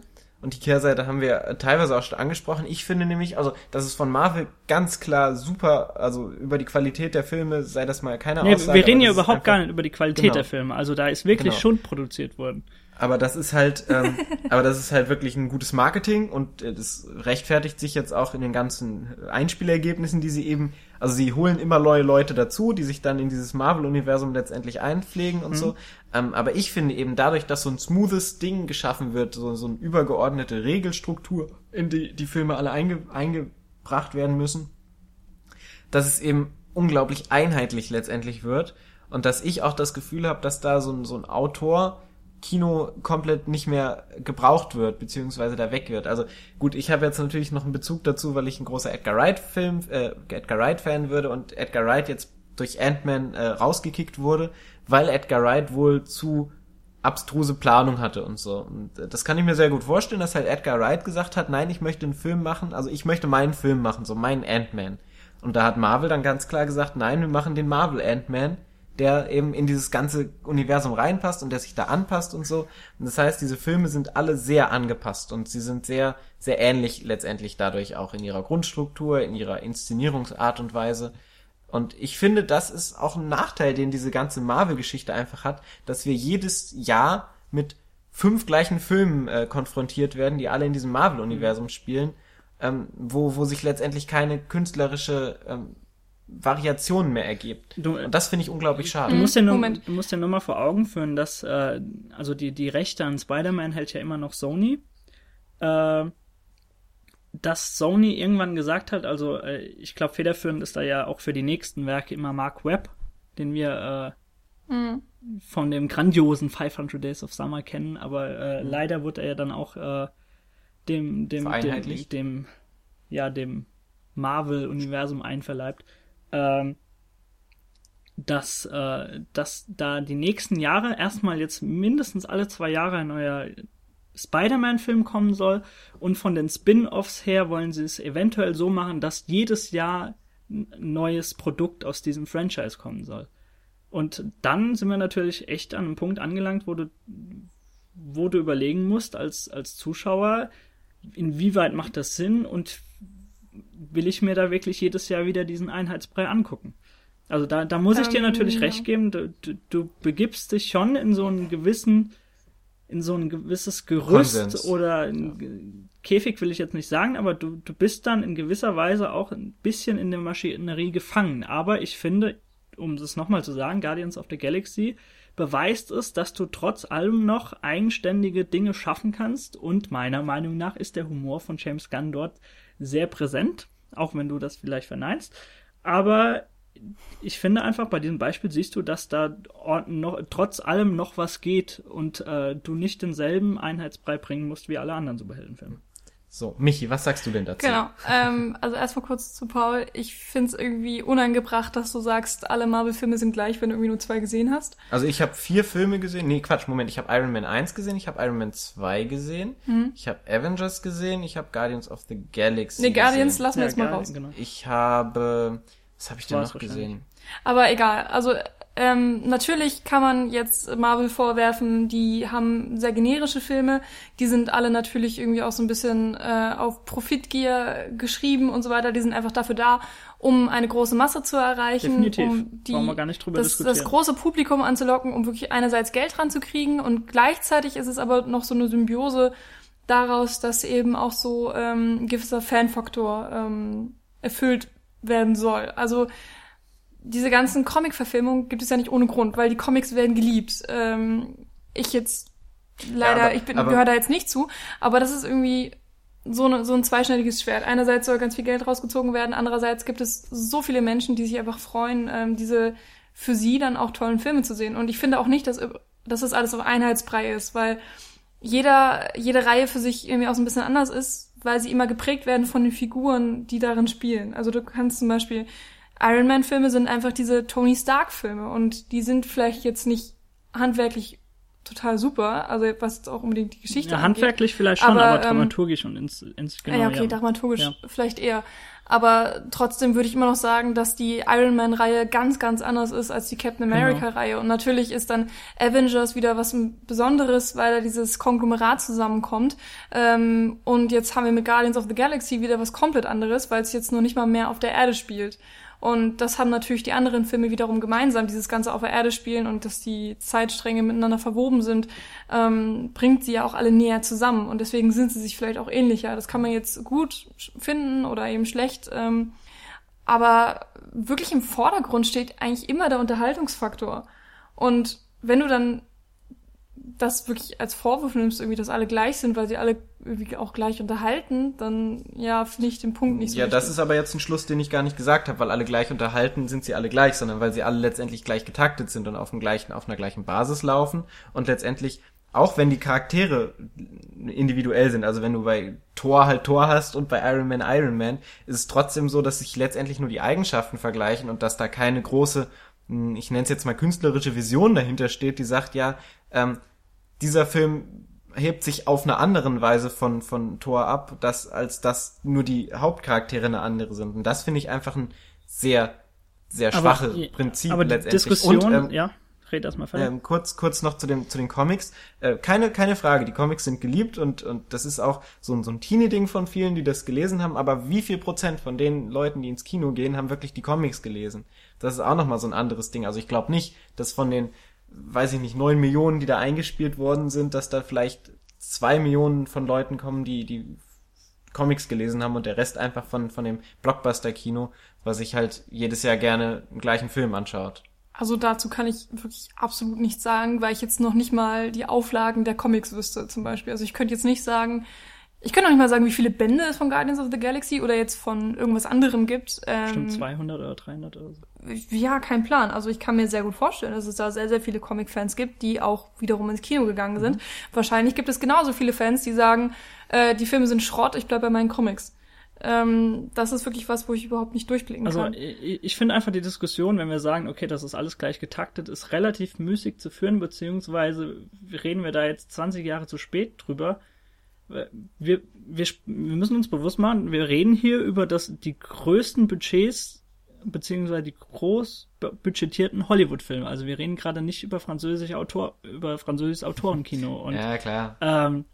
Und die Kehrseite haben wir teilweise auch schon angesprochen. Ich finde nämlich, also, das ist von Marvel ganz klar super, also über die Qualität der Filme, sei das mal keine nee, Aussage. Wir reden ja überhaupt einfach, gar nicht über die Qualität genau. der Filme. Also da ist wirklich genau. schon produziert worden. Aber das ist halt, ähm, aber das ist halt wirklich ein gutes Marketing und äh, das rechtfertigt sich jetzt auch in den ganzen Einspielergebnissen, die sie eben, also sie holen immer neue Leute dazu, die sich dann in dieses Marvel-Universum letztendlich einpflegen und mhm. so. Ähm, aber ich finde eben dadurch, dass so ein smoothes Ding geschaffen wird, so, so eine übergeordnete Regelstruktur, in die die Filme alle einge, eingebracht werden müssen, dass es eben unglaublich einheitlich letztendlich wird und dass ich auch das Gefühl habe, dass da so ein, so ein Autor Kino komplett nicht mehr gebraucht wird, beziehungsweise da weg wird. Also gut, ich habe jetzt natürlich noch einen Bezug dazu, weil ich ein großer Edgar Wright-Film, äh, Edgar Wright-Fan würde und Edgar Wright jetzt durch Ant-Man äh, rausgekickt wurde, weil Edgar Wright wohl zu abstruse Planung hatte und so. Und äh, das kann ich mir sehr gut vorstellen, dass halt Edgar Wright gesagt hat, nein, ich möchte einen Film machen, also ich möchte meinen Film machen, so meinen Ant-Man. Und da hat Marvel dann ganz klar gesagt, nein, wir machen den Marvel Ant-Man, der eben in dieses ganze Universum reinpasst und der sich da anpasst und so. Und das heißt, diese Filme sind alle sehr angepasst und sie sind sehr, sehr ähnlich letztendlich dadurch auch in ihrer Grundstruktur, in ihrer Inszenierungsart und Weise. Und ich finde, das ist auch ein Nachteil, den diese ganze Marvel-Geschichte einfach hat, dass wir jedes Jahr mit fünf gleichen Filmen äh, konfrontiert werden, die alle in diesem Marvel-Universum spielen, ähm, wo, wo sich letztendlich keine künstlerische ähm, Variationen mehr ergibt. Du, und das finde ich unglaublich schade. Du musst dir nur, du musst dir nur mal vor Augen führen, dass äh, also die die Rechte an Spider-Man hält ja immer noch Sony. Äh, dass Sony irgendwann gesagt hat, also äh, ich glaube federführend ist da ja auch für die nächsten Werke immer Mark Webb, den wir äh, mhm. von dem grandiosen fünfhundert Days of Summer kennen, aber äh, mhm. leider wurde er ja dann auch äh, dem dem dem, dem ja dem Marvel-Universum einverleibt. Dass, äh, dass da die nächsten Jahre erstmal jetzt mindestens alle zwei Jahre ein neuer Spider-Man-Film kommen soll und von den Spin-Offs her wollen sie es eventuell so machen, dass jedes Jahr ein neues Produkt aus diesem Franchise kommen soll. Und dann sind wir natürlich echt an einem Punkt angelangt, wo du, wo du überlegen musst als, als Zuschauer, inwieweit macht das Sinn und will ich mir da wirklich jedes Jahr wieder diesen Einheitsbrei angucken. Also da, da muss ich dir natürlich ähm, recht geben, du, du, du begibst dich schon in so einen gewissen, in so ein gewisses Gerüst Konsens. Oder ein Käfig will ich jetzt nicht sagen, aber du, du bist dann in gewisser Weise auch ein bisschen in der Maschinerie gefangen. Aber ich finde, um es nochmal zu sagen, Guardians of the Galaxy beweist es, dass du trotz allem noch eigenständige Dinge schaffen kannst und meiner Meinung nach ist der Humor von James Gunn dort sehr präsent, auch wenn du das vielleicht verneinst. Aber ich finde einfach, bei diesem Beispiel siehst du, dass da noch, trotz allem noch was geht und äh, du nicht denselben Einheitsbrei bringen musst wie alle anderen Superheldenfilme. So, Michi, was sagst du denn dazu? Genau, ähm, also erstmal kurz zu Paul. Ich find's irgendwie unangebracht, dass du sagst, alle Marvel-Filme sind gleich, wenn du irgendwie nur zwei gesehen hast. Also ich habe vier Filme gesehen. Nee, Quatsch, Moment. Ich habe Iron Man eins gesehen, ich habe Iron Man zwei gesehen, mhm. ich habe Avengers gesehen, ich habe Guardians of the Galaxy Nee, Guardians gesehen. lassen wir ja, jetzt mal Guardian, raus. Genau. Ich habe... Was habe ich denn noch gesehen? Aber egal, also ähm, natürlich kann man jetzt Marvel vorwerfen, die haben sehr generische Filme, die sind alle natürlich irgendwie auch so ein bisschen äh, auf Profitgier geschrieben und so weiter, die sind einfach dafür da, um eine große Masse zu erreichen, Definitiv. um die, Wollen wir gar nicht drüber das, diskutieren. das große Publikum anzulocken, um wirklich einerseits Geld ranzukriegen und gleichzeitig ist es aber noch so eine Symbiose daraus, dass eben auch so ähm, ein gewisser Fanfaktor ähm, erfüllt werden soll. Also diese ganzen Comic-Verfilmungen gibt es ja nicht ohne Grund, weil die Comics werden geliebt. Ähm, ich jetzt leider, ja, aber, ich bin gehöre da jetzt nicht zu, aber das ist irgendwie so, ne, so ein zweischneidiges Schwert. Einerseits soll ganz viel Geld rausgezogen werden, andererseits gibt es so viele Menschen, die sich einfach freuen, ähm, diese für sie dann auch tollen Filme zu sehen. Und ich finde auch nicht, dass, dass das alles auf Einheitsbrei ist, weil jeder, jede Reihe für sich irgendwie auch so ein bisschen anders ist, weil sie immer geprägt werden von den Figuren, die darin spielen. Also du kannst zum Beispiel, Iron Man Filme sind einfach diese Tony Stark Filme und die sind vielleicht jetzt nicht handwerklich total super, also was jetzt auch unbedingt die Geschichte ja, angeht. Handwerklich vielleicht schon, aber, aber ähm, dramaturgisch und ins, ins genau, ja, okay, ja. dramaturgisch ja. vielleicht eher. Aber trotzdem würde ich immer noch sagen, dass die Iron Man-Reihe ganz, ganz anders ist als die Captain America-Reihe. Und natürlich ist dann Avengers wieder was Besonderes, weil da dieses Konglomerat zusammenkommt. Ähm, und jetzt haben wir mit Guardians of the Galaxy wieder was komplett anderes, weil es jetzt nur nicht mal mehr auf der Erde spielt. Und das haben natürlich die anderen Filme wiederum gemeinsam, dieses Ganze auf der Erde spielen und dass die Zeitstränge miteinander verwoben sind, ähm, bringt sie ja auch alle näher zusammen. Und deswegen sind sie sich vielleicht auch ähnlicher. Das kann man jetzt gut finden oder eben schlecht. Ähm, aber wirklich im Vordergrund steht eigentlich immer der Unterhaltungsfaktor. Und wenn du dann das wirklich als Vorwurf nimmst, irgendwie, dass alle gleich sind, weil sie alle irgendwie auch gleich unterhalten, dann, ja, finde ich den Punkt nicht so Ja, wichtig. das ist aber jetzt ein Schluss, den ich gar nicht gesagt habe, weil alle gleich unterhalten, sind sie alle gleich, sondern weil sie alle letztendlich gleich getaktet sind und auf dem gleichen, auf einer gleichen Basis laufen und letztendlich, auch wenn die Charaktere individuell sind, also wenn du bei Thor halt Thor hast und bei Iron Man Iron Man, ist es trotzdem so, dass sich letztendlich nur die Eigenschaften vergleichen und dass da keine große, ich nenne es jetzt mal künstlerische Vision dahinter steht, die sagt, ja, ähm, dieser Film hebt sich auf eine andere Weise von von Thor ab, dass, als dass nur die Hauptcharaktere eine andere sind. Und das finde ich einfach ein sehr, sehr schwaches aber, Prinzip aber die letztendlich. Diskussion, Und, ähm, ja, red erstmal fertig. ähm, kurz, kurz noch zu dem, zu den Comics. Äh, keine, keine Frage, die Comics sind geliebt und, und das ist auch so ein, so ein Teenie-Ding von vielen, die das gelesen haben. Aber wie viel Prozent von den Leuten, die ins Kino gehen, haben wirklich die Comics gelesen? Das ist auch nochmal so ein anderes Ding. Also ich glaube nicht, dass von den weiß ich nicht, neun Millionen, die da eingespielt worden sind, dass da vielleicht zwei Millionen von Leuten kommen, die die Comics gelesen haben und der Rest einfach von von dem Blockbuster-Kino, was sich halt jedes Jahr gerne einen gleichen Film anschaut. Also dazu kann ich wirklich absolut nichts sagen, weil ich jetzt noch nicht mal die Auflagen der Comics wüsste, zum Beispiel. Also ich könnte jetzt nicht sagen, ich könnte auch nicht mal sagen, wie viele Bände es von Guardians of the Galaxy oder jetzt von irgendwas anderem gibt. Ähm, Bestimmt zweihundert oder dreihundert oder so. Ja, kein Plan. Also ich kann mir sehr gut vorstellen, dass es da sehr, sehr viele Comic-Fans gibt, die auch wiederum ins Kino gegangen sind. Mhm. Wahrscheinlich gibt es genauso viele Fans, die sagen, äh, die Filme sind Schrott, ich bleib bei meinen Comics. Ähm, das ist wirklich was, wo ich überhaupt nicht durchblicken also, kann. Also ich, ich finde einfach die Diskussion, wenn wir sagen, okay, das ist alles gleich getaktet, ist relativ müßig zu führen, beziehungsweise reden wir da jetzt zwanzig Jahre zu spät drüber. Wir, wir, wir müssen uns bewusst machen, wir reden hier über das, die größten Budgets beziehungsweise die groß budgetierten Hollywood-Filme. Also wir reden gerade nicht über französische Autor, über französisches Autorenkino. Und, ja, klar. Ähm,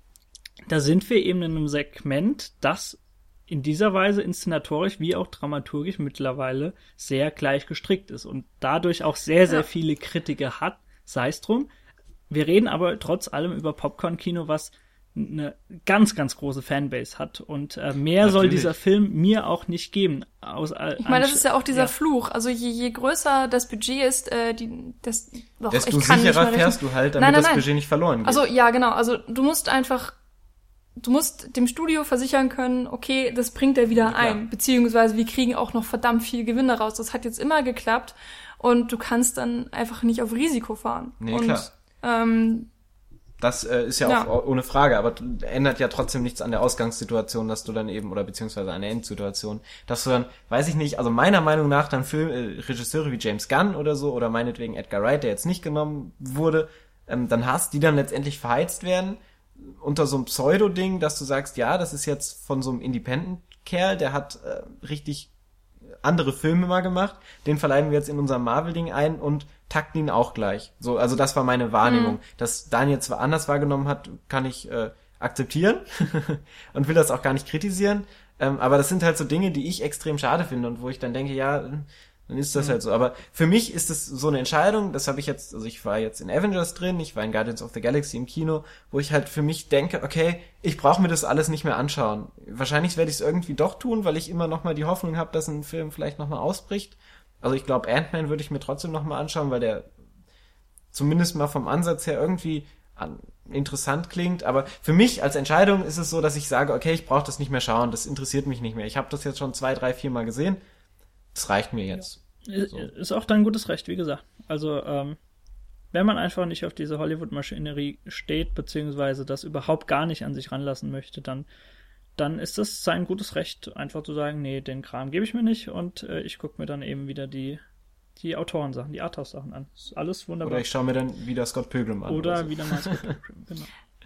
da sind wir eben in einem Segment, das in dieser Weise inszenatorisch wie auch dramaturgisch mittlerweile sehr gleich gestrickt ist und dadurch auch sehr, sehr ja. viele Kritiker hat, sei es drum. Wir reden aber trotz allem über Popcorn-Kino, was eine ganz, ganz große Fanbase hat und äh, mehr Natürlich. soll dieser Film mir auch nicht geben. Aus, äh, ich meine, das ist ja auch dieser ja. Fluch. Also je, je größer das Budget ist, äh, die, das, doch, desto ich kann sicherer fährst du halt, damit nein, nein, das nein. Budget nicht verloren geht. Also ja, genau. Also du musst einfach, du musst dem Studio versichern können, okay, das bringt er wieder ja, ein, beziehungsweise wir kriegen auch noch verdammt viel Gewinn daraus. Das hat jetzt immer geklappt und du kannst dann einfach nicht auf Risiko fahren. Nee, und, klar. Ähm, Das äh, ist ja, ja auch ohne Frage, aber ändert ja trotzdem nichts an der Ausgangssituation, dass du dann eben, oder beziehungsweise an der Endsituation, dass du dann, weiß ich nicht, also meiner Meinung nach dann Film, äh, Regisseure wie James Gunn oder so, oder meinetwegen Edgar Wright, der jetzt nicht genommen wurde, ähm, dann hast, die dann letztendlich verheizt werden, unter so einem Pseudo-Ding, dass du sagst, ja, das ist jetzt von so einem Independent-Kerl, der hat äh, richtig andere Filme mal gemacht, den verleihen wir jetzt in unser Marvel-Ding ein und takten ihn auch gleich. So, also das war meine Wahrnehmung. Mhm. Dass Daniel zwar anders wahrgenommen hat, kann ich äh, akzeptieren und will das auch gar nicht kritisieren, ähm, aber das sind halt so Dinge, die ich extrem schade finde und wo ich dann denke, ja, dann ist das mhm. halt so. Aber für mich ist es so eine Entscheidung, das habe ich jetzt, also ich war jetzt in Avengers drin, ich war in Guardians of the Galaxy im Kino, wo ich halt für mich denke, okay, ich brauche mir das alles nicht mehr anschauen. Wahrscheinlich werde ich es irgendwie doch tun, weil ich immer noch mal die Hoffnung habe, dass ein Film vielleicht noch mal ausbricht. Also ich glaube, Ant-Man würde ich mir trotzdem noch mal anschauen, weil der zumindest mal vom Ansatz her irgendwie an, interessant klingt. Aber für mich als Entscheidung ist es so, dass ich sage, okay, ich brauche das nicht mehr schauen, das interessiert mich nicht mehr. Ich habe das jetzt schon zwei, drei, vier Mal gesehen. Das reicht mir jetzt. Ja. So. Ist auch dein gutes Recht, wie gesagt. Also, ähm, wenn man einfach nicht auf diese Hollywood-Maschinerie steht, beziehungsweise das überhaupt gar nicht an sich ranlassen möchte, dann, dann ist das sein gutes Recht, einfach zu sagen, nee, den Kram gebe ich mir nicht und äh, ich gucke mir dann eben wieder die, die Autorensachen, die Arthouse-Sachen an. Ist alles wunderbar. Oder ich schaue mir dann wieder Scott Pilgrim an. Oder, oder so. wieder mal Scott Pilgrim, genau.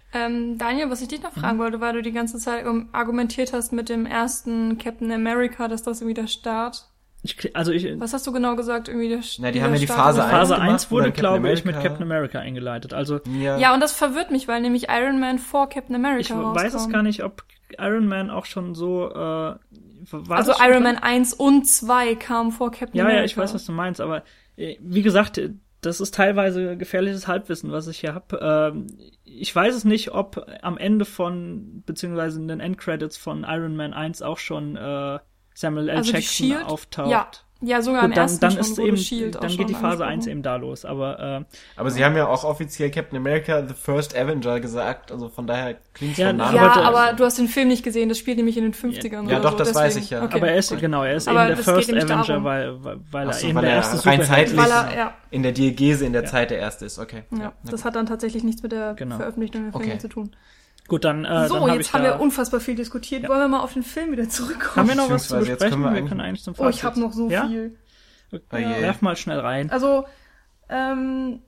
Ähm, Daniel, was ich dich noch fragen wollte, weil du die ganze Zeit argumentiert hast mit dem ersten Captain America, dass das irgendwie der Start... Ich, also ich, was hast du genau gesagt? Irgendwie der, Na, die haben ja die Phase eins Phase eins wurde, gemacht, glaube ich, mit Captain America eingeleitet. Also ja. ja, und das verwirrt mich, weil nämlich Iron Man vor Captain America Ich rauskam. weiß es gar nicht, ob Iron Man auch schon so... Äh, war also Iron Man eins und zwei kamen vor Captain ja, America. Ja, ja, ich weiß, was du meinst, aber äh, wie gesagt, das ist teilweise gefährliches Halbwissen, was ich hier habe. Ähm, ich weiß es nicht, ob am Ende von, beziehungsweise in den Endcredits von Iron Man eins auch schon äh, Samuel L. Also Jackson auftaucht. Ja, ja sogar Gut, im dann, ersten dann schon, ist wo eben, Shield dann geht die Phase eins eben da los. Aber äh, aber sie haben ja auch offiziell Captain America The First Avenger gesagt, also von daher klingt es ja, vom Namen. Ja, heute, aber du hast den Film nicht gesehen, das spielt nämlich in den fünfzigern Ja, oder doch, so, das deswegen. weiß ich ja. Okay. aber er ist, genau, er ist Aber eben der das First geht nicht Avenger, darum. weil, weil, weil Ach er so, eben weil der er erste rein Superheld zeitlich Weil er, ja. in der Diegese in der Ja. Zeit der erste ist, okay. Ja, das hat dann tatsächlich nichts mit der Genau. Veröffentlichung der Filme Okay. zu tun. Gut, dann, äh, So, dann hab jetzt ich haben da, wir unfassbar viel diskutiert. Ja. Wollen wir mal auf den Film wieder zurückkommen? Haben wir noch was zu Beziehungsweise jetzt besprechen? können wir Wir eigentlich- können eigentlich zum Oh, Fazit. ich habe noch so ja? viel. Oh je. Werf mal schnell rein. Also, ähm,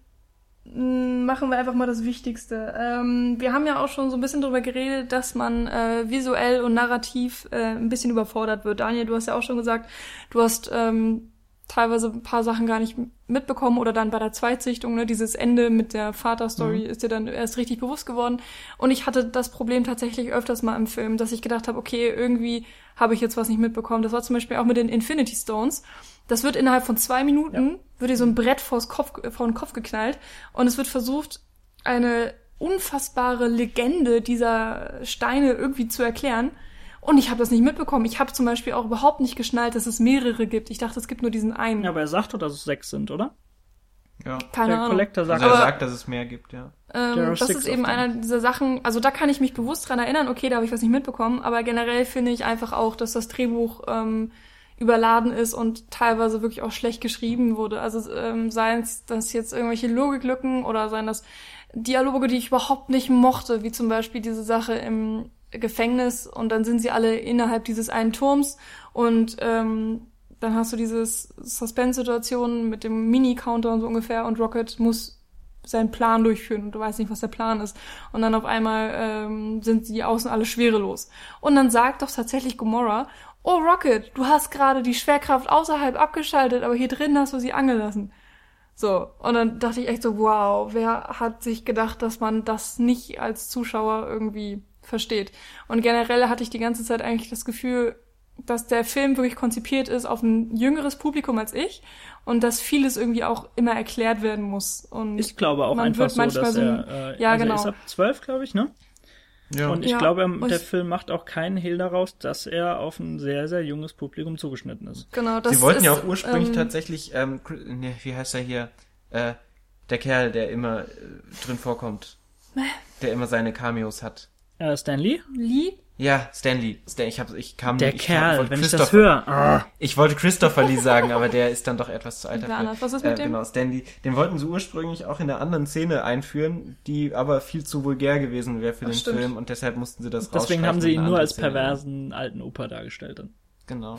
m, machen wir einfach mal das Wichtigste. Ähm, wir haben ja auch schon so ein bisschen drüber geredet, dass man äh, visuell und narrativ äh, ein bisschen überfordert wird. Daniel, du hast ja auch schon gesagt, du hast ähm, teilweise ein paar Sachen gar nicht mitbekommen oder dann bei der Zweitsichtung, ne, dieses Ende mit der Vaterstory Mhm. ist dir dann erst richtig bewusst geworden. Und ich hatte das Problem tatsächlich öfters mal im Film, dass ich gedacht habe, okay, irgendwie habe ich jetzt was nicht mitbekommen. Das war zum Beispiel auch mit den Infinity Stones. Das wird innerhalb von zwei Minuten, wird dir so ein Brett vors Kopf, vor den Kopf geknallt und es wird versucht, eine unfassbare Legende dieser Steine irgendwie zu erklären. Und ich habe das nicht mitbekommen. Ich habe zum Beispiel auch überhaupt nicht geschnallt, dass es mehrere gibt. Ich dachte, es gibt nur diesen einen. Ja, aber er sagt doch, dass es sechs sind, oder? Ja. Keine Der Ahnung. Collector sagt, Also er Aber- sagt, dass es mehr gibt, ja. Ähm, There are das six ist eben of them. einer dieser Sachen, also da kann ich mich bewusst dran erinnern, okay, da habe ich was nicht mitbekommen, aber generell finde ich einfach auch, dass das Drehbuch ähm, überladen ist und teilweise wirklich auch schlecht geschrieben wurde. Also ähm, seien es das jetzt irgendwelche Logiklücken oder seien das Dialoge, die ich überhaupt nicht mochte, wie zum Beispiel diese Sache im Gefängnis und dann sind sie alle innerhalb dieses einen Turms und ähm, dann hast du dieses Suspense-Situation mit dem Mini-Counter und so ungefähr und Rocket muss seinen Plan durchführen und du weißt nicht, was der Plan ist. Und dann auf einmal ähm, sind die außen alle schwerelos. Und dann sagt doch tatsächlich Gamora, oh Rocket, du hast gerade die Schwerkraft außerhalb abgeschaltet, aber hier drin hast du sie angelassen. So, und dann dachte ich echt so, wow, wer hat sich gedacht, dass man das nicht als Zuschauer irgendwie versteht? Und generell hatte ich die ganze Zeit eigentlich das Gefühl, dass der Film wirklich konzipiert ist auf ein jüngeres Publikum als ich und dass vieles irgendwie auch immer erklärt werden muss. Und ich glaube auch man einfach wird so, manchmal dass so ein- er, äh, ja, also genau. er ist ab zwölf, glaube ich, ne? Ja. Und ich Ja, glaube, und der ich- Film macht auch keinen Hehl daraus, dass er auf ein sehr, sehr junges Publikum zugeschnitten ist. Genau, das Sie wollten ist, ja auch ursprünglich ähm, tatsächlich, ähm, ne, wie heißt er hier, äh, der Kerl, der immer äh, drin vorkommt, der immer seine Cameos hat. Äh, Stan Lee? Lee? Ja, Stanley. Stan, ich hab, ich kam Der ich Kerl, wollte wenn ich das Christopher- höre. Ah. Ich wollte Christopher Lee sagen, aber der ist dann doch etwas zu alt Wer dafür. anders? Was ist mit äh, dem? Genau, Stanley. Den wollten sie ursprünglich auch in einer anderen Szene einführen, die aber viel zu vulgär gewesen wäre für Ach, den stimmt. Film und deshalb mussten sie das Deswegen rausstreichen haben sie und ihn eine nur andere als Szene perversen alten Opa dargestellt. Dann. nehmen. Genau.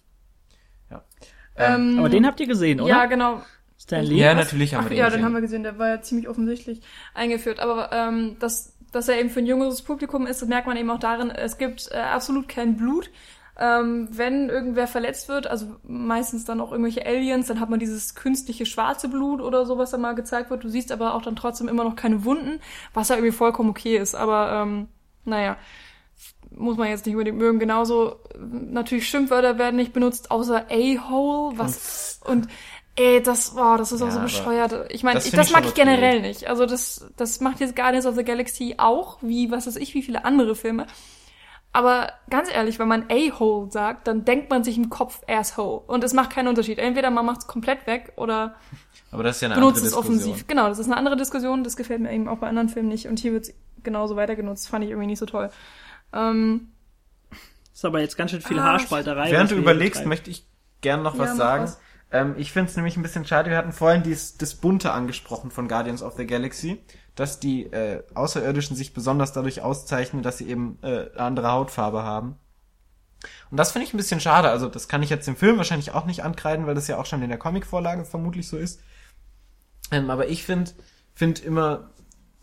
Ja. Ähm, Aber den habt ihr gesehen, oder? Ja, genau. Stan Lee? ja, natürlich haben Ach wir den ja, gesehen. den haben wir gesehen, der war ja ziemlich offensichtlich eingeführt. Aber ähm, dass, dass er eben für ein jüngeres Publikum ist, das merkt man eben auch darin, es gibt äh, absolut kein Blut. Ähm, wenn irgendwer verletzt wird, also meistens dann auch irgendwelche Aliens, dann hat man dieses künstliche schwarze Blut oder so, was dann mal gezeigt wird. Du siehst aber auch dann trotzdem immer noch keine Wunden, was ja irgendwie vollkommen okay ist. Aber ähm, naja, muss man jetzt nicht unbedingt mögen. Genauso, natürlich Schimpfwörter werden nicht benutzt, außer A-Hole, was und ey, das, wow, das ist auch Ja, so aber bescheuert. Ich meine, das das, find das ich mag schon ich okay. generell nicht. Also das, das macht jetzt Guardians of the Galaxy auch, wie, was weiß ich, wie viele andere Filme. Aber ganz ehrlich, wenn man A-Hole sagt, dann denkt man sich im Kopf Asshole. Und es macht keinen Unterschied. Entweder man macht es komplett weg oder Aber das ist ja eine benutzt andere es Diskussion. offensiv. Genau, das ist eine andere Diskussion. Das gefällt mir eben auch bei anderen Filmen nicht. Und hier wird es genauso weiter genutzt. Fand ich irgendwie nicht so toll. Ähm, Ist aber jetzt ganz schön viel Ah, Haarspalterei. Während was du wir hier überlegst, betreiben. möchte ich gern noch Ja, was mach sagen. was. Ähm, ich finde es nämlich ein bisschen schade, wir hatten vorhin dies, das Bunte angesprochen von Guardians of the Galaxy, dass die äh, Außerirdischen sich besonders dadurch auszeichnen, dass sie eben äh, eine andere Hautfarbe haben. Und das finde ich ein bisschen schade. Also das kann ich jetzt dem Film wahrscheinlich auch nicht ankreiden, weil das ja auch schon in der Comicvorlage vermutlich so ist. Ähm, aber ich finde find immer,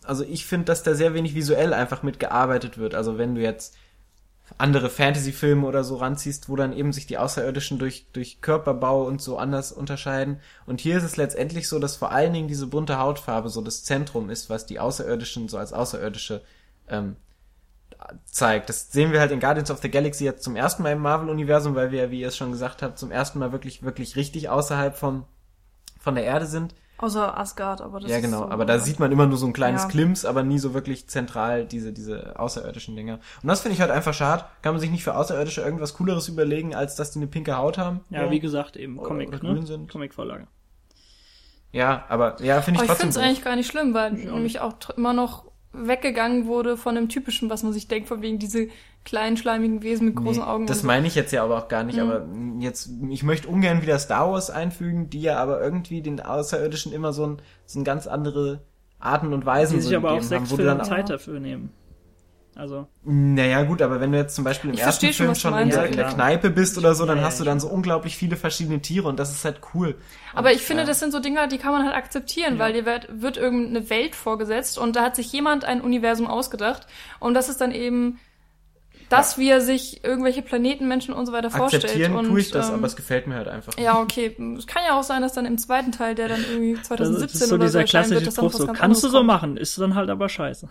also ich finde, dass da sehr wenig visuell einfach mitgearbeitet wird. Also wenn du jetzt andere Fantasy-Filme oder so ranziehst, wo dann eben sich die Außerirdischen durch durch Körperbau und so anders unterscheiden. Und hier ist es letztendlich so, dass vor allen Dingen diese bunte Hautfarbe so das Zentrum ist, was die Außerirdischen so als Außerirdische ähm, zeigt. Das sehen wir halt in Guardians of the Galaxy jetzt zum ersten Mal im Marvel-Universum, weil wir, wie ihr es schon gesagt habt, zum ersten Mal wirklich wirklich richtig außerhalb von von der Erde sind. Außer Asgard, aber das Ja, ist genau, so, aber da sieht man immer nur so ein kleines ja. Klimps, aber nie so wirklich zentral diese diese außerirdischen Dinger. Und das finde ich halt einfach schade. Kann man sich nicht für Außerirdische irgendwas Cooleres überlegen, als dass die eine pinke Haut haben? Ja, so? wie gesagt, eben Oder- Comic, oder ne? grün sind. Comic-Vorlage. Ja, aber ja, finde ich Aber ich trotzdem finde es doof. eigentlich gar nicht schlimm, weil Ich auch nämlich auch tr- immer noch weggegangen wurde von dem Typischen, was man sich denkt, von wegen diese kleinen, schleimigen Wesen mit großen Nee, Augen. das und so. meine ich jetzt ja aber auch gar nicht, Mhm. aber jetzt, ich möchte ungern wieder Star Wars einfügen, die ja aber irgendwie den Außerirdischen immer so ein, so ein ganz andere Arten und Weisen Die so sich aber auch gegeben sechs haben, wo du Filme dann Zeit dafür nehmen. Also, Naja, gut, aber wenn du jetzt zum Beispiel im Ich ersten versteh schon, Film was du schon in meinst. der, Ja, in der klar. Kneipe bist oder so, dann Ja, hast du ja, dann ich so unglaublich viele verschiedene Tiere und das ist halt cool. Aber Und, ich finde, äh, das sind so Dinger, die kann man halt akzeptieren, Ja. weil dir wird, wird irgendeine Welt vorgesetzt und da hat sich jemand ein Universum ausgedacht und das ist dann eben das, wie er sich irgendwelche Planeten, Menschen und so weiter vorstellt. akzeptieren und, tue ich das, ähm, aber es gefällt mir halt einfach. ja, okay. Es kann ja auch sein, dass dann im zweiten Teil, der dann irgendwie das zwanzig siebzehn ist so oder so dieser erscheinen klassische wird, dass dann Spruch was so, ganz kannst du anderes so kommt. machen, ist dann halt aber scheiße.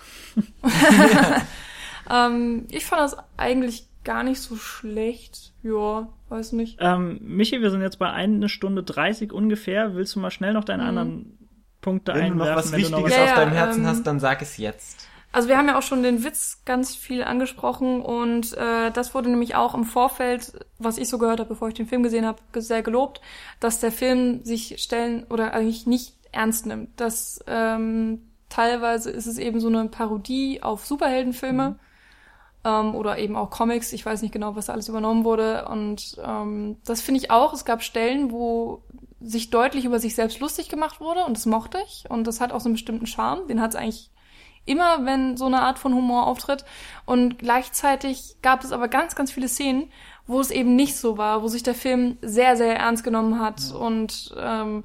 Ähm, ich fand das eigentlich gar nicht so schlecht. Ja, weiß nicht. Ähm, Michi, wir sind jetzt bei eine Stunde dreißig ungefähr. Willst du mal schnell noch deine Mhm. anderen Punkte Wenn du noch einwerfen? was wenn du noch Wichtiges Ja, auf ja, deinem Herzen ähm, hast, dann sag es jetzt. Also wir haben ja auch schon den Witz ganz viel angesprochen und äh, das wurde nämlich auch im Vorfeld, was ich so gehört habe, bevor ich den Film gesehen habe, sehr gelobt, dass der Film sich Stellen oder eigentlich nicht ernst nimmt. Dass ähm, teilweise ist es eben so eine Parodie auf Superheldenfilme. Ähm, oder eben auch Comics, ich weiß nicht genau, was da alles übernommen wurde. Und ähm, das finde ich auch. Es gab Stellen, wo sich deutlich über sich selbst lustig gemacht wurde und das mochte ich. Und das hat auch so einen bestimmten Charme. Den hat es eigentlich immer, wenn so eine Art von Humor auftritt. Und gleichzeitig gab es aber ganz, ganz viele Szenen, wo es eben nicht so war, wo sich der Film sehr, sehr ernst genommen hat. Ja. Und ähm,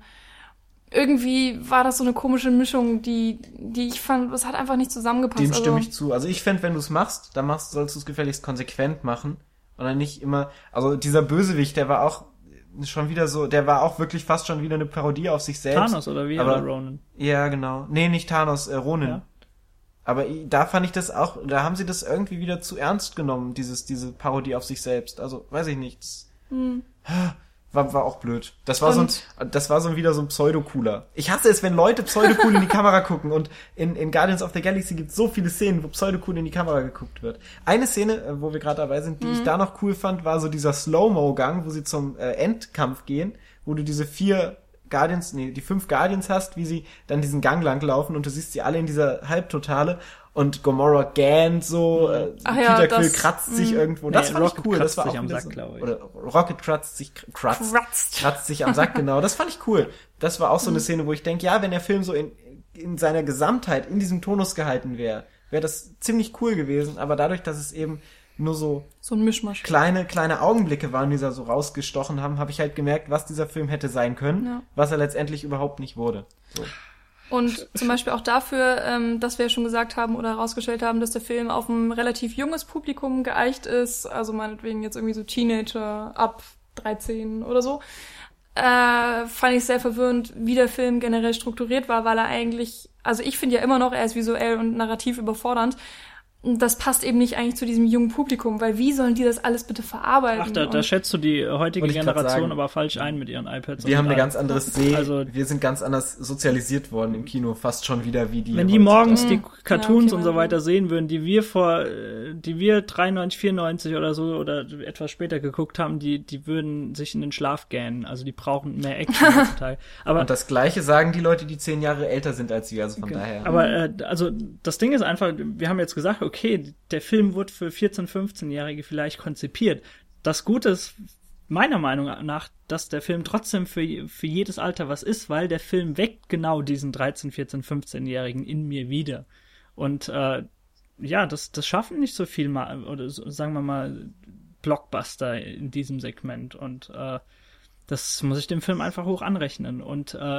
irgendwie war das so eine komische Mischung, die die ich fand, das hat einfach nicht zusammengepasst. Dem stimme also, ich zu. Also ich fände, wenn du es machst, dann machst, sollst du es gefälligst konsequent machen. Und dann nicht immer, also dieser Bösewicht, der war auch schon wieder so, der war auch wirklich fast schon wieder eine Parodie auf sich selbst. Thanos oder wie? Aber, oder Ronan? Ja, genau. Nee, nicht Thanos, äh, Ronin. Ja. Aber i- da fand ich das auch, da haben sie das irgendwie wieder zu ernst genommen, dieses, diese Parodie auf sich selbst. Also, weiß ich nicht. Das hm. war, war auch blöd. Das war Und- so ein, das war so wieder so ein Pseudo-Cooler. Ich hasse es, wenn Leute Pseudo-cool in die Kamera gucken und in, in Guardians of the Galaxy gibt es so viele Szenen, wo Pseudo-cool in die Kamera geguckt wird. Eine Szene, äh, wo wir gerade dabei sind, die ich da noch cool fand, war so dieser Slow-Mo-Gang, wo sie zum äh, Endkampf gehen, wo du diese vier Guardians, nee, die fünf Guardians hast, wie sie dann diesen Gang lang laufen und du siehst sie alle in dieser Halbtotale und Gamora gähnt so, äh, Ach ja, Peter Quill das- kratzt sich mh. irgendwo. Das Nee, fand Rocket ich cool. Das kratzt war sich auch am wieder Sack, so, glaube ich. oder Rocket kratzt sich, kratzt, Kratzt. kratzt sich am Sack, genau. Das fand ich cool. Das war auch so eine Szene, wo ich denke, ja, wenn der Film so in, in seiner Gesamtheit in diesem Tonus gehalten wäre, wäre das ziemlich cool gewesen. Aber dadurch, dass es eben nur so So ein Mischmasch. kleine, kleine Augenblicke waren, die da so rausgestochen haben, habe ich halt gemerkt, was dieser Film hätte sein können, Ja. was er letztendlich überhaupt nicht wurde. So. Und zum Beispiel auch dafür, ähm, dass wir ja schon gesagt haben oder herausgestellt haben, dass der Film auf ein relativ junges Publikum geeicht ist, also meinetwegen jetzt irgendwie so Teenager ab dreizehn oder so, äh, fand ich sehr verwirrend, wie der Film generell strukturiert war, weil er eigentlich, also ich finde ja immer noch, er ist visuell und narrativ überfordernd. Und das passt eben nicht eigentlich zu diesem jungen Publikum, weil wie sollen die das alles bitte verarbeiten? Ach, da, da Und- schätzt du die heutige Wollte ich grad Generation sagen. aber falsch ein mit ihren iPads. Wir und haben eine allem. ganz andere Szene, Also- wir sind ganz anders sozialisiert worden im Kino, fast schon wieder wie die. Wenn die heutzutage. morgens die Mhm. Cartoons Ja, okay, und so ja. weiter sehen würden, die wir vor, äh, die wir dreiundneunzig, vierundneunzig oder so oder etwas später geguckt haben, die, die würden sich in den Schlaf gähnen. Also die brauchen mehr Action heutzutage. Aber Und das Gleiche sagen die Leute, die zehn Jahre älter sind als wir, also von daher. Aber äh, also das Ding ist einfach, wir haben jetzt gesagt, okay, der Film wurde für vierzehn-, fünfzehnjährige vielleicht konzipiert. Das Gute ist meiner Meinung nach, dass der Film trotzdem für, für jedes Alter was ist, weil der Film weckt genau diesen dreizehn-, vierzehn-, fünfzehnjährigen in mir wieder. Und äh, ja, das, das schaffen nicht so viel mal, oder so, sagen wir mal, Blockbuster in diesem Segment. Und äh, das muss ich dem Film einfach hoch anrechnen. Und äh,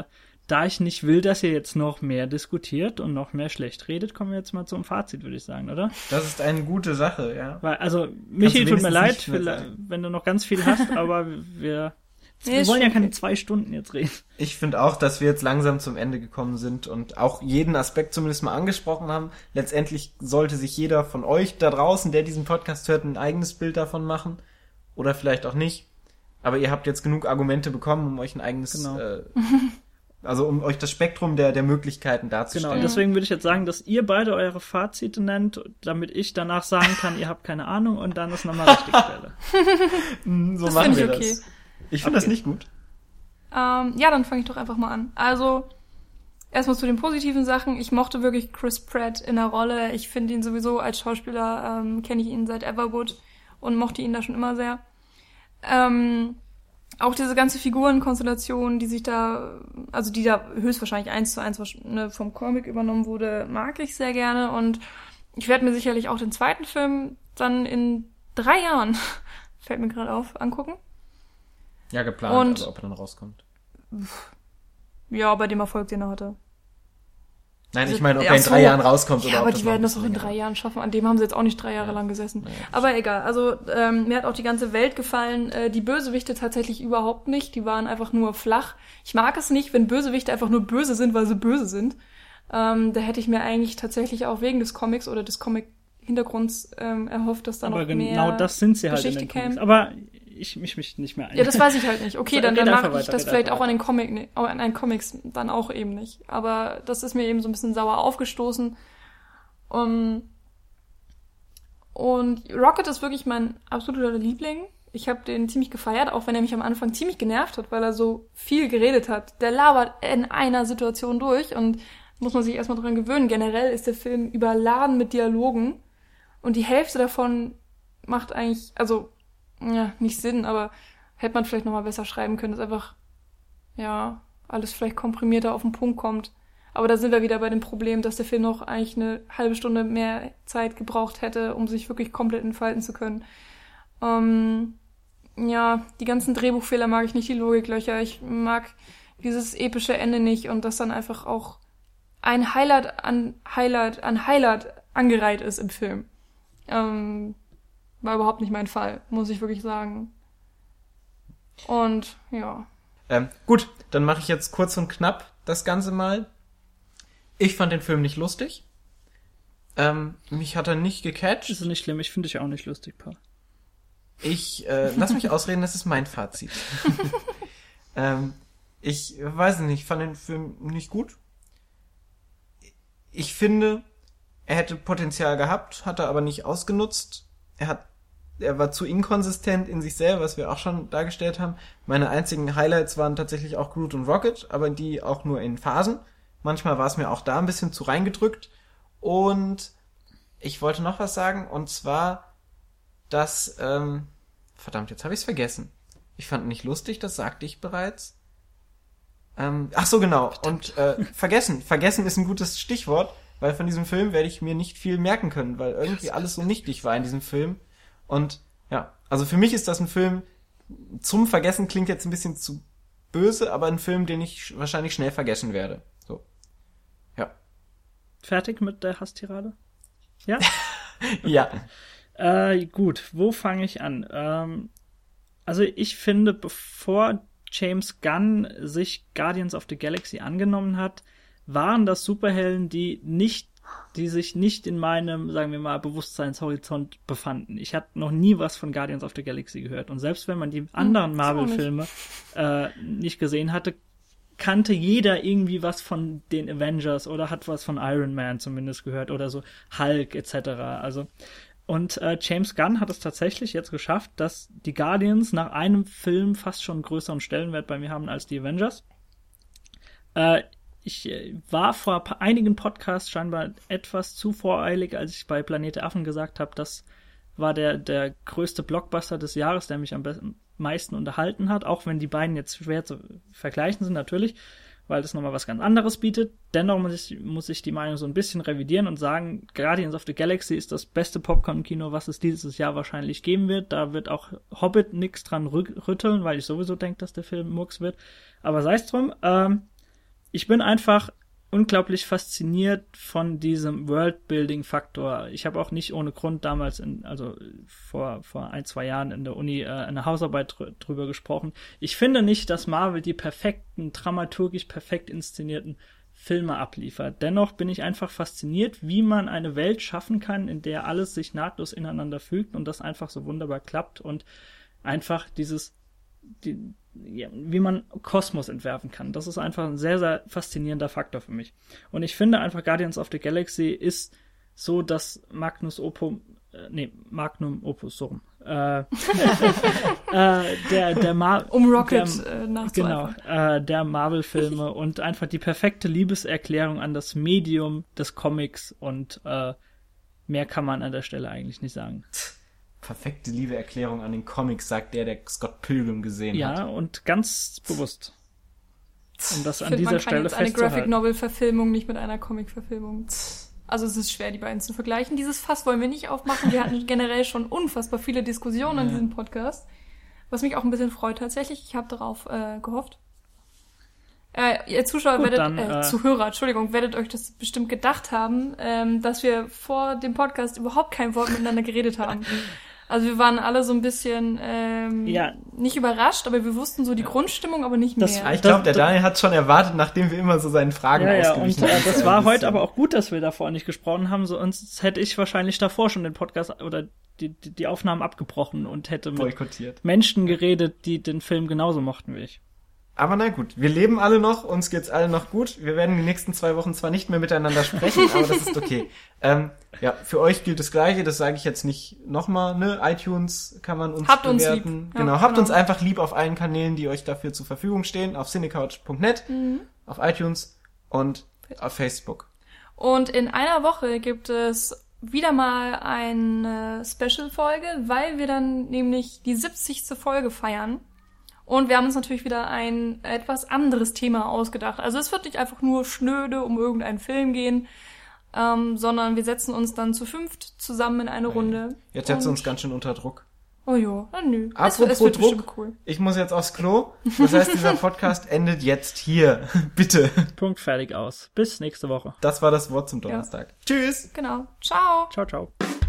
da ich nicht will, dass ihr jetzt noch mehr diskutiert und noch mehr schlecht redet, kommen wir jetzt mal zum Fazit, würde ich sagen, oder? Das ist eine gute Sache, ja. Weil, also, Michi, tut mir leid, wenn du noch ganz viel hast, aber wir, nee, wir wollen ja keine zwei Stunden jetzt reden. Ich finde auch, dass wir jetzt langsam zum Ende gekommen sind und auch jeden Aspekt zumindest mal angesprochen haben. Letztendlich sollte sich jeder von euch da draußen, der diesen Podcast hört, ein eigenes Bild davon machen. Oder vielleicht auch nicht. Aber ihr habt jetzt genug Argumente bekommen, um euch ein eigenes... Genau. Äh, Also um euch das Spektrum der, der Möglichkeiten darzustellen. Genau, deswegen würde ich jetzt sagen, dass ihr beide eure Fazite nennt, damit ich danach sagen kann, ihr habt keine Ahnung und dann ist nochmal richtig Stelle. so das machen wir okay. das. Ich finde okay. das nicht gut. Ähm, ja, dann fange ich doch einfach mal an. Also, erstmal zu den positiven Sachen. Ich mochte wirklich Chris Pratt in der Rolle. Ich finde ihn sowieso als Schauspieler, ähm, kenne ich ihn seit Everwood und mochte ihn da schon immer sehr. Ähm... Auch diese ganze Figurenkonstellation, die sich da, also die da höchstwahrscheinlich eins zu eins vom Comic übernommen wurde, mag ich sehr gerne. Und ich werde mir sicherlich auch den zweiten Film dann in drei Jahren, fällt mir gerade auf, angucken. Ja, geplant, und, also ob er dann rauskommt. Ja, bei dem Erfolg, den er hatte. Nein, also, ich meine, ob er in so, drei Jahren rauskommt ja, oder aber ob die werden das auch in drei Jahren schaffen. An dem haben sie jetzt auch nicht drei Jahre ja. lang gesessen. Ja, aber egal. Also ähm, mir hat auch die ganze Welt gefallen. Äh, die Bösewichte tatsächlich überhaupt nicht. Die waren einfach nur flach. Ich mag es nicht, wenn Bösewichte einfach nur böse sind, weil sie böse sind. Ähm, da hätte ich mir eigentlich tatsächlich auch wegen des Comics oder des Comic-Hintergrunds ähm, erhofft, dass da aber noch genau mehr genau das sind sie halt Geschichte in den käme. Aber ich mich mich nicht mehr ein. Ja, das weiß ich halt nicht. Okay, so, dann, dann mache ich weiter, das vielleicht auch an den Comic, ne, an den Comics dann auch eben nicht. Aber das ist mir eben so ein bisschen sauer aufgestoßen. Um, und Rocket ist wirklich mein absoluter Liebling. Ich habe den ziemlich gefeiert, auch wenn er mich am Anfang ziemlich genervt hat, weil er so viel geredet hat. Der labert in einer Situation durch und muss man sich erstmal dran gewöhnen. Generell ist der Film überladen mit Dialogen und die Hälfte davon macht eigentlich, also ja, nicht Sinn, aber hätte man vielleicht nochmal besser schreiben können, dass einfach, ja, alles vielleicht komprimierter auf den Punkt kommt. Aber da sind wir wieder bei dem Problem, dass der Film noch eigentlich eine halbe Stunde mehr Zeit gebraucht hätte, um sich wirklich komplett entfalten zu können. Ähm, ja, die ganzen Drehbuchfehler mag ich nicht, die Logiklöcher. Ich mag dieses epische Ende nicht und dass dann einfach auch ein Highlight an Highlight an Highlight angereiht ist im Film. Ähm, war überhaupt nicht mein Fall, muss ich wirklich sagen. Und, ja. Ähm, gut, dann mache ich jetzt kurz und knapp das Ganze mal. Ich fand den Film nicht lustig. Ähm, mich hat er nicht gecatcht. Das ist nicht schlimm, ich finde dich auch nicht lustig, Paul. Ich, äh, lass mich ausreden, das ist mein Fazit. ähm, ich weiß nicht, ich fand den Film nicht gut. Ich finde, er hätte Potenzial gehabt, hat er aber nicht ausgenutzt. Er hat, er war zu inkonsistent in sich selber, was wir auch schon dargestellt haben. Meine einzigen Highlights waren tatsächlich auch Groot und Rocket, aber die auch nur in Phasen. Manchmal war es mir auch da ein bisschen zu reingedrückt. Und ich wollte noch was sagen, und zwar, dass, ähm, verdammt, jetzt habe ich es vergessen. Ich fand ihn nicht lustig, das sagte ich bereits. Ähm, ach so, genau. Verdammt. Und äh, vergessen. Vergessen ist ein gutes Stichwort, weil von diesem Film werde ich mir nicht viel merken können, weil irgendwie alles so nichtig war in diesem Film. Und ja, also für mich ist das ein Film, zum Vergessen klingt jetzt ein bisschen zu böse, aber ein Film, den ich wahrscheinlich schnell vergessen werde. So. Ja. Fertig mit der Hasstirade? Ja? Ja. Äh, gut, wo fange ich an? Ähm, also ich finde, bevor James Gunn sich Guardians of the Galaxy angenommen hat, waren das Superhelden, die nicht, die sich nicht in meinem, sagen wir mal, Bewusstseinshorizont befanden. Ich hatte noch nie was von Guardians of the Galaxy gehört. Und selbst wenn man die anderen hm, Marvel-Filme äh, nicht gesehen hatte, kannte jeder irgendwie was von den Avengers oder hat was von Iron Man zumindest gehört oder so, Hulk et cetera. Also und äh, James Gunn hat es tatsächlich jetzt geschafft, dass die Guardians nach einem Film fast schon einen größeren Stellenwert bei mir haben als die Avengers. Äh, ich äh, war vor pa- einigen Podcasts scheinbar etwas zu voreilig, als ich bei Planet der Affen gesagt habe, das war der der größte Blockbuster des Jahres, der mich am besten meisten unterhalten hat, auch wenn die beiden jetzt schwer zu vergleichen sind, natürlich, weil das nochmal was ganz anderes bietet. Dennoch muss ich, muss ich die Meinung so ein bisschen revidieren und sagen, Guardians of the Galaxy ist das beste Popcorn-Kino, was es dieses Jahr wahrscheinlich geben wird. Da wird auch Hobbit nix dran rütteln, weil ich sowieso denke, dass der Film Murks wird. Aber sei es drum, ähm, ich bin einfach unglaublich fasziniert von diesem Worldbuilding-Faktor. Ich habe auch nicht ohne Grund damals, in, also vor vor ein, zwei Jahren in der Uni äh, eine Hausarbeit dr- drüber gesprochen. Ich finde nicht, dass Marvel die perfekten, dramaturgisch perfekt inszenierten Filme abliefert. Dennoch bin ich einfach fasziniert, wie man eine Welt schaffen kann, in der alles sich nahtlos ineinander fügt und das einfach so wunderbar klappt und einfach dieses, die, ja, wie man Kosmos entwerfen kann. Das ist einfach ein sehr, sehr faszinierender Faktor für mich. Und ich finde einfach, Guardians of the Galaxy ist so das Magnus Opus, äh, nee, Magnum Opus, so rum. Äh, äh, der, der Mar- um Rocket der, äh, nachzueifern. Genau, äh, der Marvel-Filme und einfach die perfekte Liebeserklärung an das Medium des Comics und äh, mehr kann man an der Stelle eigentlich nicht sagen. Perfekte Liebeerklärung an den Comics, sagt der, der Scott Pilgrim gesehen ja, hat. Ja, und ganz bewusst. Um das ich an find, dieser man kann Stelle jetzt eine festzuhalten. Graphic-Novel-Verfilmung nicht mit einer Comic-Verfilmung. Also es ist schwer, die beiden zu vergleichen. Dieses Fass wollen wir nicht aufmachen. Wir hatten generell schon unfassbar viele Diskussionen an Ja. diesem Podcast. Was mich auch ein bisschen freut tatsächlich. Ich habe darauf äh, gehofft. Äh, ihr Zuschauer Gut, werdet, dann, äh, äh, Zuhörer, Entschuldigung, werdet euch das bestimmt gedacht haben, ähm, dass wir vor dem Podcast überhaupt kein Wort miteinander geredet haben. Also wir waren alle so ein bisschen ähm, Ja. nicht überrascht, aber wir wussten so die Grundstimmung, aber nicht Das- mehr. Ah, ich glaube, der Daniel hat schon erwartet, nachdem wir immer so seinen Fragen Ja, ja, ausgewichen und äh, sind. das Ein war bisschen. heute aber auch gut, dass wir davor nicht gesprochen haben, sonst hätte ich wahrscheinlich davor schon den Podcast oder die, die, die Aufnahmen abgebrochen und hätte mit boykottiert. Menschen geredet, die den Film genauso mochten wie ich. Aber na gut, wir leben alle noch, uns geht's alle noch gut. Wir werden die nächsten zwei Wochen zwar nicht mehr miteinander sprechen, aber das ist okay. Ähm, ja, für euch gilt das Gleiche, das sage ich jetzt nicht nochmal, ne? iTunes kann man uns Habt uns bewerten. lieb. Ja, Genau, habt genau. uns einfach lieb auf allen Kanälen, die euch dafür zur Verfügung stehen, auf cinecouch punkt net, Mhm. auf iTunes und auf Facebook. Und in einer Woche gibt es wieder mal eine Special-Folge, weil wir dann nämlich die siebzigste Folge feiern. Und wir haben uns natürlich wieder ein etwas anderes Thema ausgedacht. Also es wird nicht einfach nur schnöde um irgendeinen Film gehen, ähm, sondern wir setzen uns dann zu fünft zusammen in eine Runde. Jetzt setzt Und- uns ganz schön unter Druck. Oh ja, ah, nö. Es, Apropos es wird Druck, bestimmt cool. ich muss jetzt aufs Klo. Das heißt, dieser Podcast endet jetzt hier. Bitte. Punkt, fertig, aus. Bis nächste Woche. Das war das Wort zum Donnerstag. Tschüss. Genau. Ciao. Ciao, ciao.